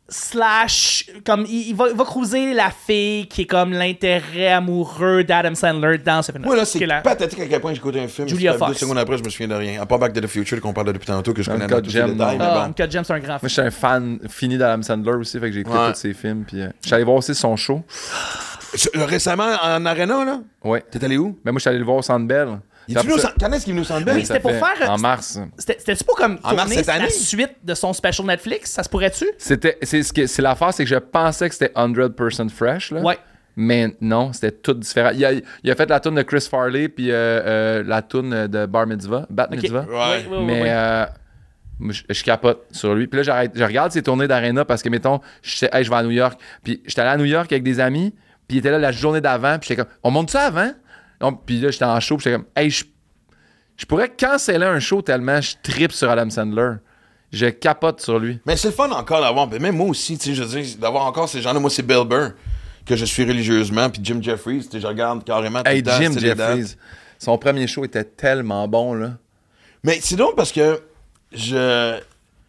slash comme il, il va il va cruiser la fille qui est comme l'intérêt amoureux d'Adam Sandler dans ce film. Moi, là, c'est la... pathétique à quel point j'écoute un film. Julia Deux Fox. secondes après, je me souviens de rien. À part Back to the Future qu'on parle depuis tantôt, que je connais Uncut dans tous les Gem, détails. non. Mais Ah, bon. Uncut Gem, c'est un grand Moi, film. je suis un fan fini d'Adam Sandler aussi, fait que j'ai écouté Ouais. tous ses films. Puis, euh, je suis allé voir aussi son show. Récemment, en Arena, là, Ouais. t'es allé où? Mais moi, je suis allé le voir au Centre Bell. Il est venu au Centre- Quand est-ce qu'il est venu au Centre Bell? Oui, c'était pour fait faire- En mars. C'était- C'était-tu pas comme En mars tourner cette la année? suite de son special Netflix? Ça se pourrait-tu? C'était, c'est, ce que- c'est l'affaire, c'est que je pensais que c'était cent pour cent fresh. Là. Ouais. Mais non, c'était tout différent. Il a, il a fait la tune de Chris Farley puis euh, euh, la tune de Bar Mitzvah, Bat Ok. Mitzvah. Ouais. Oui, oui, oui, Mais oui. euh, moi, je, je capote sur lui. Puis là, j'arrête, je regarde ses tournées d'Arena parce que, mettons, je sais, hey, je vais à New York. Puis j'étais allé à New York avec des amis. Puis il était là la journée d'avant. Puis j'étais comme, on monte ça avant? Non, puis là, j'étais en show. Puis j'étais comme, hey, je, je pourrais canceller un show tellement je trippe sur Adam Sandler. Je capote sur lui. Mais c'est le fun encore d'avoir, même moi aussi, tu sais, je veux dire, d'avoir encore ces gens-là. Moi, c'est Bill Burr que je suis religieusement, puis Jim Jeffries, tu sais, je regarde carrément tout Hey, le temps, Jim c'est les dates. Jeffries. Son premier show était tellement bon, là. Mais c'est drôle parce que je...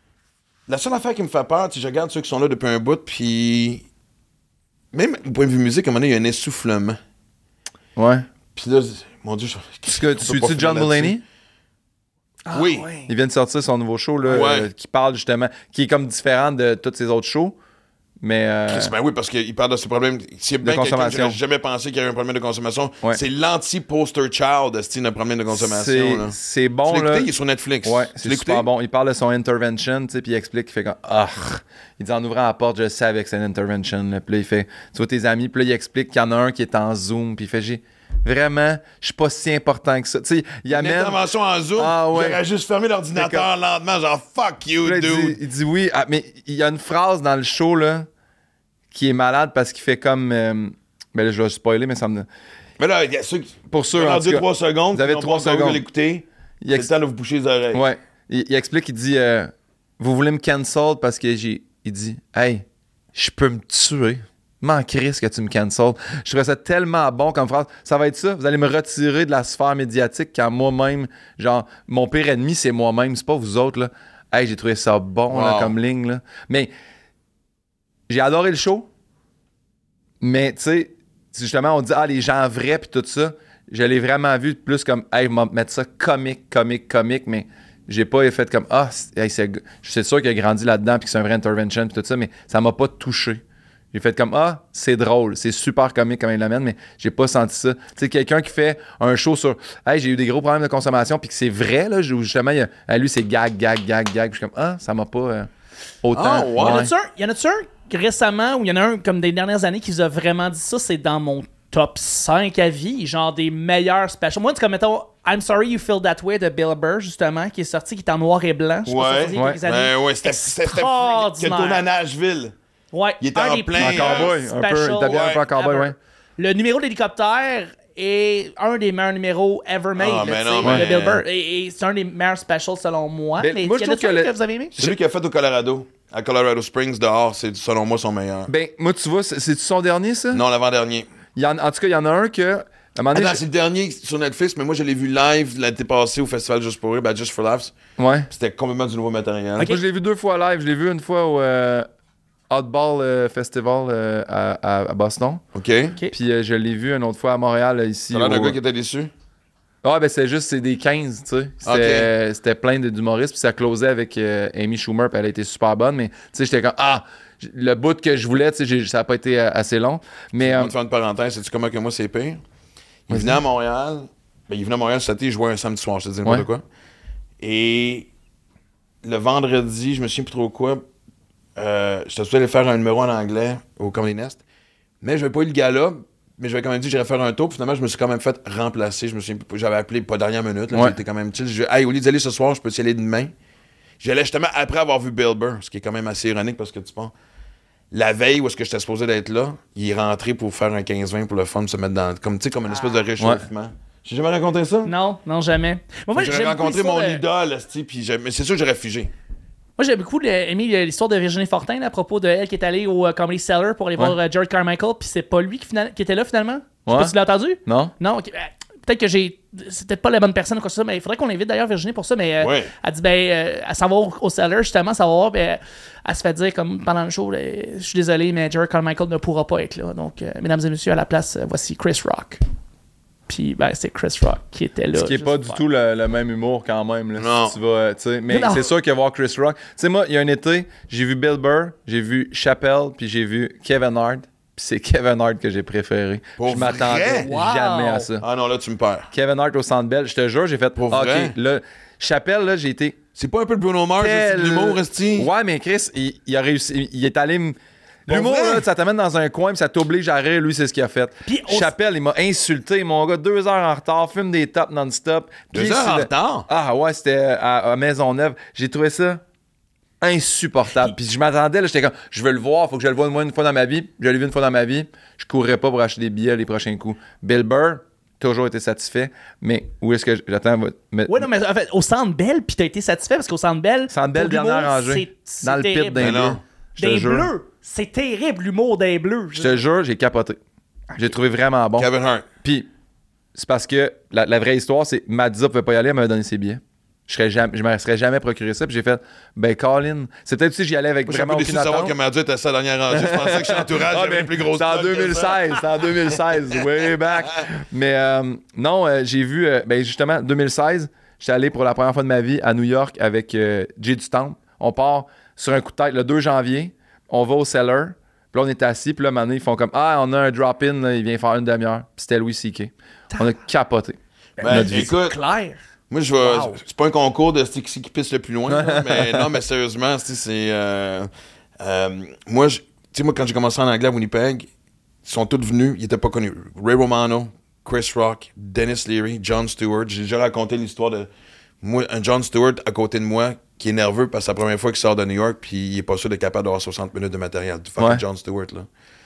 La seule affaire qui me fait peur, tu sais, je regarde ceux qui sont là depuis un bout, puis... Même du point de vue musique, à un moment donné, il y a un essoufflement. Ouais. Puis là, mon Dieu, je... Est-ce que tu suis-tu John Mulaney? Oui. Il vient de sortir son nouveau show, là, Ouais. euh, qui parle justement, qui est comme différent de tous ses autres shows. Mais. euh, Chris, ben oui, parce qu'il parle de ses problèmes. S'il y a bien quelqu'un que consommation. j'aurais jamais pensé qu'il y avait un problème de consommation, Ouais. c'est l'anti-poster child de style de problème de consommation. c'est, là. c'est Tu bon, l'as là. écouté, il est sur Netflix. Ouais, Tu c'est l'as écouté? super bon. Il parle de son intervention, tu sais, puis il explique, il fait comme ah, il dit en ouvrant la porte, je savais que c'est une intervention. Là. Puis là, il fait, tu vois tes amis, puis là, il explique qu'il y en a un qui est en Zoom, puis il fait, j'ai vraiment, je suis pas si important que ça. Tu sais, il Une amène. intervention en Zoom, Ah ouais. j'aurais juste fermé l'ordinateur C'est lentement, genre fuck you, Puis là, il, dude. dit, il dit oui, ah, mais il y a une phrase dans le show, là, qui est malade parce qu'il fait comme. Euh, ben là, je vais spoiler, mais ça me. Mais là, il y a ceux qui. Pour ceux, Dans en tout deux cas, trois secondes, vous avez qui n'ont trois pas encore secondes. l'écouter, Il c'est ex- le temps de vous boucher les oreilles. Ouais. Il, il explique, il dit euh, vous voulez me cancel parce que j'ai. Il dit hey, je peux me tuer. M'en crisse que tu me cancel. Je trouvais ça tellement bon comme phrase. Ça va être ça. Vous allez me retirer de la sphère médiatique quand moi-même, genre, mon pire ennemi, c'est moi-même, c'est pas vous autres, là. Hey, j'ai trouvé ça bon, là, Wow. comme ligne, là. Mais j'ai adoré le show. Mais, tu sais, justement, on dit, ah, les gens vrais, puis tout ça. Je l'ai vraiment vu plus comme, hey, je vais mettre ça comique, comique, comique, mais j'ai pas fait comme, ah, c'est, hey, c'est, c'est sûr qu'il a grandi là-dedans, puis que c'est un vrai intervention, puis tout ça, mais ça m'a pas touché. J'ai fait comme, ah, c'est drôle, c'est super comique comme il l'amène, mais j'ai pas senti ça. Tu sais, quelqu'un qui fait un show sur, hey, j'ai eu des gros problèmes de consommation, puis que c'est vrai, là, justement, il y a, à lui, c'est gag, gag, gag, gag, puis je suis comme, ah, ça m'a pas euh, autant. Ah, ouais. Y en a-tu un, y en a-tu un récemment ou il y en a un comme des dernières années qui vous a vraiment dit ça? C'est dans mon top cinq à vie, genre des meilleurs specials. Moi, c'est comme, mettons, I'm Sorry You Feel That Way de Bill Burr, justement, qui est sorti, qui est en noir et blanc. Je sais pas si ça Ouais, faisait quelques ouais. années. Ben ouais, c'était c'était freak, qui a Extraordinaire. tourné à Nashville. Ouais, Il était un en des plein, plus Un cowboy, un peu, special il était bien un peu en cowboy, ever. ouais. Le numéro de l'hélicoptère est un des meilleurs numéros ever made, Ah, là, mais tu non, sais, mais- de Bill Burr. Et, et c'est un des meilleurs specials selon moi. Ben, mais moi, y je en trouve a-tu que un le- que vous avez aimé? Celui qu'il a fait au Colorado, à Colorado Springs, dehors, c'est selon moi son meilleur. Ben, moi, tu vois, c'est, c'est-tu son dernier, ça? Non, l'avant-dernier. Il y en, en tout cas, il y en a un que. À un moment donné, Attends, j'ai- c'est le dernier sur Netflix, mais moi je l'ai vu live l'été passé au festival Juste pour rire, ben Just for Laughs. ouais. C'était complètement du nouveau matériel. Ok. Moi, je l'ai vu deux fois live. Je l'ai vu une fois au euh, Oddball euh, Festival euh, à, à- à Boston. OK. Ok. Puis euh, je l'ai vu une autre fois à Montréal, euh, ici. T'as l'air d'un au- gars qui était déçu? Ah, ben c'est juste, c'est des quinze, tu sais. C'était, c'était plein de- d'humoristes. Puis ça closait avec euh, Amy Schumer, puis elle a été super bonne. Mais tu sais, j'étais comme, ah, j- le bout que je voulais, tu sais, j'ai- ça a pas été euh, assez long. Mais. On euh, va te faire une parenthèse, sais-tu comment que moi c'est pire? Il venait à Montréal, ben il venait à Montréal cet été, il jouait un samedi soir, je te dis n'importe Ouais. quoi. Et le vendredi, je me souviens plus trop quoi, euh, j'étais supposé aller faire un numéro en anglais au Comedy Nest, mais je n'avais pas eu le gala, mais j'avais quand même dit que j'irais faire un tour, puis finalement je me suis quand même fait remplacer, je me souviens plus- j'avais appelé pas dernière minute, là, Ouais. j'étais quand même chill, je hey, au lieu d'y aller ce soir, je peux y aller demain. J'allais justement après avoir vu Bill Burr, ce qui est quand même assez ironique parce que tu penses, la veille où est-ce que j'étais supposé d'être là, il est rentré pour faire un quinze vingt pour le fun, se mettre dans, comme tu sais, comme une espèce de réchauffement. J'ai jamais raconté ça? Non, non, jamais. Moi, moi, J'aurais j'aime beaucoup rencontré mon l'histoire de- idole, esti, puis j'ai- mais c'est sûr que j'aurais figé. Moi, j'ai beaucoup le- aimé l'histoire de Virginie Fortin là, à propos de elle qui est allée au euh, Comedy Cellar pour aller voir Ouais. euh, George Carmichael, puis c'est pas lui qui, final- qui était là finalement. Je sais Ouais. pas si tu l'as entendu. non? Non, ok. Euh, peut-être que j'ai. C'est peut-être pas la bonne personne ou quoi que ce soit, mais il faudrait qu'on l'invite d'ailleurs, Virginie, pour ça. Mais euh, Ouais. elle dit, ben, euh, elle s'en va au, au Cellar, justement, ça va voir. Ben, elle se fait dire, comme pendant le show, là, je suis désolé, mais Jerry Carmichael ne pourra pas être là. Donc, euh, mesdames et messieurs, à la place, euh, voici Chris Rock. Puis, ben, c'est Chris Rock qui était là. Ce qui est pas juste du pour- tout le, le même humour quand même. Là, Non. Si tu vas, euh, tu sais, mais Non. c'est sûr que voir Chris Rock. Tu sais, moi, il y a un été, j'ai vu Bill Burr, j'ai vu Chappelle, puis j'ai vu Kevin Hart. Puis c'est Kevin Hart que j'ai préféré. Pour Je m'attendais vrai? Wow. jamais à ça. Ah non, là, tu me perds. Kevin Hart au Centre Bell, je te jure, j'ai fait. Pour ah, vrai? OK, là, Chappelle, là, j'ai été. C'est pas un peu le Bruno Mars, c'est de l'humour, esti? Ouais, mais Chris, il, il a réussi. Il est allé. m- Pour L'humour, vrai? là, ça t'amène dans un coin, puis ça t'oblige à rire. Lui, c'est ce qu'il a fait. Puis on- Chappelle, il m'a insulté. Mon gars, deux heures en retard, fume des tops non-stop. Deux Puis heures c'est en le- retard? Ah ouais, c'était à, à Maisonneuve. J'ai trouvé ça insupportable. Puis je m'attendais, là, j'étais comme, je veux le voir, faut que je le voie au moins une fois dans ma vie. Je l'ai vu une fois dans ma vie. Je courrais pas pour acheter des billets les prochains coups. Bill Burr, toujours été satisfait. Mais où est-ce que je- j'attends? va- me- Ouais, non, mais en fait, au Centre Bell, puis t'as été satisfait parce qu'au Centre Bell. Centre Bell, pour l'humour, dernière rangée. c'est- Dans le c'est pit terrible. d'un Mais bleu. non. Je te Des jure. bleus. C'est terrible, l'humour des bleus. Je te jure, j'ai capoté. J'ai trouvé vraiment bon. Kevin Hart. Puis, c'est parce que la, la vraie histoire, c'est Madza pouvait pas y aller, elle m'avait donné ses billets. Je serais jamais, je me serais jamais procuré ça. Puis j'ai fait, ben, Colin. C'est peut-être aussi que j'y allais avec Moi, je suis un vraiment peu déçu aucune de savoir attente. que Madja était à sa dernière rangée. Je pensais que chez Entourage, Ah, j'avais mais une plus grosse c'est en note que deux mille seize, c'est en deux mille seize, way back. Mais euh, non, euh, j'ai vu, euh, ben justement, deux mille seize, j'étais allé pour la première fois de ma vie à New York avec euh, Jay du Temple. On part sur un coup de tête le deux janvier, on va au Cellar, puis là on est assis, puis là, maintenant ils font comme, ah, on a un drop-in, là, il vient faire une demi-heure. Puis c'était Louis C K. On a capoté. Ben, Notre vie. écoute, Clair. moi, je vais. Wow. C'est pas un concours de c'est qui qui pisse le plus loin, là, mais non, mais sérieusement, c'est. c'est, euh, euh, moi, je- tu sais, moi, quand j'ai commencé en anglais à Winnipeg, ils sont tous venus, ils étaient pas connus. Ray Romano, Chris Rock, Dennis Leary, Jon Stewart. J'ai déjà raconté l'histoire de moi, un Jon Stewart à côté de moi qui est nerveux parce que c'est la première fois qu'il sort de New York, puis il est pas sûr d'être capable d'avoir soixante minutes de matériel. Du fucking Ouais. Jon Stewart, là.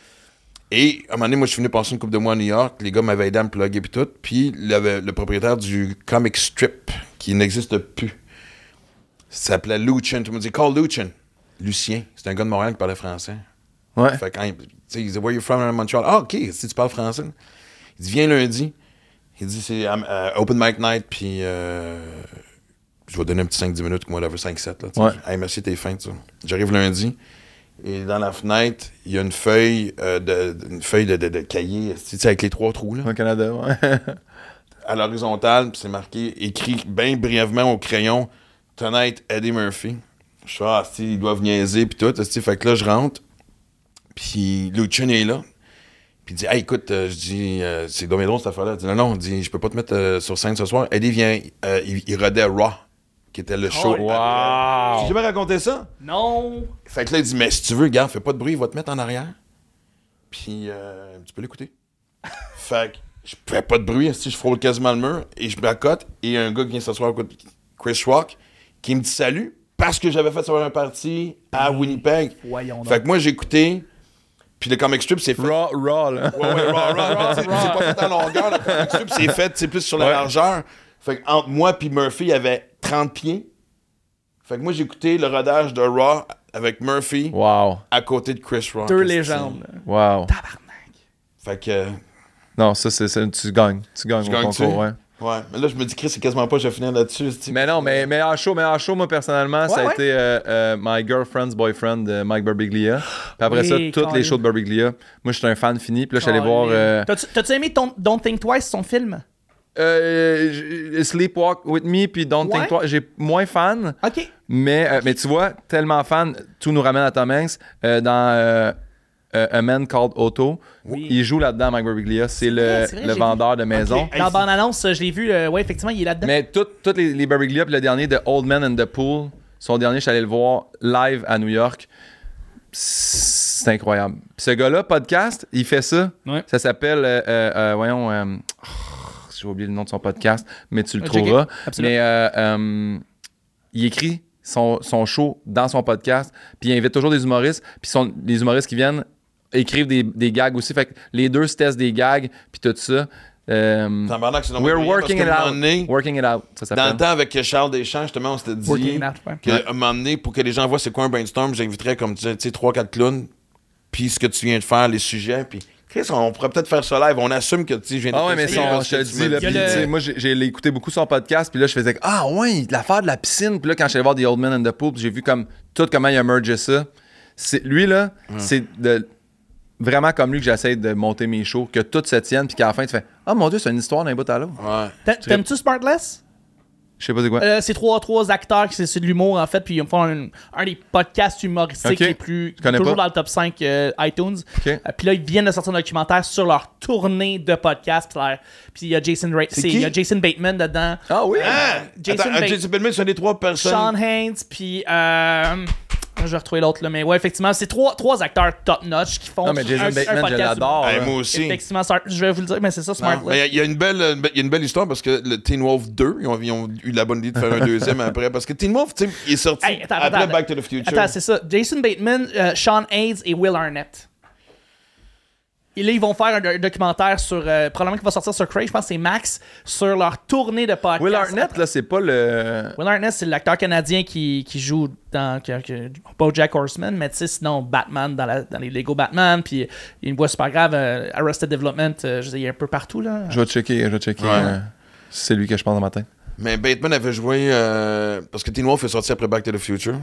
Et à un moment donné, moi, je suis venu passer une couple de mois à New York. Les gars m'avaient aidé à me plugger puis tout. Puis le, le propriétaire du comic strip, qui n'existe plus, s'appelait Lucien. Tout le monde dit « Call Lucien ». Lucien, c'est un gars de Montréal qui parlait français. Ouais. Fait que, hein, tu sais, il dit « Where you from in Montreal? » Ah, OK, si tu parles français. Il dit « Viens lundi. » Il dit « C'est euh, Open Mic Night, puis euh, je vais donner un petit cinq dix minutes, whatever, cinq sept. Là, tu sais. Ouais. Hey, merci, t'es fin, tu sais. J'arrive lundi. Et dans la fenêtre, il y a une feuille, euh, de, une feuille de, de, de cahier, tu sais, avec les trois trous, là, Au Canada, ouais. à l'horizontale, puis c'est marqué, écrit bien brièvement au crayon, « Tonight, Eddie Murphy ». Je suis ah, si, ils doivent niaiser, puis tout, esti. Fait que là, je rentre, puis Lucien est là, puis il dit « Hey, écoute, euh, je dis, euh, c'est dommage drôle cette affaire-là. » Il dit « Non, non, il dit, je peux pas te mettre euh, sur scène ce soir. » Eddie vient, euh, il, il rodait Raw, qui était le show. Oh, après. J'ai jamais raconté ça? Non. Fait que là, il dit, mais si tu veux, regarde, fais pas de bruit, il va te mettre en arrière. Puis, euh, tu peux l'écouter. Fait que je fais pas de bruit, si je frôle quasiment le mur, et je m'accote, et il y a un gars qui vient s'asseoir à côté de Chris Rock, qui me dit salut, parce que j'avais fait sur un party à Winnipeg. Voyons donc. Fait que moi, j'ai écouté, puis le comic strip, c'est fait. Raw, raw, là. Ouais, ouais, raw, raw, raw. C'est c'est pas fait en longueur, le comic strip, c'est fait, c'est plus sur la Ouais. largeur. Fait que entre moi et Murphy, il y avait trente pieds. Fait que moi, j'ai écouté le rodage de Raw avec Murphy Wow. à côté de Chris Rock. Deux esti. légendes. Wow. Fait que, Non, ça, c'est, c'est- tu gagnes. Tu gagnes Tu au gagnes-tu? concours, ouais. ouais. Mais là, je me dis, Chris, c'est quasiment pas, je vais finir là-dessus. esti. Mais non, mais, mais en show, mais en show, moi, personnellement, ça a ouais. été euh, euh, My Girlfriend's Boyfriend de Mike Birbiglia. Puis après Oui, ça, toutes Colin. les shows de Birbiglia. Moi, j'étais un fan fini. Puis là, je suis allé voir euh, T'as-tu, t'as-tu aimé ton Don't Think Twice, son film? euh, j- Sleepwalk With Me, puis Don't Ouais. Think Twice. J'ai moins fan, OK. mais, euh, mais tu vois, tellement fan, tout nous ramène à Tom Hanks. Euh, dans euh, euh, A Man Called Otto, Oui. il joue là-dedans, Mike Birbiglia. C'est le, vrai, c'est vrai, le j'ai vendeur de maison. Ok. Dans Hey, la bande-annonce, je l'ai vu, euh, ouais, effectivement, il est là-dedans. Mais toutes toutes les, les Birbiglia, puis le dernier de Old Man and the Pool, son dernier, je suis allé le voir live à New York. C'est incroyable. Puis ce gars-là, podcast, il fait ça. Ouais. Ça s'appelle, euh, euh, euh, voyons, euh, oh, j'ai oublié le nom de son podcast, mais tu le Euh, trouveras. checker. Absolument. Mais euh, euh, il écrit son, son show dans son podcast, puis il invite toujours des humoristes, puis son- les humoristes qui viennent écrivent des, des gags aussi. Fait que les deux se testent des gags, puis tout ça. Euh, Tabarnak, c'est dans We're mon working parce it qu'à un out. moment donné, Working it out, ça Dans le s'appelle. temps, avec Charles Deschamps, justement, on s'était dit Working it out, ouais. qu'à un moment donné, pour que les gens voient c'est quoi un brainstorm, j'inviterais comme tu sais trois quatre clowns, puis ce que tu viens de faire, les sujets, puis Chris, on pourrait peut-être faire ça live. On assume que, tu sais, je viens de Ah ouais, mais t'expliquer son, parce je te que le tu dis, m'as là, dit. puis, le- tu sais, moi, j'ai, j'ai écouté beaucoup son podcast, puis là, je faisais ah ouais, l'affaire de la piscine, puis là, quand je suis allé voir The Old Man and the Pool, puis j'ai vu comme tout comment il a mergé ça. C'est, lui, là, c'est de, vraiment comme lui que j'essaie de monter mes shows, que tout se tienne, puis qu'à la fin, tu fais ah mon Dieu, c'est une histoire d'un bout à l'autre. Ouais. T'a- T'aimes-tu Smartless? Je sais pas c'est quoi. Euh, c'est trois, trois acteurs qui c'est, c'est de l'humour en fait, puis ils font un, un des podcasts humoristiques Ok. les plus Je connais toujours pas. dans le top cinq euh, iTunes. Ok. Euh, puis là ils viennent de sortir un documentaire sur leur tournée de podcast. Puis là, puis il y a Jason Ra- c'est- qui? il y a Jason Bateman dedans, Ah oui? Ah! Jason Attends, Bate- Jason Bateman, c'est des trois personnes. Sean Haynes, puis euh, je vais retrouver l'autre là, mais ouais effectivement c'est trois, trois acteurs top notch qui font Non, mais Jason un, Bateman, un je podcast l'adore. Hey, là. moi aussi. Effectivement, ça- je vais vous le dire, mais c'est ça Non, Smartless. mais il y a une belle, une belle- il y a une belle histoire parce que le Teen Wolf deux, ils ont, ils ont eu la bonne idée de faire un deuxième après. Parce que Teen Wolf, tu sais, il est sorti Hey, attends, après attends, Back to the Future. Attends, c'est ça. Jason Bateman, euh, Sean Hayes et Will Arnett. Et là, ils vont faire un, un documentaire sur. Euh, probablement qu'il va sortir sur Crave, je pense que c'est Max, sur leur tournée de podcast. Will Arnett, là, c'est pas le. Will Arnett, c'est l'acteur canadien qui, qui joue dans que, que, BoJack Horseman, mais tu sais, sinon Batman dans, la, dans les Lego Batman, puis il a une voix super grave. euh, Arrested Development, euh, je veux dire, il est un peu partout, là. Je vais checker, je vais checker. Ouais. euh, c'est lui que je pense dans ma tête. Mais Bateman avait joué. euh, parce que Teen Wolf est sorti après Back to the Future.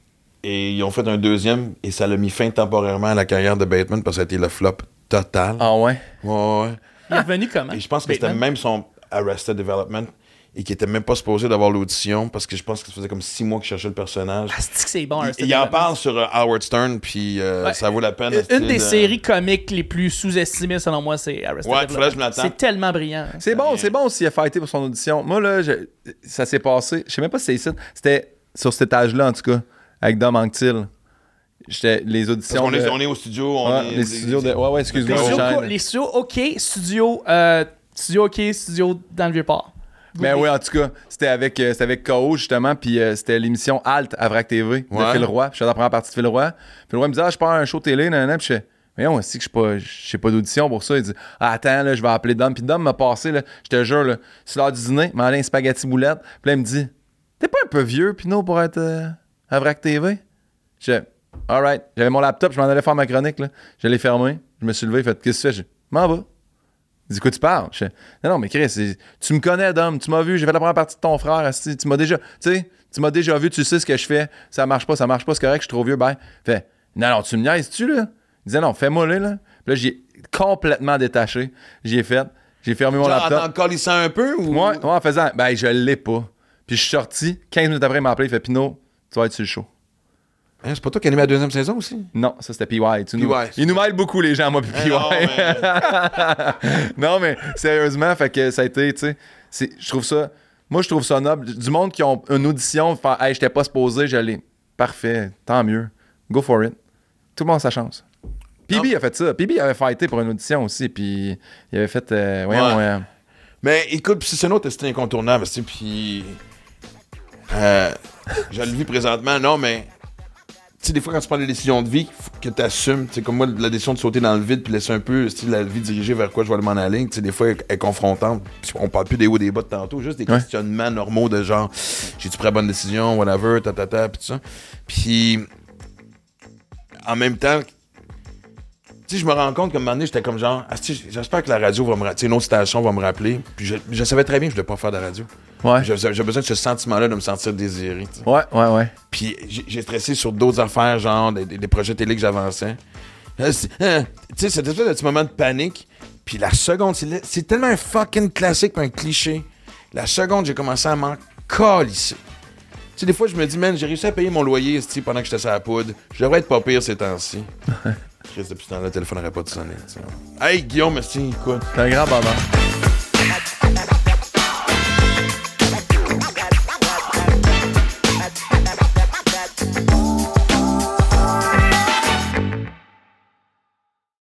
Et ils ont fait un deuxième et ça l'a mis fin temporairement à la carrière de Bateman parce que ça a été le flop total. Ah ouais? Ouais, ouais. Il est revenu comment? Et je pense que c'était Bateman? même son Arrested Development et qui était même pas supposé d'avoir l'audition parce que je pense que ça faisait comme six mois qu'il cherchait le personnage. Ah, c'est que c'est bon, il, Arrested il en Development. parle sur euh, Howard Stern, puis euh, Ouais. ça vaut la peine. Une des de... séries comiques les plus sous-estimées, selon moi, c'est Arrested Ouais, Development. faudrait que je me l'attende. C'est tellement brillant. C'est bon, c'est bon s'il a fighté pour son audition. Moi, là, je- ça s'est passé. Je sais même pas si c'est ici. C'était sur cet étage-là, en tout cas, avec Dom Anctil. J'étais les Parce auditions. qu'on est, de- on est au studio. On Ouais, est, les studios de. Ouais, ouais, excuse-moi. Les studios, j'enchaîne. les studios OK, studio, euh, studio OK, studio dans le Vieux-Port. Ben oui, en tout cas, c'était avec, euh, c'était avec K O justement, puis euh, c'était l'émission Alt à Vrac T V de Ouais. Phil Roy. Puis j'étais dans la première partie de Phil Roy. Phil Roy me disait, ah, je pars à un show télé, nan, nan. Puis je fais, mais on sait que je pas, j'ai pas d'audition pour ça. Il dit, ah, attends, là, je vais appeler Dom. Puis Dom m'a passé, là, je te jure, là, c'est l'heure du dîner, m'a allé un spaghetti boulette. Puis là, il me dit, t'es pas un peu vieux, Pinot, pour être euh, à Vrac T V? Je fais, alright. J'avais mon laptop, je m'en allais faire ma chronique, là. Je l'ai fermé. Je me suis levé, fait, qu'est-ce que tu fais? Je m'en va. Il dit, quoi tu parles? Je fais, non, non, mais Chris, c'est- tu me connais, Dom, tu m'as vu, j'ai fait la première partie de ton frère, asti, tu m'as déjà, tu sais, tu m'as déjà vu, tu sais ce que je fais, ça marche pas, ça marche pas, c'est correct, je suis trop vieux, ben. Fait, non, non, tu me niaises-tu, là? Il disait, non, fais-moi là, là. Puis là, j'ai complètement détaché, j'y ai fait, j'ai fermé mon Genre, laptop. en colissant un peu ou. Ouais, ouais, en faisant, ben, je l'ai pas. Puis je suis sorti, quinze minutes après, il m'a appelé, il fait, Pinot, tu vas être sur le show. Hein, c'est pas toi qui animais la deuxième saison aussi? Non, ça c'était P Y. Tu nous- P Y. Ils nous mêlent beaucoup, les gens, moi, puis Eh P Y. non, mais- Non, mais sérieusement, fait que ça a été, tu sais, c'est- je trouve ça, moi, je trouve ça noble. Du monde qui ont une audition, faire, hey, j'étais pas supposé, j'allais. Parfait, tant mieux. Go for it. Tout le monde a sa chance. P B a fait ça. P B avait fighté pour une audition aussi, puis il avait fait, euh, voyons, Ouais. euh, Mais écoute, pis c'est un autre style incontournable, tu sais, puis. Euh, je le vis présentement, non, mais. Tu sais, des fois, quand tu prends des décisions de vie, faut que tu assumes. Tu sais, comme moi, la décision de sauter dans le vide puis laisser un peu tu sais, la vie diriger vers quoi je vais aller m'en aller, tu sais, des fois, elle est confrontante. Puis on parle plus des hauts des bas de tantôt, juste des Ouais. questionnements normaux de genre, j'ai-tu pris la bonne décision, whatever, ta ta ta, puis tout ça. Puis. En même temps, tu sais, je me rends compte qu'à un moment donné, j'étais comme genre, ah, tu sais, j'espère que la radio va me rappeler, une autre station va me rappeler. Puis je, je savais très bien que je voulais pas faire de la radio. ouais. J'ai j'ai besoin de ce sentiment-là de me sentir désiré. tu sais. Ouais, ouais, ouais. Puis j'ai j'ai stressé sur d'autres affaires, genre des, des- des projets télé que j'avançais. Euh, c'est- hein, Tu sais, cette espèce de petit moment de panique. Puis la seconde, c'est le- c'est tellement un fucking classique, puis un cliché. La seconde, j'ai commencé à m'en calisser. Tu sais, des fois, je me dis, man, j'ai réussi à payer mon loyer esti, pendant que j'étais sur la poudre. Je devrais être pas pire ces temps-ci. Chris, depuis ce temps-là, le téléphone n'aurait pas de sonner. tu sais. Hey, Guillaume, merci, écoute. C'est un grand bonheur.